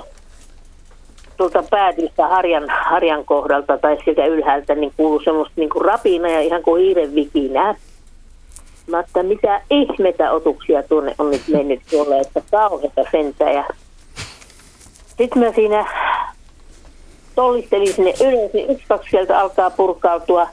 tuolta päädystä harjan, harjan kohdalta tai sieltä ylhäältä niin kuului semmoista niin kuin rapina ja ihan kuin hiiren vikinää. Mä että mitä ihmetä otuksia tuonne on nyt mennyt tuolle, että kauheata sentään ja sitten mä siinä tollistelin sinne ylös, niin yksi kaksi sieltä alkaa purkautua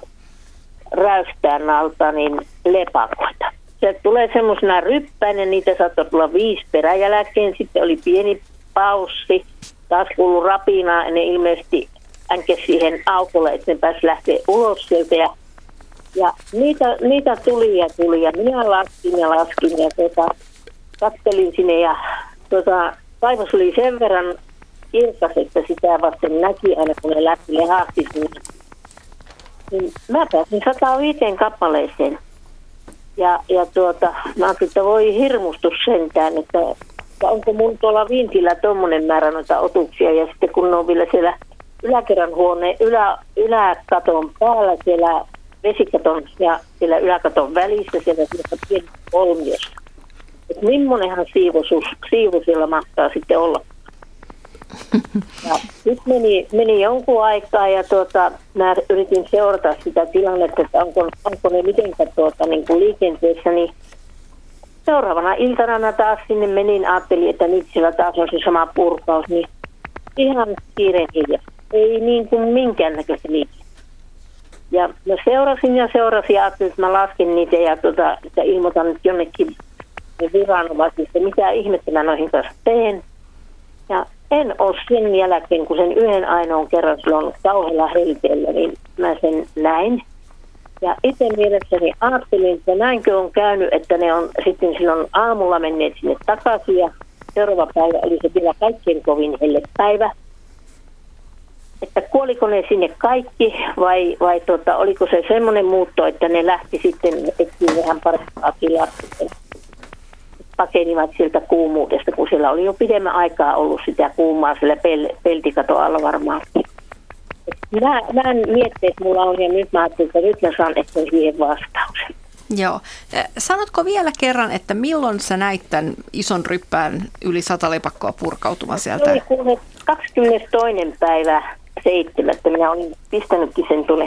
räystään alta niin lepakoita. Sieltä tulee semmoisena ryppäinen, niitä saattaa tulla viisi peräjälkeen, sitten oli pieni paussi, taas kuului rapinaa, ja ne ilmeisesti änkesi siihen aukolle, että ne pääsi lähteä ulos sieltä. Ja, ja niitä, niitä tuli ja tuli, ja minä laskin ja laskin, ja tuota, kattelin sinne, ja tuota, kaivos oli sen verran kirkas, että sitä vasten näki aina, kun ne lähti lehahti sinne. Niin mä pääsin sata viisi kappaleeseen. Ja, ja tuota, mä ajattelin, että voi hirmustus sentään, että, että onko mun tuolla vintillä tommonen määrä noita otuksia. Ja sitten kun ne on vielä siellä yläkerran huoneen ylä, yläkaton päällä, siellä vesikaton ja siellä yläkaton välissä, siellä pieni kolmiossa. Että millaisenhan siivoisuus, siivu siellä mahtaa sitten olla. Ja nyt meni, meni jonkun aikaa ja tuota, mä yritin seurata sitä tilannetta, että onko, onko ne mitenkä tuota, niin kuin liikenteessä, niin seuraavana iltana taas sinne menin, ajattelin, että nyt siellä taas on se sama purkaus, niin ihan kiireen hiljaa. Ei niin kuin minkäännäköistä liikettä. Ja mä seurasin ja seurasin ja ajattelin, että mä lasken niitä ja tuota, että ilmoitan nyt jonnekin viranomaisille, mitä ihmettä mä noihin kanssa teen. Ja en ole sen jälkeen, kun sen yhden ainoan kerran silloin kauhealla helteellä, niin mä sen näin. Ja itse mielessäni ajattelin, että näinkö on käynyt, että ne on sitten silloin aamulla menneet sinne takaisin. Ja seuraava päivä oli se vielä kaikkein kovin hellepäivä. Että kuoliko ne sinne kaikki vai, vai tota, oliko se semmoinen muutto, että ne lähti sitten etsiin vähän parempaa tilaa sitten. Pakenivat sieltä kuumuudesta, kun siellä oli jo pidemmän aikaa ollut sitä kuumaa siellä pel- peltikaton alla varmaan. Mä, mä en mietti, että mulla on, ja nyt mä ajattelin, että nyt mä saan ehkä siihen vastauksen. Joo. Sanotko vielä kerran, että milloin sä näit tämän ison ryppään yli sata lepakkoa purkautumaan sieltä? Se oli kahdeskymmenestoinen päivä seitsemättä. Minä olin pistänytkin sen tuonne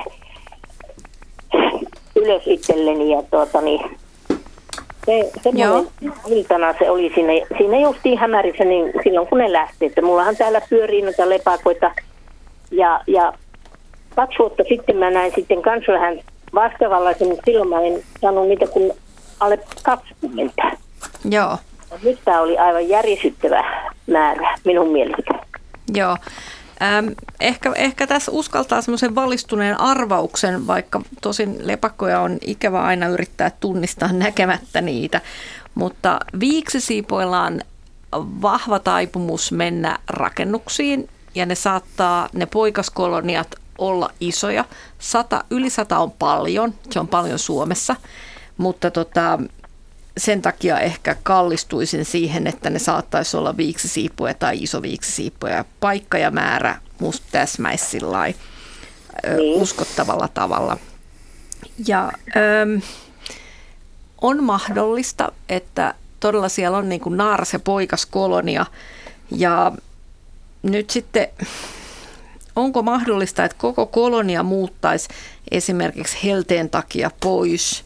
ylös itselleni ja tuota niin, Se, semmoinen iltana se oli siinä, siinä justiin hämärissä, niin silloin kun ne lähti, että mullahan täällä pyörii noita lepakoita. Ja, ja kaksi vuotta sitten mä näin sitten kans vähän vastaavanlaisen, mutta silloin mä en saanut niitä kuin alle kaksikymmentä. Joo. Ja nyt tää oli aivan järisyttävä määrä minun mielestä. Joo. Ähm, ehkä, ehkä tässä uskaltaa semmoisen valistuneen arvauksen, vaikka tosin lepakkoja on ikävä aina yrittää tunnistaa näkemättä niitä, mutta viiksisiipoilla on vahva taipumus mennä rakennuksiin ja ne saattaa, ne poikaskoloniat olla isoja. Sata, yli sata on paljon, se on paljon Suomessa, mutta tota, sen takia ehkä kallistuisin siihen, että ne saattaisi olla viiksisiippuja tai isoviiksisiippuja. Paikka ja määrä musta täsmäisi sillai, ö, niin. uskottavalla tavalla. Ja ö, on mahdollista, että todella siellä on niin kuin naaras- ja poikaskolonia. Ja nyt sitten, onko mahdollista, että koko kolonia muuttaisi esimerkiksi helteen takia pois?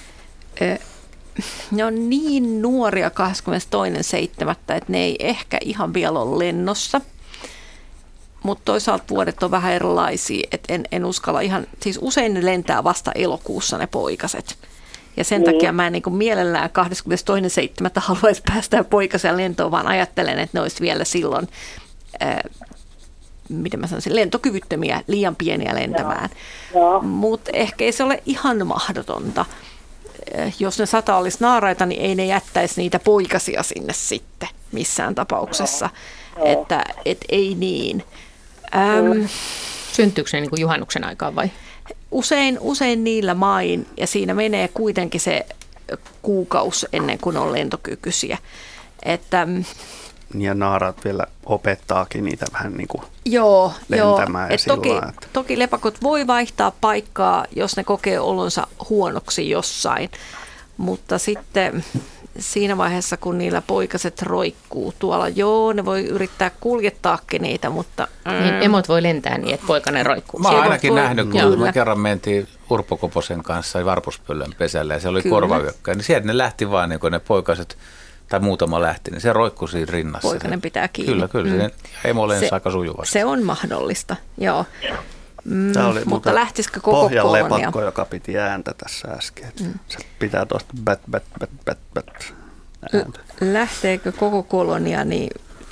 Ne on niin nuoria kahdeskymmenestoinen seitsemättä, että ne ei ehkä ihan vielä ole lennossa. Mutta toisaalta vuodet on vähän erilaisia, että en, en uskalla ihan, siis usein ne lentää vasta elokuussa ne poikaset. Ja sen niin. takia mä en niin kuin mielellään kahdeskymmenestoinen seitsemättä haluaisi päästää poikasen lentoon, vaan ajattelen, että ne olisi vielä silloin, ää, miten mä sanoisin, lentokyvyttömiä, liian pieniä lentämään. Mutta ehkä ei se ole ihan mahdotonta. Jos ne sata olisi naaraita, niin ei ne jättäisi niitä poikasia sinne sitten missään tapauksessa. Joo. Että et ei niin. Äm, Syntyykö ne niin kuin juhannuksen aikaan vai? Usein, usein niillä main, ja siinä menee kuitenkin se kuukausi ennen kuin on lentokykyisiä. Että, ja naarat vielä opettaakin niitä vähän niin kuin joo, lentämään. Joo. Et toki, että... toki lepakot voi vaihtaa paikkaa, jos ne kokee olonsa huonoksi jossain, mutta sitten siinä vaiheessa, kun niillä poikaset roikkuu tuolla, joo, ne voi yrittää kuljettaakin niitä, mutta... Mm. Niin emot voi lentää niin, että poikainen roikkuu. Mä oon ainakin voi... nähnyt, kun Kyllä. me kerran mentiin Urpo Koposen kanssa Varpuspöllön pesälle ja se oli Kyllä. korvayökkä, niin sieltä ne lähti vaan, niin kun ne poikaset, tai muutama lähti, niin se roikkui siinä rinnassa. Poikainen pitää kiinni. Kyllä, kyllä. Mm. Emo lensi aika sujuvasti. Se on mahdollista, joo. Mm, mutta lähtisikö koko kolonia? Pohjanlepakko, joka piti ääntä tässä äsken. Mm. Se pitää tuosta bät, bät, bät, bät, bät ääntä. Lähteekö koko kolonia, niin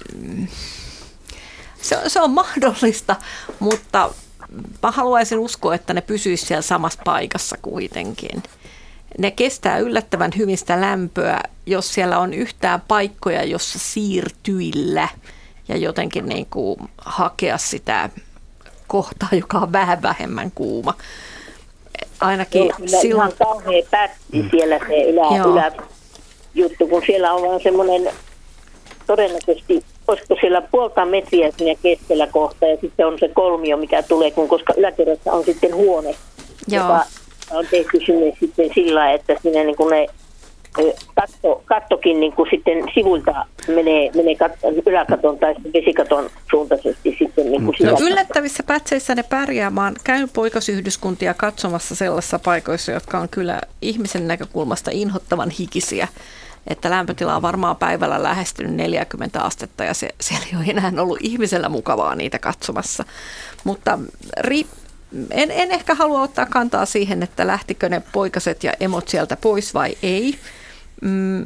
se, se on mahdollista, mutta mä haluaisin uskoa, että ne pysyisivät siellä samassa paikassa kuitenkin. Ne kestää yllättävän hyvin sitä lämpöä, jos siellä on yhtään paikkoja, jossa siirtyillä ja jotenkin niin kuin hakea sitä kohtaa, joka on vähän vähemmän kuuma. Ainakin no, silloin... Ihan kauhean pätti siellä se ylä, yläjuttu, kun siellä on vaan semmoinen todennäköisesti, olisiko siellä puolta metriä siinä keskellä kohtaa ja sitten on se kolmio, mikä tulee, kun koska yläkerrassa on sitten huone, Joo. joka on tehty sinne sitten sillä, että sinne niin kuin ne katto, kattokin niin kuin sitten sivuilta menee, menee kat, yläkaton tai vesikaton suuntaisesti sitten niin kuin no, yllättävissä pätseissä ne pärjää. Mä oon käynyt poikasyhdyskuntia katsomassa sellaisissa paikoissa, jotka on kyllä ihmisen näkökulmasta inhottavan hikisiä. Että lämpötila on varmaan päivällä lähestynyt neljäkymmentä astetta ja se, siellä ei ole enää ollut ihmisellä mukavaa niitä katsomassa. Mutta ri, en, en ehkä halua ottaa kantaa siihen, että lähtikö ne poikaset ja emot sieltä pois vai ei. Mm,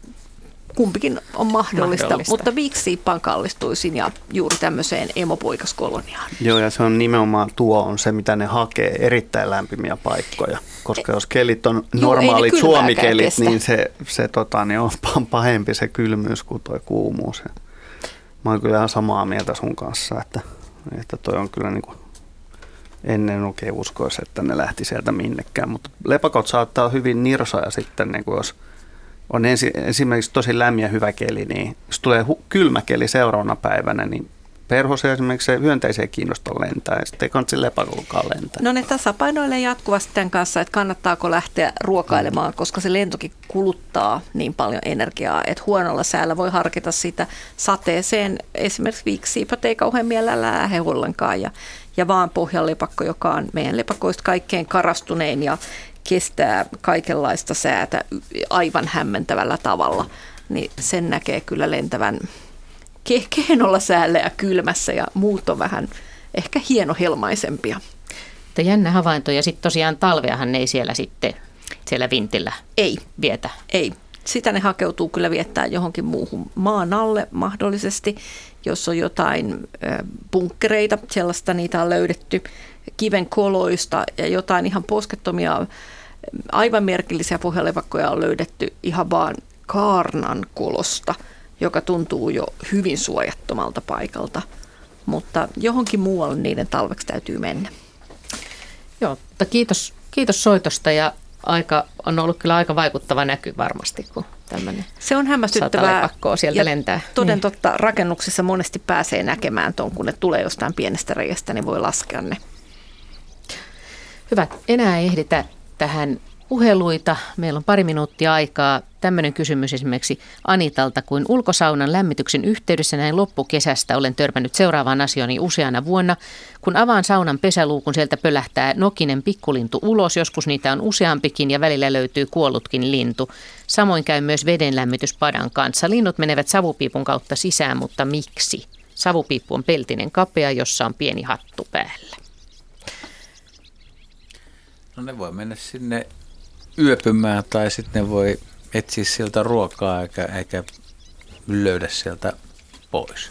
kumpikin on mahdollista, mahdollista. Mutta viiksiippaan kallistuisin ja juuri tämmöiseen emopoikaskoloniaan. Joo, ja se on nimenomaan tuo on se, mitä ne hakee, erittäin lämpimiä paikkoja. Koska jos kelit on normaalit Juu, suomikelit, kestä. niin se, se tota, niin on pahempi se kylmyys kuin tuo kuumuus. Mä oon kyllä ihan samaa mieltä sun kanssa, että, että toi on kyllä niin kuin, ennen oikein uskoisi, että ne lähti sieltä minnekään. Mutta lepakot saattaa hyvin nirsoja sitten, niin kuin jos on ensi, esimerkiksi tosi lämmin ja hyvä keli, niin jos tulee hu- kylmä keli seuraavana päivänä, niin perhosia esimerkiksi se hyönteisiä ei kiinnosta lentää, ja sitten ei kannata lepakollakaan lentää. No ne tasapainoilee jatkuvasti tämän kanssa, että kannattaako lähteä ruokailemaan, koska se lentokin kuluttaa niin paljon energiaa, että huonolla säällä voi harkita sitä sateeseen. Esimerkiksi viiksiipat ei kauhean mielellä lähde ollenkaan, ja, ja vaan pohjanlepakko, joka on meidän lepakoista kaikkein karastunein ja kestää kaikenlaista säätä aivan hämmentävällä tavalla, niin sen näkee kyllä lentävän kehnolla säällä ja kylmässä ja muut on vähän ehkä hienohelmaisempia. Mutta jännä havainto ja sitten tosiaan talveahan ne ei siellä sitten siellä vintillä ei vietä. Ei. Sitä ne hakeutuu kyllä viettää johonkin muuhun maan alle mahdollisesti, jos on jotain bunkkereita, sellaista niitä on löydetty kiven koloista ja jotain ihan poskettomia, aivan merkillisiä pohjalepakkoja on löydetty ihan vaan kaarnan kolosta, joka tuntuu jo hyvin suojattomalta paikalta, mutta johonkin muualle niiden talveksi täytyy mennä. Joo, mutta kiitos, kiitos soitosta ja aika, on ollut kyllä aika vaikuttava näky varmasti, kun tämmöinen se on hämmästyttävää satalepakkoa sieltä ja lentää. Toden niin. totta, rakennuksissa monesti pääsee näkemään tuon, kun ne tulee jostain pienestä reiästä, niin voi laskea ne. Hyvä, enää ei ehditä tähän puheluita. Meillä on pari minuuttia aikaa. Tämmöinen kysymys esimerkiksi Anitalta, kuin ulkosaunan lämmityksen yhteydessä näin loppukesästä olen törmännyt seuraavaan asiaan useana vuonna. Kun avaan saunan pesäluukun, sieltä pölähtää nokinen pikkulintu ulos. Joskus niitä on useampikin ja välillä löytyy kuollutkin lintu. Samoin käy myös vedenlämmityspadan kanssa. Linnut menevät savupiipun kautta sisään, mutta miksi? Savupiippu on peltinen kapea, jossa on pieni hattu päällä. No ne voi mennä sinne yöpymään tai sitten ne voi etsiä sieltä ruokaa eikä, eikä löydä sieltä pois.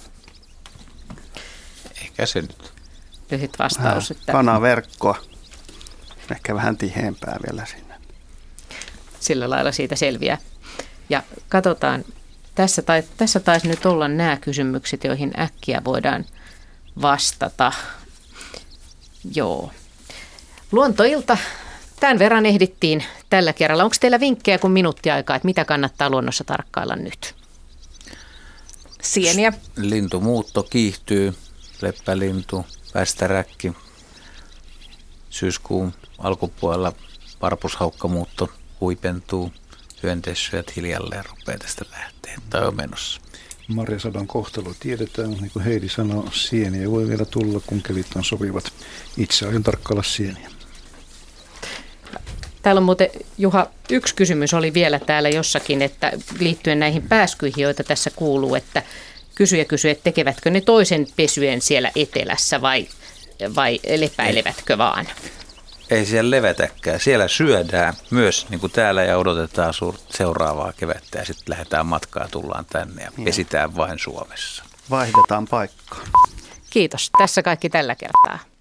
Eikä se nyt. Lyhyt vastaus. Että kanaverkkoa. Ehkä vähän tiheämpää vielä sinne. Sillä lailla siitä selviää. Ja katsotaan, tässä, tais, tässä taisi nyt olla nämä kysymykset, joihin äkkiä voidaan vastata. Joo. Luontoilta. Tämän verran ehdittiin tällä kerralla. Onko teillä vinkkejä kun minuutti aikaa, että mitä kannattaa luonnossa tarkkailla nyt? Sieniä. Lintumuutto kiihtyy, leppälintu, västäräkki. Syyskuun alkupuolella parpushaukkamuutto huipentuu. Hyönteissyöt hiljalleen rupeaa tästä lähteen tai on menossa. Marjasadon kohtalo tiedetään, niin kuin Heidi sanoi, sieniä voi vielä tulla, kun kelit on sopivat. Itse aion tarkkailla sieniä. Täällä on muuten, Juha, yksi kysymys oli vielä täällä jossakin, että liittyen näihin pääskyihin, joita tässä kuuluu, että kysyjä kysyy, että tekevätkö ne toisen pesyen siellä etelässä vai, vai lepäilevätkö vaan? Ei siellä levätäkään. Siellä syödään myös, niin kuin täällä, ja odotetaan seuraavaa kevättä ja sitten lähdetään matkaa ja tullaan tänne ja pesitään vain Suomessa. Vaihdetaan paikkaa. Kiitos. Tässä kaikki tällä kertaa.